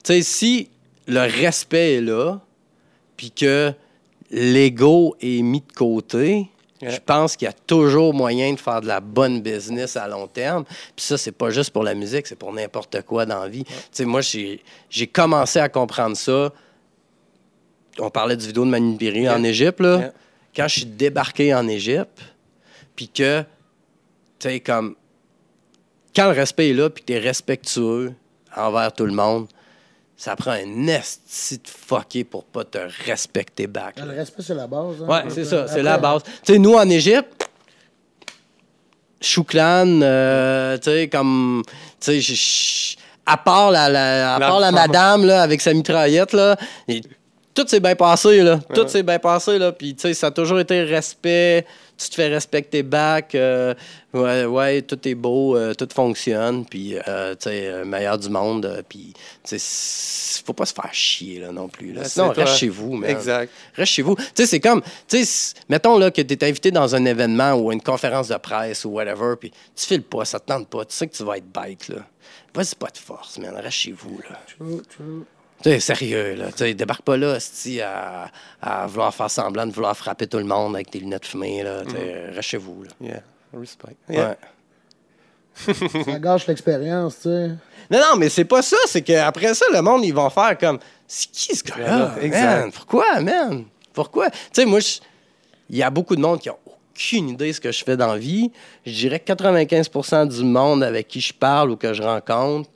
sais, si le respect est là, puis que l'ego est mis de côté, yeah. je pense qu'il y a toujours moyen de faire de la bonne business à long terme. Puis ça, c'est pas juste pour la musique, c'est pour n'importe quoi dans la vie. Yeah. Tu sais, moi, j'ai, j'ai commencé à comprendre ça. On parlait du vidéo de Manu Piri yeah. en Égypte, là. Yeah. Quand je suis débarqué en Égypte, puis que, tu sais, comme, quand le respect est là, puis que t'es respectueux envers tout le monde, ça prend un esti de fucké pour pas te respecter back. Le respect, c'est la base. Hein, ouais, c'est ça, c'est la base. Tu sais, nous, en Égypte, Chouklan, euh, tu sais, comme, tu sais, à part la, la, à la, part la madame, là, avec sa mitraillette, là, et, tout s'est bien passé, là. Ouais. Tout s'est bien passé, là. Puis, tu sais, ça a toujours été respect. Tu te fais respecter back. Euh, ouais, ouais, tout est beau, euh, tout fonctionne. Puis, euh, tu sais, meilleur du monde. Euh, puis, tu sais, faut pas se faire chier, là, non plus. Là. Là, Sinon, reste toi. chez vous, man. Exact. Reste chez vous. Tu sais, c'est comme, tu sais, mettons, là, que tu es invité dans un événement ou une conférence de presse ou whatever, puis tu files pas, ça te tente pas. Tu sais que tu vas être bête, là. Vas-y pas de force, man. Reste chez vous, là. True, true. Tu sais, sérieux, là. Tu sais, débarque pas là, à, à vouloir faire semblant de vouloir frapper tout le monde avec tes lunettes fumées, là. Tu sais, mm. reste chez vous, là. Yeah, respect. Yeah. Ouais. Ça gâche l'expérience, tu sais. Non, non, mais c'est pas ça. C'est qu'après ça, le monde, ils vont faire comme, c'est qui ce gars-là? Yeah, exact. Man? Pourquoi, man? Pourquoi? Tu sais, moi, il y a beaucoup de monde qui ont aucune idée de ce que je fais dans la vie. Je dirais que quatre-vingt-quinze pour cent du monde avec qui je parle ou que je rencontre,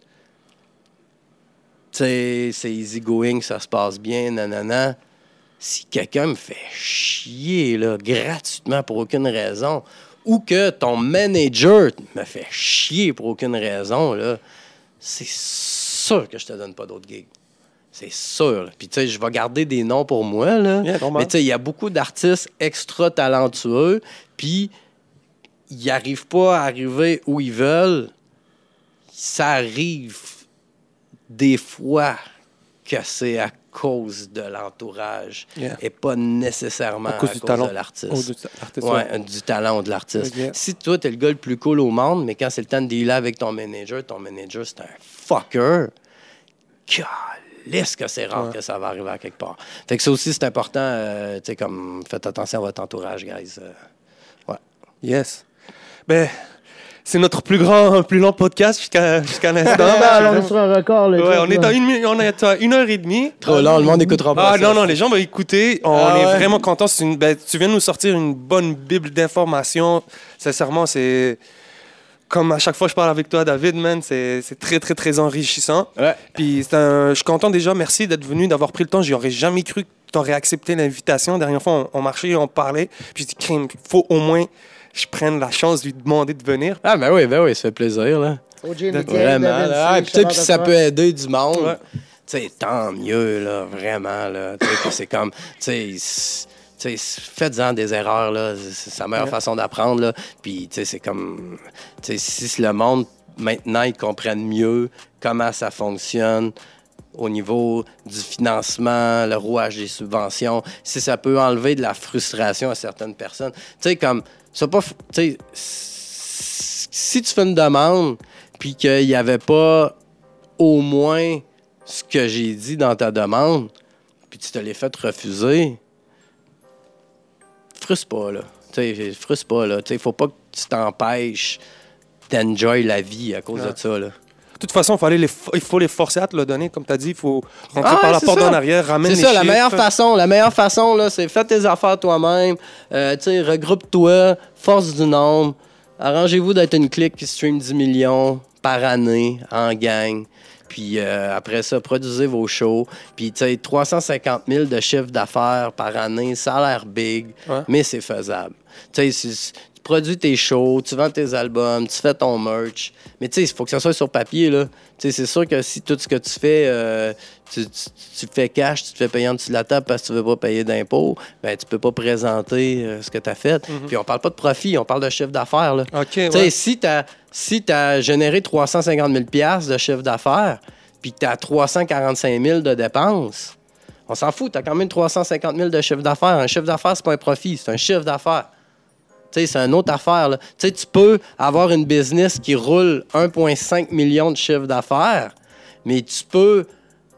tu sais, c'est easy-going, ça se passe bien, nanana. Si quelqu'un me fait chier, là, gratuitement pour aucune raison, ou que ton manager me fait chier pour aucune raison, là, c'est sûr que je te donne pas d'autres gigs. C'est sûr. Puis, tu sais, je vais garder des noms pour moi, là. Yeah, mais, tu sais, il y a beaucoup d'artistes extra talentueux, puis ils n'arrivent pas à arriver où ils veulent. Ça arrive des fois que c'est à cause de l'entourage yeah. et pas nécessairement à cause, à cause talent. de l'artiste. Oh, de l'artiste ouais, ouais. Du talent ou de l'artiste. Okay. Si toi, t'es le gars le plus cool au monde, mais quand c'est le temps de dealer avec ton manager, ton manager, c'est un fucker, calisse que c'est rare ouais. que ça va arriver à quelque part. Fait que ça aussi, c'est important, euh, tu sais, comme, faites attention à votre entourage, guys. Euh, ouais. Yes. Ben... C'est notre plus grand, plus long podcast jusqu'à, jusqu'à l'instant. Ben, on est sur un record. Là, ouais, on, est à une, on est à une heure et demie. Trop long, le monde n'écoutera pas. Ah ça. non, non, les gens vont écouter. On ah, est ouais. vraiment contents. C'est une, ben, tu viens de nous sortir une bonne bible d'informations. Sincèrement, c'est... Comme à chaque fois que je parle avec toi, David, man, c'est, c'est très, très, très enrichissant. Ouais. Puis c'est un, je suis content déjà. Merci d'être venu, d'avoir pris le temps. J'aurais jamais cru que tu aurais accepté l'invitation. La dernière fois, on, on marchait, on parlait. Puis je dis, crime, il faut au moins... je prenne la chance de lui demander de venir. Ah, ben oui, ben oui, ça fait plaisir, là. O J Nickel, vraiment, là. Ah, puis, tu sais, puis ça peut aider du monde. Ouais. Tu sais, tant mieux, là, vraiment, là. Tu sais, c'est comme, tu sais, faites-en des erreurs, là. C'est la meilleure ouais. façon d'apprendre, là. Puis, tu sais, c'est comme, tu sais, si le monde, maintenant, ils comprennent mieux comment ça fonctionne, au niveau du financement, le rouage des subventions, si ça peut enlever de la frustration à certaines personnes. Tu sais, comme, c'est pas... Tu sais, si tu fais une demande, puis qu'il n'y avait pas au moins ce que j'ai dit dans ta demande, puis tu te l'es fait refuser, frustre pas, là. Tu sais, frustre pas, là. Tu sais, faut pas que tu t'empêches d'enjoy la vie à cause ouais. de ça, là. De toute façon, il faut, aller les, il faut les forcer à te le donner. Comme tu as dit, il faut rentrer ah, par la porte ça. en arrière, ramener les C'est ça, chiffres. la meilleure façon. La meilleure façon, là, c'est fais tes affaires toi-même. Euh, tu sais, regroupe-toi, force du nombre. Arrangez-vous d'être une clique qui stream dix millions par année en gang. Puis euh, après ça, produisez vos shows. Puis, tu sais, trois cent cinquante mille de chiffre d'affaires par année, ça a l'air big, ouais. mais c'est faisable. Tu sais, tu produis tes shows, tu vends tes albums, tu fais ton merch. Mais tu sais, il faut que ça soit sur papier, là. Tu sais, c'est sûr que si tout ce que tu fais, euh, tu, tu, tu fais cash, tu te fais payer en dessous de la table parce que tu veux pas payer d'impôts, ben tu peux pas présenter euh, ce que tu as fait. Mm-hmm. Puis on parle pas de profit, on parle de chiffre d'affaires, là. Okay, tu sais, ouais. si tu as si t'as généré trois cent cinquante mille dollars de chiffre d'affaires, puis que tu as trois cent quarante-cinq mille de dépenses, on s'en fout, tu as quand même trois cent cinquante mille de chiffre d'affaires. Un chiffre d'affaires, c'est pas un profit, c'est un chiffre d'affaires. Tu sais, c'est une autre affaire, là. Tu sais, tu peux avoir une business qui roule un virgule cinq million de chiffre d'affaires, mais tu peux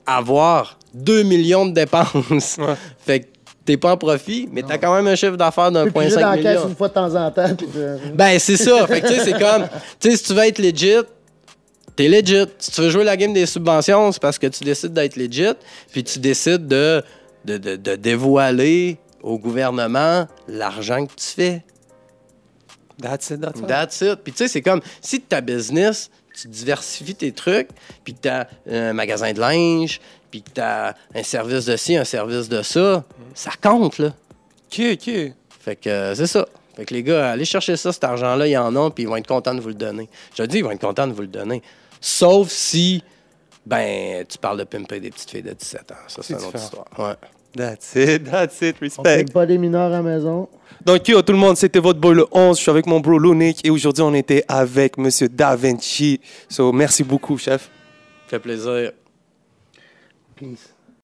avoir deux millions de dépenses. Ouais. Fait que t'es pas en profit, mais t'as quand même un chiffre d'affaires d'un virgule cinq million. Puis une fois de temps en temps. Puis de... Ben, c'est ça. Fait que, tu sais, c'est comme... Tu sais, si tu veux être legit, t'es legit. Si tu veux jouer la game des subventions, c'est parce que tu décides d'être legit, puis tu décides de, de, de, de dévoiler au gouvernement l'argent que tu fais. That's it, that's it. That's it. Puis tu sais, c'est comme, si ta business, tu diversifies tes trucs, puis que t'as un magasin de linge, puis que t'as un service de ci, un service de ça, ça compte, là. OK, OK. Fait que euh, c'est ça. Fait que les gars, allez chercher ça, cet argent-là, ils en ont, puis ils vont être contents de vous le donner. Je te dis, ils vont être contents de vous le donner. Sauf si, ben, tu parles de pimper des petites filles de dix-sept ans. Ça, c'est, c'est une autre histoire. Ouais. That's it, that's it, respect. On ne pas des mineurs à la maison. Donc, yo, tout le monde, c'était votre boy le onze. Je suis avec mon bro Lunic et aujourd'hui, on était avec Monsieur DaVinci. So, merci beaucoup, chef. Ça fait plaisir. Peace.